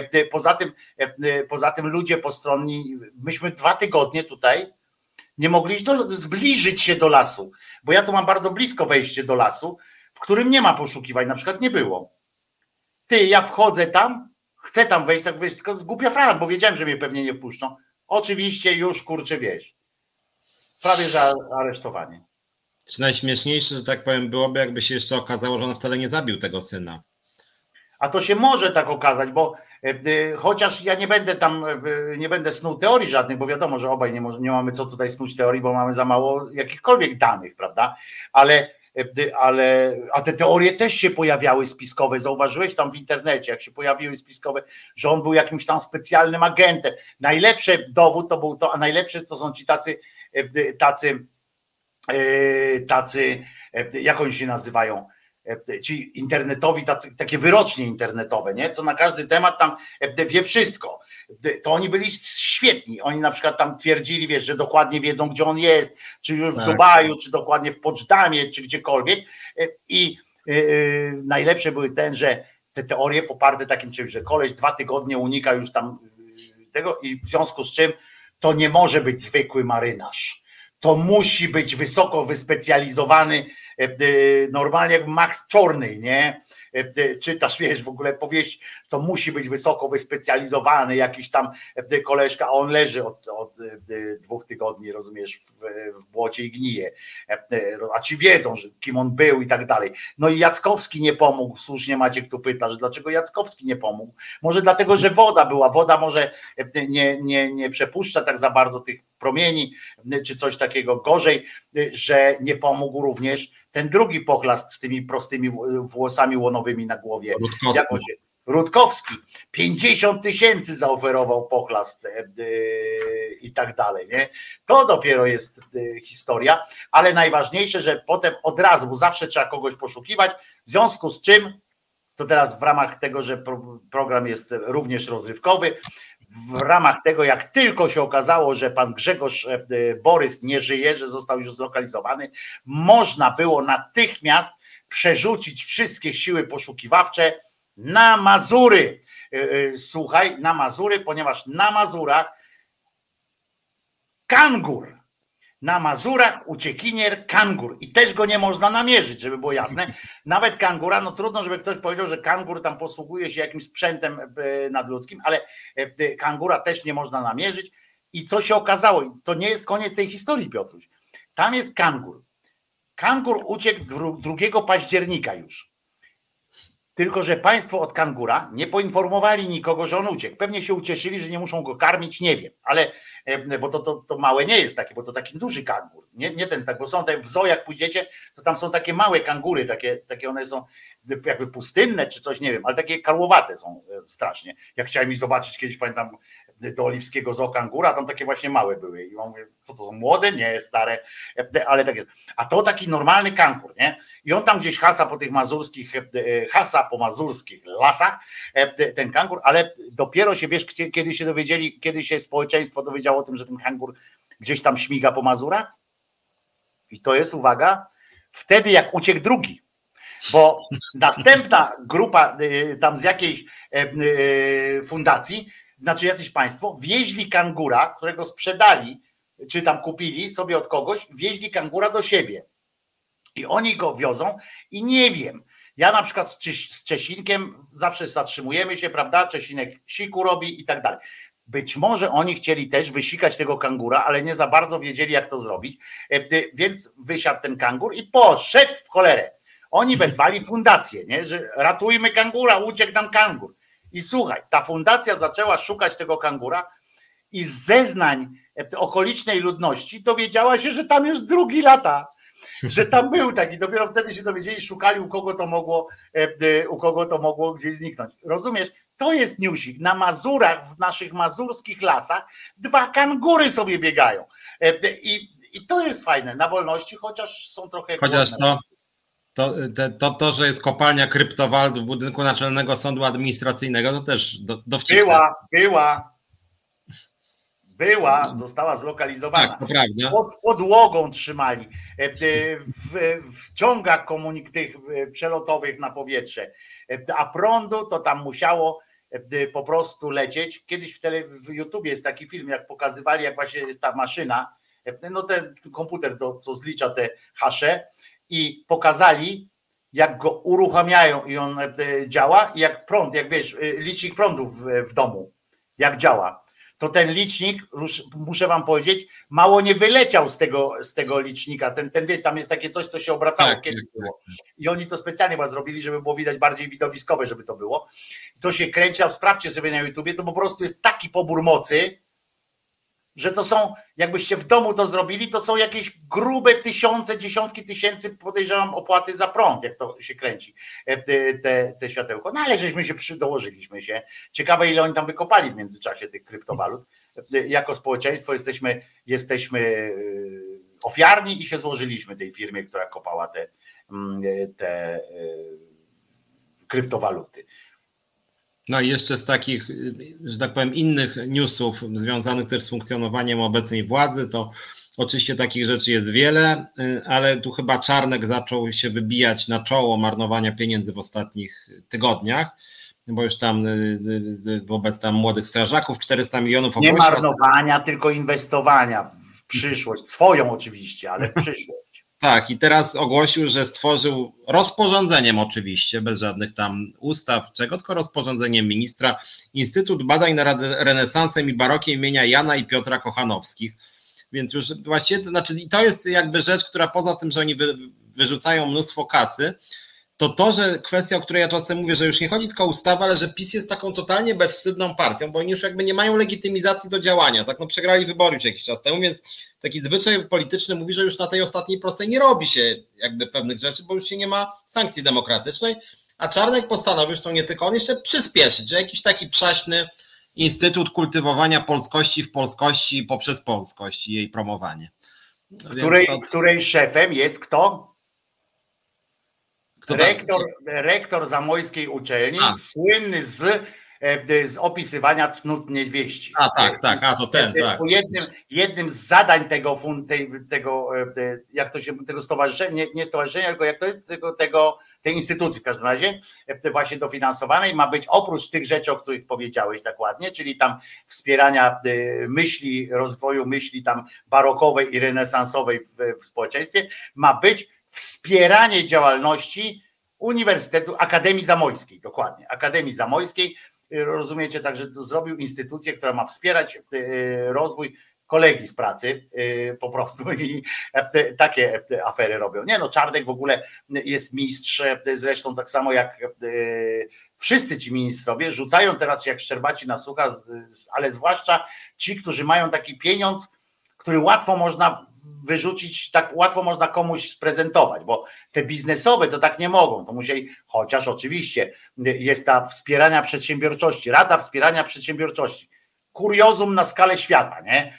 S1: Poza tym ludzie postronni, myśmy 2 tygodnie tutaj nie mogli zbliżyć się do lasu, bo ja tu mam bardzo blisko wejście do lasu, w którym nie ma poszukiwań, na przykład nie było. Ja wchodzę tam, chcę tam wejść, tak wejść, tylko zgłupia frant, bo wiedziałem, że mnie pewnie nie wpuszczą. Oczywiście już, kurczę, wieś. Prawie że aresztowanie.
S2: Najśmieszniejsze, że tak powiem, byłoby, jakby się jeszcze okazało, że on wcale nie zabił tego syna.
S1: A to się może tak okazać, bo chociaż ja nie będę snuł teorii żadnych, bo wiadomo, że obaj nie mamy co tutaj snuć teorii, bo mamy za mało jakichkolwiek danych, prawda? A te teorie też się pojawiały spiskowe, zauważyłeś tam w internecie, jak się pojawiły spiskowe, że on był jakimś tam specjalnym agentem. Najlepszy dowód to był to, a najlepsze to są ci tacy, jak oni się nazywają, ci internetowi, takie wyrocznie internetowe, nie? Co na każdy temat tam wie wszystko. To oni byli świetni. Oni na przykład tam twierdzili, wiesz, że dokładnie wiedzą, gdzie on jest, czy już w Dubaju, czy dokładnie w Poczdamie, czy gdziekolwiek. I najlepsze były że te teorie poparte takim czymś, że koleś 2 tygodnie unika już tam tego i w związku z czym to nie może być zwykły marynarz. To musi być wysoko wyspecjalizowany, normalnie jak Max Czorny, nie? Czytasz, wiesz, w ogóle powieść, to musi być wysoko wyspecjalizowany jakiś tam koleżka, a on leży od 2 tygodni, rozumiesz, w błocie i gnije. A ci wiedzą, że kim on był i tak dalej. No i Jackowski nie pomógł, słusznie Maciek tu pyta, że dlaczego Jackowski nie pomógł? Może dlatego, że woda może nie przepuszcza tak za bardzo tych promieni, czy coś takiego, gorzej, że nie pomógł również ten drugi pochlast z tymi prostymi włosami łonowymi na głowie. Rutkowski. 50 000 zaoferował pochlast i tak dalej. Nie? To dopiero jest historia, ale najważniejsze, że potem od razu, bo zawsze trzeba kogoś poszukiwać, w związku z czym, to teraz w ramach tego, że program jest również rozrywkowy, w ramach tego, jak tylko się okazało, że pan Grzegorz Borys nie żyje, że został już zlokalizowany, można było natychmiast przerzucić wszystkie siły poszukiwawcze na Mazury. Słuchaj, na Mazury, ponieważ na Mazurach kangur. Na Mazurach uciekinier kangur i też go nie można namierzyć, żeby było jasne. Nawet kangura, no trudno, żeby ktoś powiedział, że kangur tam posługuje się jakimś sprzętem nadludzkim, ale kangura też nie można namierzyć. I co się okazało? To nie jest koniec tej historii, Piotruś. Tam jest kangur. Kangur uciekł 2 października już. Tylko że państwo od kangura nie poinformowali nikogo, że on uciekł. Pewnie się ucieszyli, że nie muszą go karmić, nie wiem, ale bo to małe nie jest takie, bo to taki duży kangur. Nie ten tak, bo są te w zoo, jak pójdziecie, to tam są takie małe kangury, takie one są jakby pustynne czy coś, nie wiem, ale takie karłowate są strasznie. Jak chciałem ich zobaczyć kiedyś, pamiętam, do Oliwskiego Zoo kangura, tam takie właśnie małe były. I ja mówię, co to są, młode? Nie, stare, ale takie. A to taki normalny kangur, nie? I on tam gdzieś hasa po tych mazurskich, po mazurskich lasach, ten kangur, ale dopiero się, wiesz, kiedy się dowiedzieli, kiedy się społeczeństwo dowiedziało o tym, że ten kangur gdzieś tam śmiga po Mazurach? I to jest, uwaga, wtedy jak uciekł drugi. Bo następna grupa tam z jakiejś fundacji, znaczy jacyś państwo, wieźli kangura, którego sprzedali, czy tam kupili sobie od kogoś, wieźli kangura do siebie. I oni go wiozą i nie wiem. Ja na przykład z Czesinkiem zawsze zatrzymujemy się, prawda? Czesinek siku robi i tak dalej. Być może oni chcieli też wysikać tego kangura, ale nie za bardzo wiedzieli, jak to zrobić. Więc wysiadł ten kangur i poszedł w cholerę. Oni wezwali fundację, nie? Że ratujmy kangura, uciekł nam kangur. I słuchaj, ta fundacja zaczęła szukać tego kangura i z zeznań okolicznej ludności dowiedziała się, że tam już drugi lata, że tam był taki. Dopiero wtedy się dowiedzieli, szukali, u kogo to mogło gdzieś zniknąć. Rozumiesz? To jest newsik. Na Mazurach, w naszych mazurskich lasach 2 kangury sobie biegają. I to jest fajne. Na wolności, chociaż są trochę...
S2: Chociaż to, że jest kopalnia kryptowalut w budynku Naczelnego Sądu Administracyjnego, to też dowcipne. Została zlokalizowana. Tak, to prawda.
S1: Pod podłogą trzymali, w ciągach tych przelotowych na powietrze, a prądu to tam musiało po prostu lecieć. Kiedyś w YouTubie jest taki film, jak pokazywali, jak właśnie jest ta maszyna, no ten komputer, co zlicza te hasze, i pokazali, jak go uruchamiają i on działa, i jak prąd, jak wiesz, licznik prądu w domu, jak działa. To ten licznik, muszę wam powiedzieć, mało nie wyleciał z tego licznika. Tam jest takie coś, co się obracało, kiedyś było. I oni to specjalnie chyba zrobili, żeby było widać bardziej widowiskowe, żeby to było. To się kręci, a sprawdźcie sobie na YouTubie, to po prostu jest taki pobór mocy, że to są, jakbyście w domu to zrobili, to są jakieś grube tysiące, dziesiątki tysięcy, podejrzewam, opłaty za prąd, jak to się kręci, te światełko. No ale żeśmy się dołożyliśmy się. Ciekawe, ile oni tam wykopali w międzyczasie tych kryptowalut. Jako społeczeństwo jesteśmy ofiarni i się złożyliśmy tej firmie, która kopała te kryptowaluty.
S2: No i jeszcze z takich, że tak powiem, innych newsów związanych też z funkcjonowaniem obecnej władzy, to oczywiście takich rzeczy jest wiele, ale tu chyba Czarnek zaczął się wybijać na czoło marnowania pieniędzy w ostatnich tygodniach, bo już tam wobec tam młodych strażaków 400 milionów
S1: nie marnowania, tylko inwestowania w przyszłość, swoją oczywiście, ale w przyszłość.
S2: Tak, i teraz ogłosił, że stworzył rozporządzeniem oczywiście, bez żadnych tam ustaw, tylko rozporządzeniem ministra, Instytut Badań nad Renesansem i Barokiem imienia Jana i Piotra Kochanowskich. Więc już właściwie, to jest jakby rzecz, która poza tym, że oni wyrzucają mnóstwo kasy, to, że kwestia, o której ja czasem mówię, że już nie chodzi tylko o ustawę, ale że PiS jest taką totalnie bezwstydną partią, bo oni już jakby nie mają legitymizacji do działania, tak, no przegrali wybory już jakiś czas temu, więc taki zwyczaj polityczny mówi, że już na tej ostatniej prostej nie robi się jakby pewnych rzeczy, bo już się nie ma sankcji demokratycznej, a Czarnek postanowił, zresztą nie tylko on, jeszcze przyspieszyć, że jakiś taki przaśny Instytut Kultywowania Polskości w Polskości poprzez polskość i jej promowanie.
S1: Której szefem jest kto? Rektor zamojskiej uczelni, słynny z opisywania cnót niewieści.
S2: Tak.
S1: Jednym z zadań jak to się, tego stowarzyszenia, nie stowarzyszenia, tylko jak to jest, tej instytucji w każdym razie, właśnie dofinansowanej, ma być oprócz tych rzeczy, o których powiedziałeś tak ładnie, czyli tam wspierania myśli, rozwoju myśli tam barokowej i renesansowej w społeczeństwie, ma być wspieranie działalności Uniwersytetu Akademii Zamojskiej, dokładnie, Akademii Zamojskiej. Rozumiecie, także to zrobił instytucję, która ma wspierać rozwój kolegi z pracy po prostu i takie afery robią. Nie no, Czarnek w ogóle jest mistrz, zresztą tak samo jak wszyscy ci ministrowie rzucają teraz jak szczerbaci na sucha, ale zwłaszcza ci, którzy mają taki pieniądz, który łatwo można wyrzucić, tak łatwo można komuś sprezentować, bo te biznesowe to tak nie mogą, to musieli, chociaż oczywiście jest ta wspierania przedsiębiorczości, Rada Wspierania Przedsiębiorczości, kuriozum na skalę świata, nie?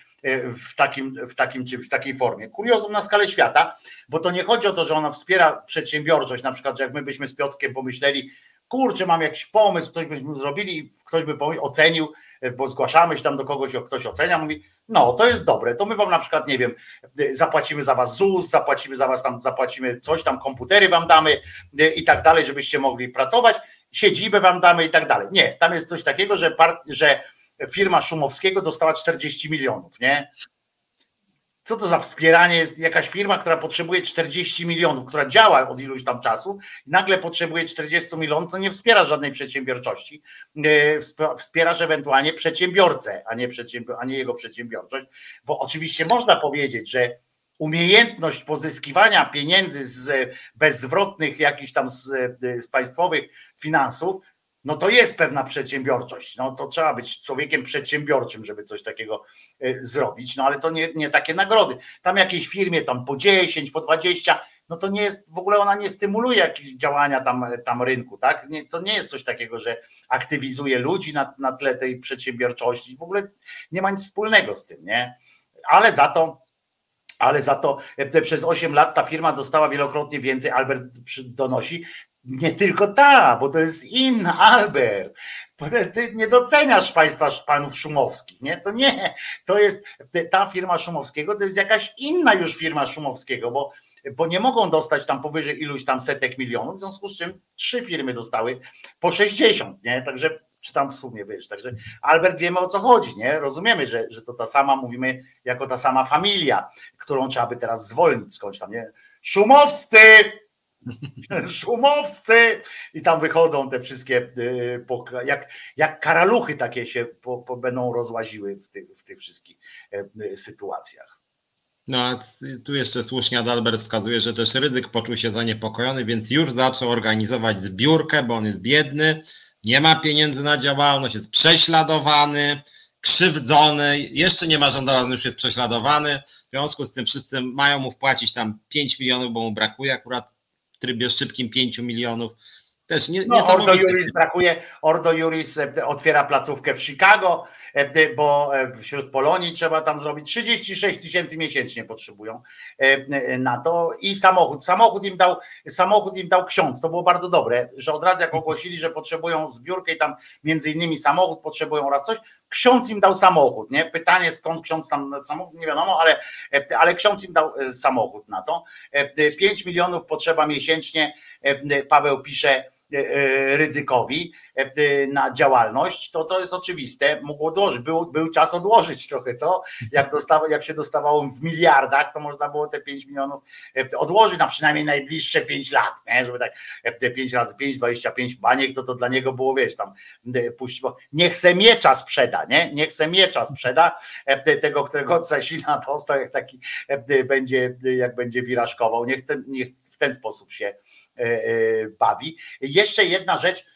S1: W takiej formie. Kuriozum na skalę świata, bo to nie chodzi o to, że ona wspiera przedsiębiorczość, na przykład, że jak my byśmy z Piotrkiem pomyśleli, kurczę, mam jakiś pomysł, coś byśmy zrobili, ktoś by ocenił, bo zgłaszamy się tam do kogoś, ktoś ocenia, mówi, no to jest dobre, to my wam na przykład, nie wiem, zapłacimy za was ZUS, zapłacimy za was tam, zapłacimy coś tam, komputery wam damy i tak dalej, żebyście mogli pracować, siedzibę wam damy i tak dalej. Nie, tam jest coś takiego, że firma Szumowskiego dostała 40 milionów, nie? Co to za wspieranie jest? Jakaś firma, która potrzebuje 40 milionów, która działa od iluś tam czasu, nagle potrzebuje 40 milionów, to nie wspiera żadnej przedsiębiorczości. Wspierasz ewentualnie przedsiębiorcę, a nie jego przedsiębiorczość, bo oczywiście można powiedzieć, że umiejętność pozyskiwania pieniędzy z bezzwrotnych jakichś tam z państwowych finansów, no to jest pewna przedsiębiorczość, no to trzeba być człowiekiem przedsiębiorczym, żeby coś takiego zrobić, no ale to nie takie nagrody. Tam jakiejś firmie tam po 10, po 20, no to nie jest, w ogóle ona nie stymuluje jakichś działania tam rynku, tak? To nie jest coś takiego, że aktywizuje ludzi na tle tej przedsiębiorczości, w ogóle nie ma nic wspólnego z tym, nie? Ale za to przez 8 lat ta firma dostała wielokrotnie więcej, Albert donosi. Nie tylko ta, bo to jest inna, Albert. Ty nie doceniasz panów Szumowskich, nie? To nie, to jest ta firma Szumowskiego, to jest jakaś inna już firma Szumowskiego, bo nie mogą dostać tam powyżej iluś tam setek milionów, w związku z czym 3 firmy dostały po 60, nie? Także, czy tam w sumie, wiesz, także Albert, wiemy o co chodzi, nie? Rozumiemy, że to ta sama, mówimy jako ta sama familia, którą trzeba by teraz zwolnić skądś tam, nie? Szumowscy! Szumowscy i tam wychodzą te wszystkie jak karaluchy takie się będą rozłaziły w tych wszystkich sytuacjach.
S2: No a tu jeszcze słusznie Adalbert wskazuje, że też Rydzyk poczuł się zaniepokojony, więc już zaczął organizować zbiórkę, bo on jest biedny, nie ma pieniędzy na działalność, jest prześladowany, krzywdzony, jeszcze nie ma żądania, już jest prześladowany, w związku z tym wszyscy mają mu wpłacić tam 5 milionów, bo mu brakuje akurat w trybie szybkim 5 milionów. Też
S1: Ordo Juris brakuje. Ordo Juris otwiera placówkę w Chicago, bo wśród Polonii trzeba tam zrobić 36 000 miesięcznie potrzebują na to i samochód im dał ksiądz. To było bardzo dobre, że od razu jak ogłosili, że potrzebują zbiórkę i tam między innymi samochód potrzebują oraz coś, ksiądz im dał samochód, nie? Pytanie skąd ksiądz tam samochód, nie wiadomo, ale ksiądz im dał samochód na to. 5 milionów potrzeba miesięcznie, Paweł pisze Rydzykowi na działalność, to jest oczywiste, mógł odłożyć, był czas odłożyć trochę, co? Jak się dostawało w miliardach, to można było te 5 milionów odłożyć na przynajmniej najbliższe 5 lat, nie? Żeby tak 5 razy 5, 25 baniek, to dla niego było, wiesz, tam puścić, bo niech se miecza sprzeda, nie? Niech se miecza sprzeda, tego, którego od Sasina dostał, jak będzie wirażkował, niech w ten sposób się bawi. Jeszcze jedna rzecz,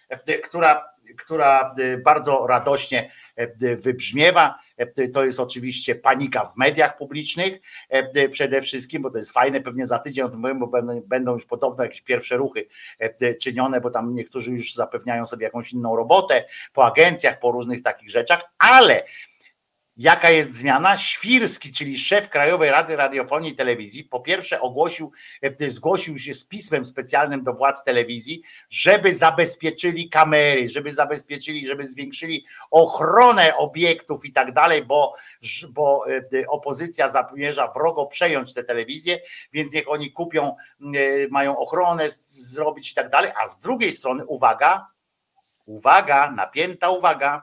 S1: która bardzo radośnie wybrzmiewa, to jest oczywiście panika w mediach publicznych przede wszystkim, bo to jest fajne, pewnie za tydzień o tym powiem, bo będą już podobno jakieś pierwsze ruchy czynione, bo tam niektórzy już zapewniają sobie jakąś inną robotę po agencjach, po różnych takich rzeczach, ale jaka jest zmiana? Świrski, czyli szef Krajowej Rady Radiofonii i Telewizji, po pierwsze zgłosił się z pismem specjalnym do władz telewizji, żeby zabezpieczyli kamery, żeby zwiększyli ochronę obiektów i tak dalej, bo opozycja zamierza wrogo przejąć te telewizje, więc niech oni kupią, mają ochronę zrobić i tak dalej, a z drugiej strony uwaga, napięta uwaga,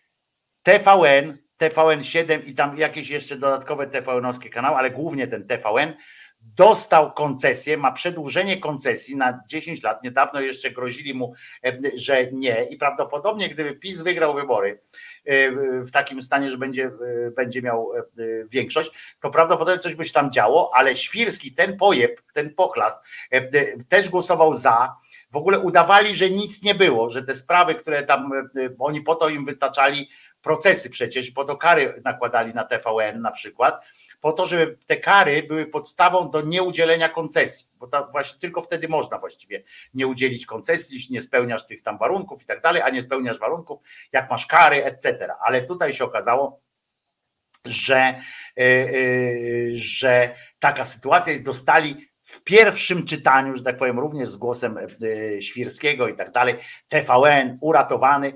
S1: TVN7 i tam jakieś jeszcze dodatkowe TVN-owskie kanały, ale głównie ten TVN dostał koncesję, ma przedłużenie koncesji na 10 lat. Niedawno jeszcze grozili mu, że nie i prawdopodobnie gdyby PiS wygrał wybory w takim stanie, że będzie miał większość, to prawdopodobnie coś by się tam działo, ale Świrski, ten pojeb, ten pochlast też głosował za, w ogóle udawali, że nic nie było, że te sprawy, które tam, bo oni po to im wytaczali procesy przecież, po to kary nakładali na TVN na przykład, po to, żeby te kary były podstawą do nieudzielenia koncesji, bo to właśnie tylko wtedy można właściwie nie udzielić koncesji, jeśli nie spełniasz tych tam warunków i tak dalej, a nie spełniasz warunków, jak masz kary, etc. Ale tutaj się okazało, że taka sytuacja jest, dostali w pierwszym czytaniu, że tak powiem, również z głosem Świrskiego i tak dalej, TVN uratowany,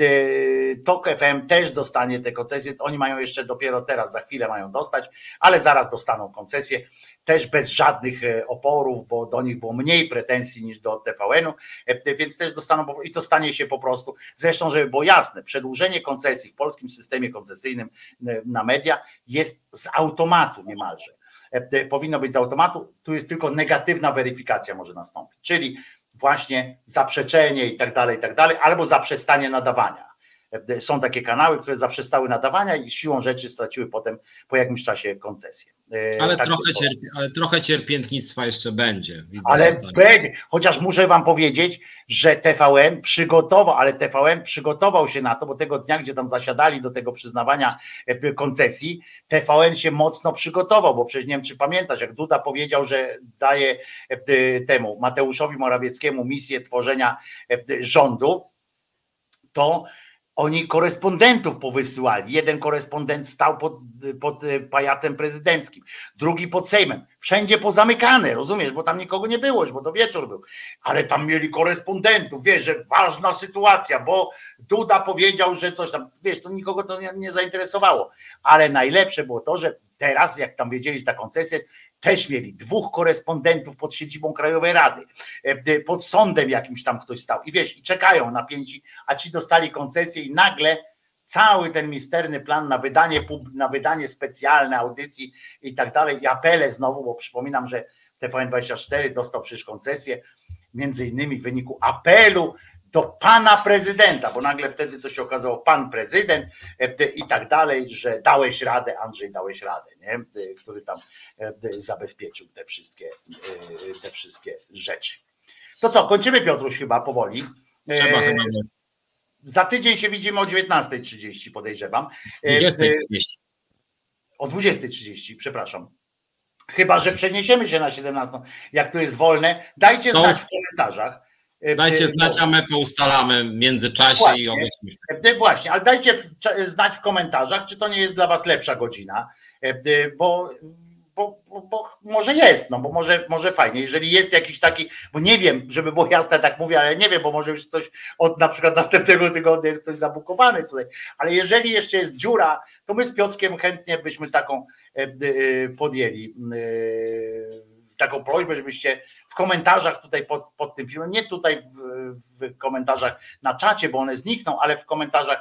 S1: TOK FM też dostanie te koncesje, oni mają jeszcze dopiero teraz, za chwilę mają dostać, ale zaraz dostaną koncesje, też bez żadnych oporów, bo do nich było mniej pretensji niż do TVN-u, więc też dostaną, i to stanie się po prostu, zresztą żeby było jasne, przedłużenie koncesji w polskim systemie koncesyjnym na media jest z automatu niemalże. Powinno być z automatu, tu jest tylko negatywna weryfikacja może nastąpić, czyli właśnie zaprzeczenie i tak dalej, albo zaprzestanie nadawania. Są takie kanały, które zaprzestały nadawania i siłą rzeczy straciły potem po jakimś czasie koncesję.
S2: Ale trochę cierpiętnictwa jeszcze będzie.
S1: Ale będzie, chociaż muszę wam powiedzieć, że TVN przygotował się na to, bo tego dnia, gdzie tam zasiadali do tego przyznawania koncesji, TVN się mocno przygotował, bo przecież nie wiem, czy pamiętasz, jak Duda powiedział, że daje temu Mateuszowi Morawieckiemu misję tworzenia rządu, to oni korespondentów powysyłali. Jeden korespondent stał pod pajacem prezydenckim, drugi pod Sejmem. Wszędzie pozamykane, rozumiesz, bo tam nikogo nie było, bo to wieczór był. Ale tam mieli korespondentów, wiesz, że ważna sytuacja, bo Duda powiedział, że coś tam, wiesz, to nikogo to nie zainteresowało. Ale najlepsze było to, że teraz, jak tam wiedzieli, że ta koncesja jest, też mieli 2 korespondentów pod siedzibą Krajowej Rady, pod sądem jakimś tam ktoś stał i wiesz, i czekają napięci, a ci dostali koncesję i nagle cały ten misterny plan na wydanie specjalne audycji i tak dalej, i apele znowu, bo przypominam, że TVN24 dostał przecież koncesję między innymi w wyniku apelu do pana prezydenta, bo nagle wtedy to się okazało pan prezydent i tak dalej, że dałeś radę, Andrzej, dałeś radę, nie? Który tam zabezpieczył te wszystkie rzeczy. To co, kończymy, Piotruś, chyba powoli.
S2: Chyba.
S1: Za tydzień się widzimy o 19:30, podejrzewam.
S2: 20:30.
S1: O 20:30, przepraszam. Chyba że przeniesiemy się na 17, jak to jest wolne. Dajcie znać w komentarzach.
S2: Dajcie znać, a my poustalamy w międzyczasie
S1: właśnie,
S2: i obecnie.
S1: Właśnie, ale dajcie znać w komentarzach, czy to nie jest dla was lepsza godzina, bo może jest, no bo może fajnie, jeżeli jest jakiś taki, bo nie wiem, żeby było jasne, tak mówię, ale nie wiem, bo może już coś od na przykład następnego tygodnia jest ktoś zabukowany tutaj, ale jeżeli jeszcze jest dziura, to my z Piotrkiem chętnie byśmy taką podjęli, taką prośbę, żebyście w komentarzach tutaj pod tym filmem, nie tutaj w komentarzach na czacie, bo one znikną, ale w komentarzach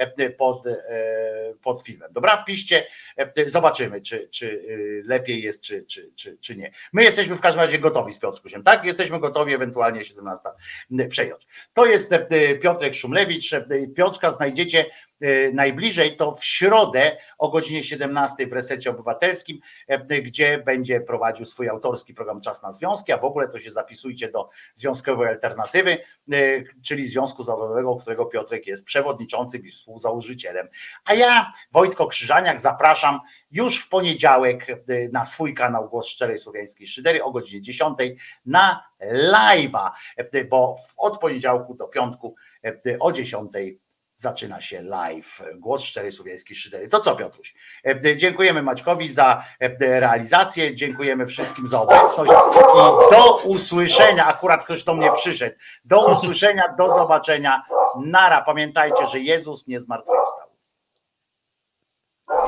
S1: pod filmem. Dobra, piszcie, zobaczymy, czy lepiej jest, czy nie. My jesteśmy w każdym razie gotowi z Piotrkusiem, tak? Jesteśmy gotowi ewentualnie 17 przejąć. To jest Piotrek Szumlewicz. Piotrka znajdziecie najbliżej to w środę o godzinie 17 w Resecie Obywatelskim, gdzie będzie prowadził swój autorski program Czas na Związki, a w ogóle to się zapisujcie do Związkowej Alternatywy, czyli związku zawodowego, którego Piotrek jest przewodniczącym i współzałożycielem. A ja, Wojtko Krzyżaniak, zapraszam już w poniedziałek na swój kanał Głos Szczerej Słowiańskiej Szydery o godzinie 10 na live'a, bo od poniedziałku do piątku o 10 zaczyna się live Głos Szczerej Słowiańskiej Szydery. To co, Piotruś? Dziękujemy Maćkowi za realizację, dziękujemy wszystkim za obecność i do usłyszenia. Akurat ktoś do mnie przyszedł. Do usłyszenia, do zobaczenia. Nara. Pamiętajcie, że Jezus nie zmartwychwstał.